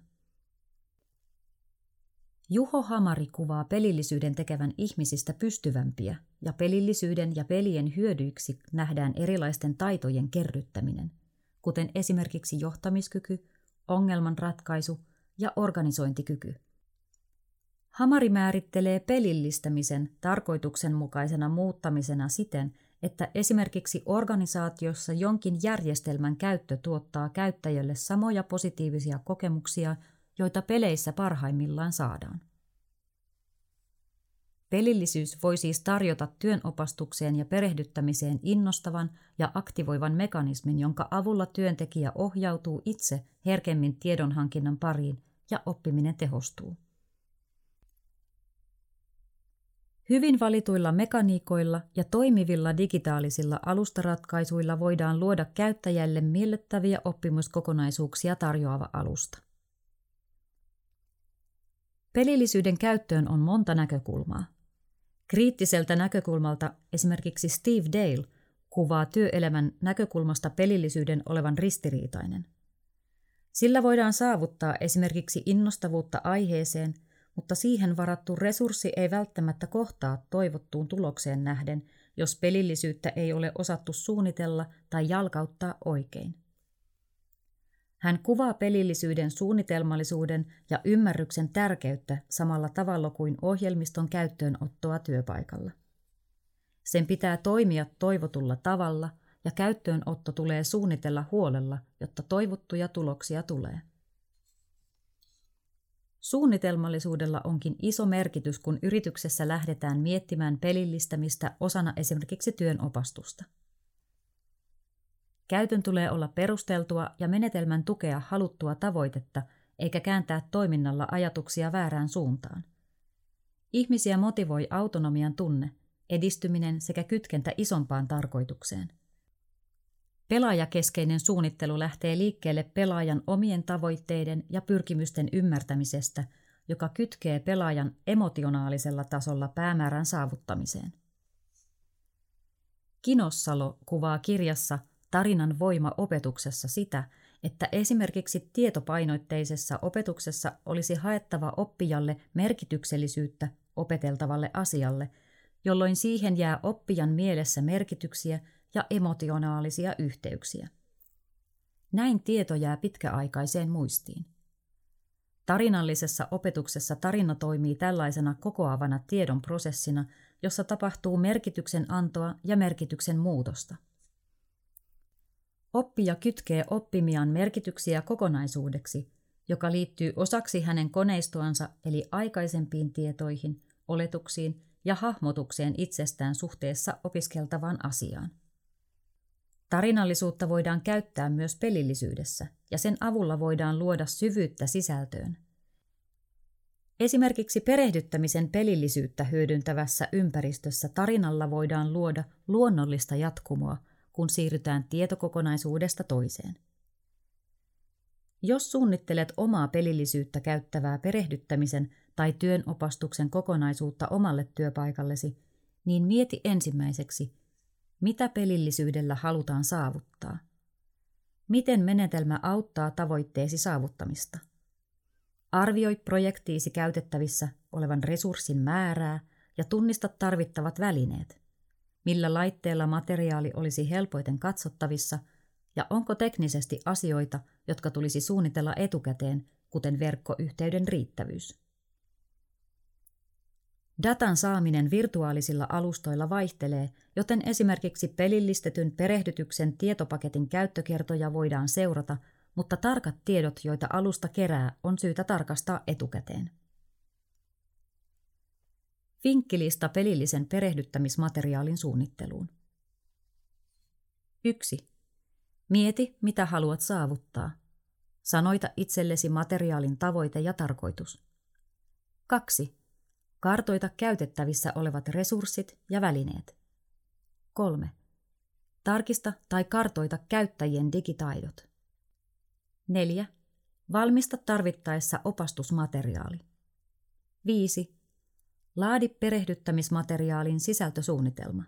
Juho Hamari kuvaa pelillisyyden tekevän ihmisistä pystyvämpiä, ja pelillisyyden ja pelien hyödyiksi nähdään erilaisten taitojen kerryttäminen, kuten esimerkiksi johtamiskyky, ongelmanratkaisu ja organisointikyky. Hamari määrittelee pelillistämisen tarkoituksenmukaisena muuttamisena siten, että esimerkiksi organisaatiossa jonkin järjestelmän käyttö tuottaa käyttäjälle samoja positiivisia kokemuksia, joita peleissä parhaimmillaan saadaan. Pelillisyys voi siis tarjota työnopastukseen ja perehdyttämiseen innostavan ja aktivoivan mekanismin, jonka avulla työntekijä ohjautuu itse herkemmin tiedonhankinnan pariin ja oppiminen tehostuu. Hyvin valituilla mekaniikoilla ja toimivilla digitaalisilla alustaratkaisuilla voidaan luoda käyttäjälle miellyttäviä oppimuskokonaisuuksia tarjoava alusta. Pelillisyyden käyttöön on monta näkökulmaa. Kriittiseltä näkökulmalta esimerkiksi Steve Dale kuvaa työelämän näkökulmasta pelillisyyden olevan ristiriitainen. Sillä voidaan saavuttaa esimerkiksi innostavuutta aiheeseen, mutta siihen varattu resurssi ei välttämättä kohtaa toivottuun tulokseen nähden, jos pelillisyyttä ei ole osattu suunnitella tai jalkauttaa oikein. Hän kuvaa pelillisyyden suunnitelmallisuuden ja ymmärryksen tärkeyttä samalla tavalla kuin ohjelmiston käyttöönottoa työpaikalla. Sen pitää toimia toivotulla tavalla ja käyttöönotto tulee suunnitella huolella, jotta toivottuja tuloksia tulee. Suunnitelmallisuudella onkin iso merkitys, kun yrityksessä lähdetään miettimään pelillistämistä osana esimerkiksi työnopastusta. Käytön tulee olla perusteltua ja menetelmän tukea haluttua tavoitetta, eikä kääntää toiminnalla ajatuksia väärään suuntaan. Ihmisiä motivoi autonomian tunne, edistyminen sekä kytkentä isompaan tarkoitukseen. Pelaajakeskeinen suunnittelu lähtee liikkeelle pelaajan omien tavoitteiden ja pyrkimysten ymmärtämisestä, joka kytkee pelaajan emotionaalisella tasolla päämäärän saavuttamiseen. Kinossalo kuvaa kirjassa Tarinan voima opetuksessa sitä, että esimerkiksi tietopainotteisessa opetuksessa olisi haettava oppijalle merkityksellisyyttä opeteltavalle asialle, jolloin siihen jää oppijan mielessä merkityksiä ja emotionaalisia yhteyksiä. Näin tieto jää pitkäaikaiseen muistiin. Tarinallisessa opetuksessa tarina toimii tällaisena kokoavana tiedon prosessina, jossa tapahtuu merkityksen antoa ja merkityksen muutosta. Oppija kytkee oppimiaan merkityksiä kokonaisuudeksi, joka liittyy osaksi hänen koneistoansa eli aikaisempiin tietoihin, oletuksiin ja hahmotukseen itsestään suhteessa opiskeltavaan asiaan. Tarinallisuutta voidaan käyttää myös pelillisyydessä, ja sen avulla voidaan luoda syvyyttä sisältöön. Esimerkiksi perehdyttämisen pelillisyyttä hyödyntävässä ympäristössä tarinalla voidaan luoda luonnollista jatkumoa, kun siirrytään tietokokonaisuudesta toiseen. Jos suunnittelet omaa pelillisyyttä käyttävää perehdyttämisen tai työnopastuksen kokonaisuutta omalle työpaikallesi, niin mieti ensimmäiseksi, mitä pelillisyydellä halutaan saavuttaa. Miten menetelmä auttaa tavoitteesi saavuttamista? Arvioi projektiisi käytettävissä olevan resurssin määrää ja tunnista tarvittavat välineet. Millä laitteella materiaali olisi helpoiten katsottavissa ja onko teknisesti asioita, jotka tulisi suunnitella etukäteen, kuten verkkoyhteyden riittävyys. Datan saaminen virtuaalisilla alustoilla vaihtelee, joten esimerkiksi pelillistetyn perehdytyksen tietopaketin käyttökertoja voidaan seurata, mutta tarkat tiedot, joita alusta kerää, on syytä tarkastaa etukäteen. Vinkkilista pelillisen perehdyttämismateriaalin suunnitteluun. 1. Mieti, mitä haluat saavuttaa. Sanoita itsellesi materiaalin tavoite ja tarkoitus. 2. Kartoita käytettävissä olevat resurssit ja välineet. 3. Tarkista tai kartoita käyttäjien digitaidot. 4. Valmista tarvittaessa opastusmateriaali. 5. Laadi perehdyttämismateriaalin sisältösuunnitelma.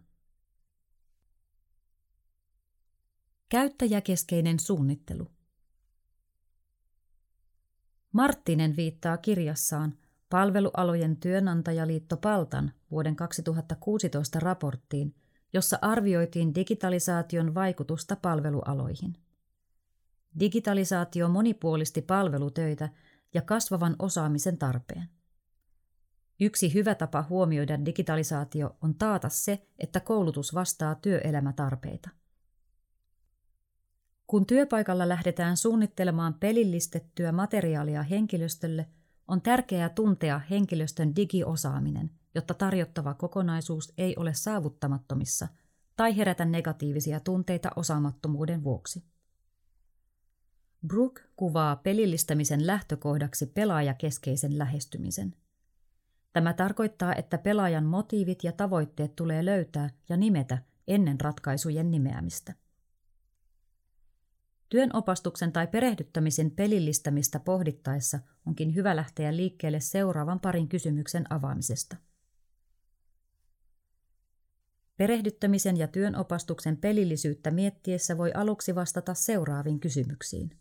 Käyttäjäkeskeinen suunnittelu. Marttinen viittaa kirjassaan Palvelualojen työnantajaliitto Paltan vuoden 2016 raporttiin, jossa arvioitiin digitalisaation vaikutusta palvelualoihin. Digitalisaatio monipuolisti palvelutöitä ja kasvavan osaamisen tarpeen. Yksi hyvä tapa huomioida digitalisaatio on taata se, että koulutus vastaa työelämätarpeita. Kun työpaikalla lähdetään suunnittelemaan pelillistettyä materiaalia henkilöstölle, on tärkeää tuntea henkilöstön digiosaaminen, jotta tarjottava kokonaisuus ei ole saavuttamattomissa tai herätä negatiivisia tunteita osaamattomuuden vuoksi. Brook kuvaa pelillistämisen lähtökohdaksi pelaajakeskeisen lähestymisen. Tämä tarkoittaa, että pelaajan motiivit ja tavoitteet tulee löytää ja nimetä ennen ratkaisujen nimeämistä. Työnopastuksen tai perehdyttämisen pelillistämistä pohdittaessa onkin hyvä lähteä liikkeelle seuraavan parin kysymyksen avaamisesta. Perehdyttämisen ja työnopastuksen pelillisyyttä miettiessä voi aluksi vastata seuraaviin kysymyksiin.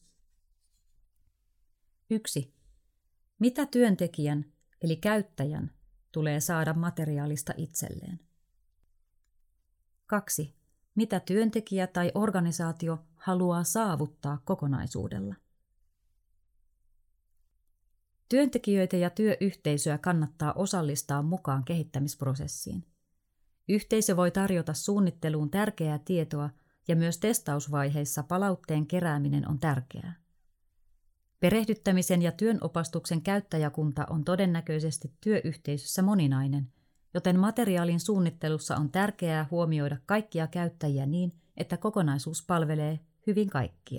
1. Mitä työntekijän eli käyttäjän tulee saada materiaalista itselleen? 2. Mitä työntekijä tai organisaatio haluaa saavuttaa kokonaisuudella? Työntekijöitä ja työyhteisöä kannattaa osallistaa mukaan kehittämisprosessiin. Yhteisö voi tarjota suunnitteluun tärkeää tietoa ja myös testausvaiheissa palautteen kerääminen on tärkeää. Perehdyttämisen ja työnopastuksen käyttäjäkunta on todennäköisesti työyhteisössä moninainen, joten materiaalin suunnittelussa on tärkeää huomioida kaikkia käyttäjiä niin, että kokonaisuus palvelee hyvin kaikkia.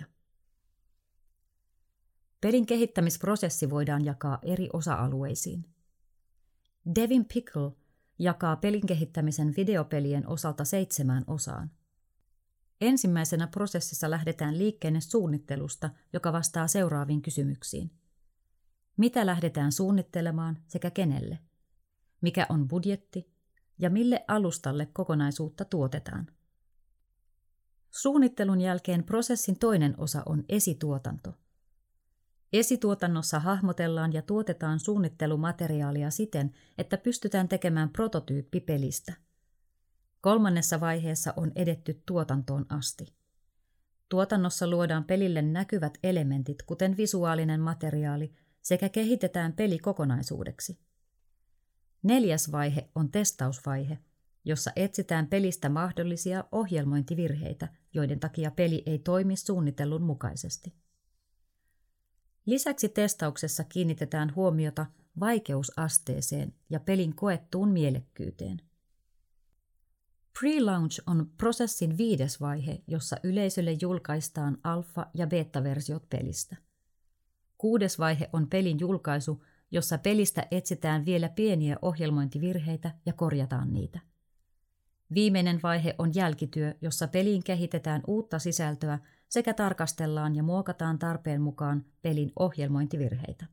Pelin kehittämisprosessi voidaan jakaa eri osa-alueisiin. Devin Pickle jakaa pelin kehittämisen videopelien osalta 7 osaan. Ensimmäisenä prosessissa lähdetään liikkeelle suunnittelusta, joka vastaa seuraaviin kysymyksiin. Mitä lähdetään suunnittelemaan sekä kenelle? Mikä on budjetti ja mille alustalle kokonaisuutta tuotetaan? Suunnittelun jälkeen prosessin toinen osa on esituotanto. Esituotannossa hahmotellaan ja tuotetaan suunnittelumateriaalia siten, että pystytään tekemään prototyyppi pelistä. Kolmannessa vaiheessa on edetty tuotantoon asti. Tuotannossa luodaan pelille näkyvät elementit, kuten visuaalinen materiaali, sekä kehitetään peli kokonaisuudeksi. 4. vaihe on testausvaihe, jossa etsitään pelistä mahdollisia ohjelmointivirheitä, joiden takia peli ei toimi suunnitellun mukaisesti. Lisäksi testauksessa kiinnitetään huomiota vaikeusasteeseen ja pelin koettuun mielekkyyteen. Pre-launch on prosessin 5. vaihe, jossa yleisölle julkaistaan alfa- ja beta-versiot pelistä. 6. vaihe on pelin julkaisu, jossa pelistä etsitään vielä pieniä ohjelmointivirheitä ja korjataan niitä. Viimeinen vaihe on jälkityö, jossa peliin kehitetään uutta sisältöä sekä tarkastellaan ja muokataan tarpeen mukaan pelin ohjelmointivirheitä.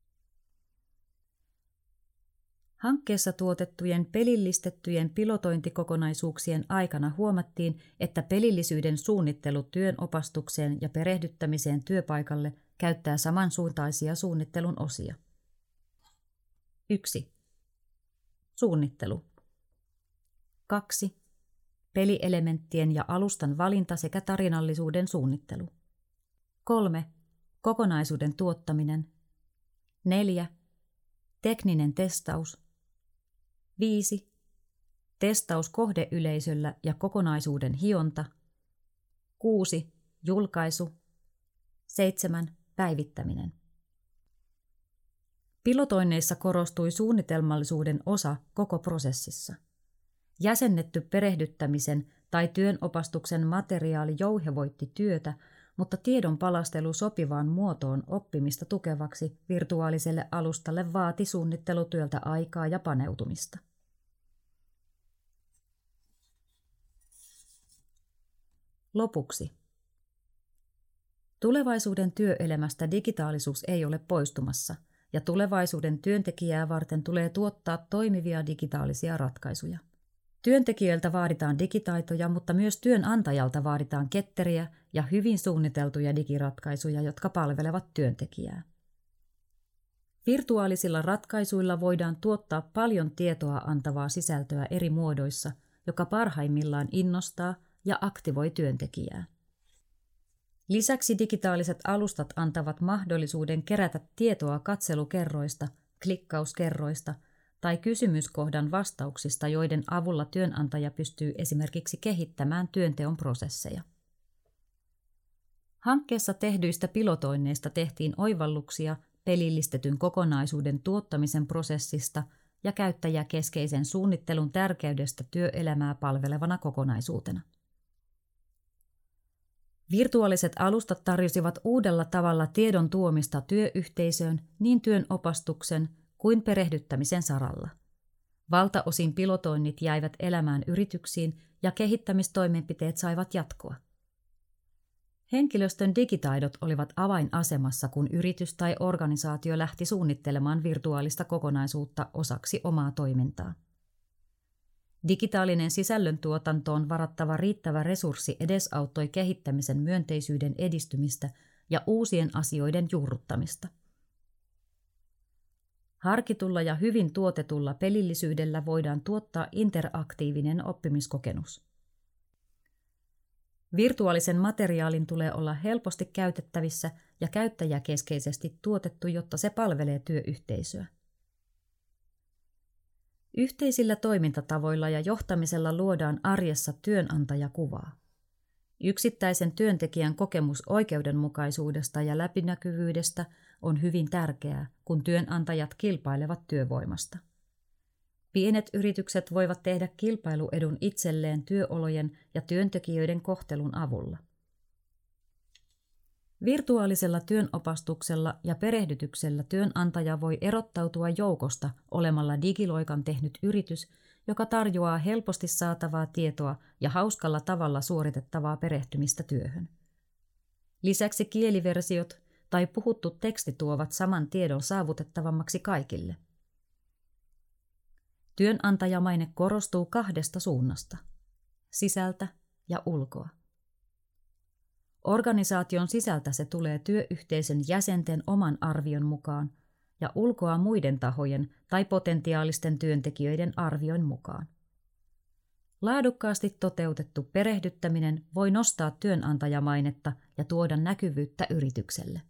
Hankkeessa tuotettujen pelillistettyjen pilotointikokonaisuuksien aikana huomattiin, että pelillisyyden suunnittelu työn opastukseen ja perehdyttämiseen työpaikalle käyttää samansuuntaisia suunnittelun osia. 1. Suunnittelu. 2. Pelielementtien ja alustan valinta sekä tarinallisuuden suunnittelu. 3. Kokonaisuuden tuottaminen. 4. Tekninen testaus. 5. Testaus kohdeyleisöllä ja kokonaisuuden hionta. 6. Julkaisu. 7. Päivittäminen. Pilotoinneissa korostui suunnitelmallisuuden osa koko prosessissa. Jäsennetty perehdyttämisen tai työnopastuksen materiaali jouhevoitti työtä, mutta tiedon palastelu sopivaan muotoon oppimista tukevaksi virtuaaliselle alustalle vaati suunnittelutyöltä aikaa ja paneutumista. Lopuksi. Tulevaisuuden työelämästä digitaalisuus ei ole poistumassa, ja tulevaisuuden työntekijää varten tulee tuottaa toimivia digitaalisia ratkaisuja. Työntekijöiltä vaaditaan digitaitoja, mutta myös työnantajalta vaaditaan ketteriä ja hyvin suunniteltuja digiratkaisuja, jotka palvelevat työntekijää. Virtuaalisilla ratkaisuilla voidaan tuottaa paljon tietoa antavaa sisältöä eri muodoissa, joka parhaimmillaan innostaa ja aktivoi työntekijää. Lisäksi digitaaliset alustat antavat mahdollisuuden kerätä tietoa katselukerroista, klikkauskerroista tai kysymyskohdan vastauksista, joiden avulla työnantaja pystyy esimerkiksi kehittämään työnteon prosesseja. Hankkeessa tehdyistä pilotoinneista tehtiin oivalluksia pelillistetyn kokonaisuuden tuottamisen prosessista ja käyttäjäkeskeisen suunnittelun tärkeydestä työelämää palvelevana kokonaisuutena. Virtuaaliset alustat tarjosivat uudella tavalla tiedon tuomista työyhteisöön niin työn opastuksen kuin perehdyttämisen saralla. Valtaosin pilotoinnit jäivät elämään yrityksiin ja kehittämistoimenpiteet saivat jatkoa. Henkilöstön digitaidot olivat avainasemassa, kun yritys tai organisaatio lähti suunnittelemaan virtuaalista kokonaisuutta osaksi omaa toimintaa. Digitaalinen sisällöntuotantoon varattava riittävä resurssi edesauttoi kehittämisen myönteisyyden edistymistä ja uusien asioiden juurruttamista. Harkitulla ja hyvin tuotetulla pelillisyydellä voidaan tuottaa interaktiivinen oppimiskokemus. Virtuaalisen materiaalin tulee olla helposti käytettävissä ja käyttäjäkeskeisesti tuotettu, jotta se palvelee työyhteisöä. Yhteisillä toimintatavoilla ja johtamisella luodaan arjessa työnantajakuvaa. Yksittäisen työntekijän kokemus oikeudenmukaisuudesta ja läpinäkyvyydestä on hyvin tärkeää, kun työnantajat kilpailevat työvoimasta. Pienet yritykset voivat tehdä kilpailuedun itselleen työolojen ja työntekijöiden kohtelun avulla. Virtuaalisella työnopastuksella ja perehdytyksellä työnantaja voi erottautua joukosta olemalla digiloikan tehnyt yritys, joka tarjoaa helposti saatavaa tietoa ja hauskalla tavalla suoritettavaa perehtymistä työhön. Lisäksi kieliversiot tai puhuttu teksti tuovat saman tiedon saavutettavammaksi kaikille. Työnantajamaine korostuu 2 suunnasta: sisältä ja ulkoa. Organisaation sisältä se tulee työyhteisön jäsenten oman arvion mukaan ja ulkoa muiden tahojen tai potentiaalisten työntekijöiden arvion mukaan. Laadukkaasti toteutettu perehdyttäminen voi nostaa työnantajamainetta ja tuoda näkyvyyttä yritykselle.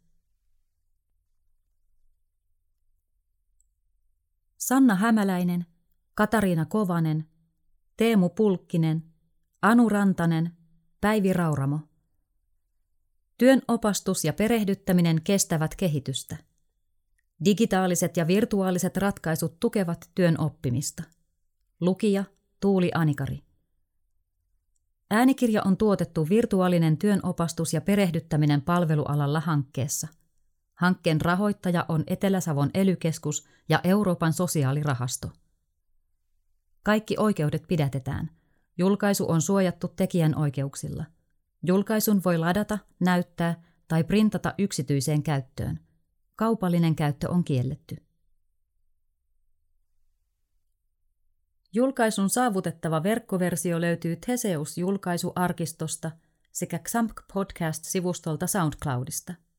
Sanna Hämäläinen, Katariina Kovanen, Teemu Pulkkinen, Anu Rantanen, Päivi Rauramo. Työn opastus ja perehdyttäminen kestävät kehitystä. Digitaaliset ja virtuaaliset ratkaisut tukevat työn oppimista. Lukija Tuuli Anikari. Äänikirja on tuotettu Virtuaalinen työn opastus ja perehdyttäminen palvelualalla hankkeessa. Hankkeen rahoittaja on Etelä-Savon ELY-keskus ja Euroopan sosiaalirahasto. Kaikki oikeudet pidätetään. Julkaisu on suojattu tekijänoikeuksilla. Julkaisun voi ladata, näyttää tai printata yksityiseen käyttöön. Kaupallinen käyttö on kielletty. Julkaisun saavutettava verkkoversio löytyy Theseus-julkaisuarkistosta sekä XAMPC Podcast-sivustolta SoundCloudista.